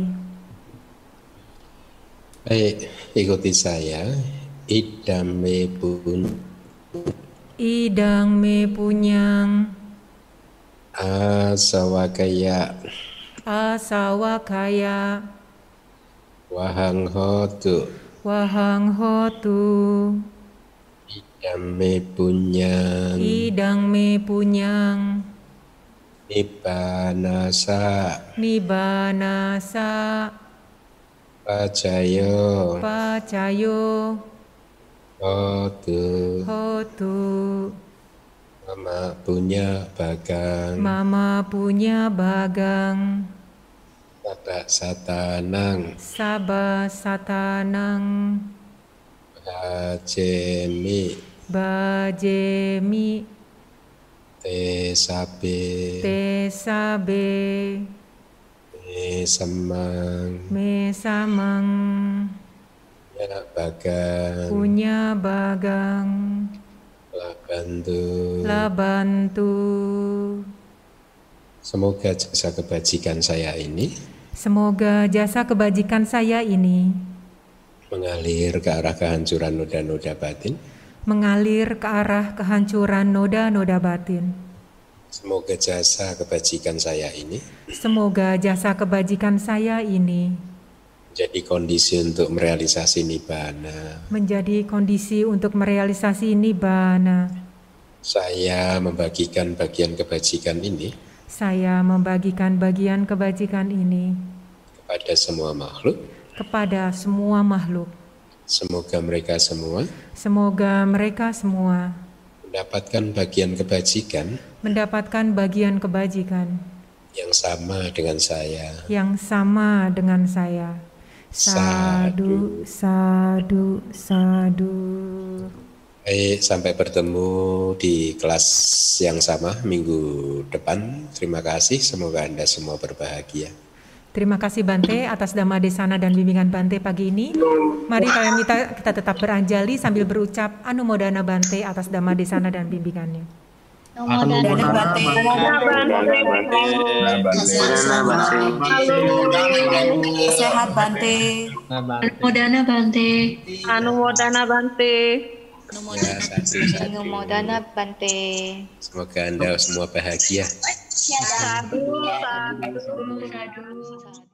Baik, ikuti saya. Idang me punyang asawakaya wahang hotu idang me punyang nibanasa pacayo hotu mama punya bagang sabah satanang bajemi tesabe mesamang punya bagang labantu. Semoga jasa kebajikan saya ini mengalir ke arah kehancuran noda-noda batin. Semoga jasa kebajikan saya ini menjadi kondisi untuk merealisasi nibbana. Saya membagikan bagian kebajikan ini kepada semua makhluk Semoga mereka semua mendapatkan bagian kebajikan yang sama dengan saya. Sadu, sadu, sadu. Baik, sampai bertemu di kelas yang sama minggu depan. Terima kasih, semoga Anda semua berbahagia. Terima kasih Bante atas Dhamma Desana dan bimbingan Bante pagi ini. Mari kita tetap beranjali sambil berucap Anumodana Bante atas Dhamma Desana dan bimbingannya. Sehat Bante. Anumodana Bante. Anumodana Bante. Anumodana Bante. Semoga Anda semua bahagia. Sadu, sadu, sadu.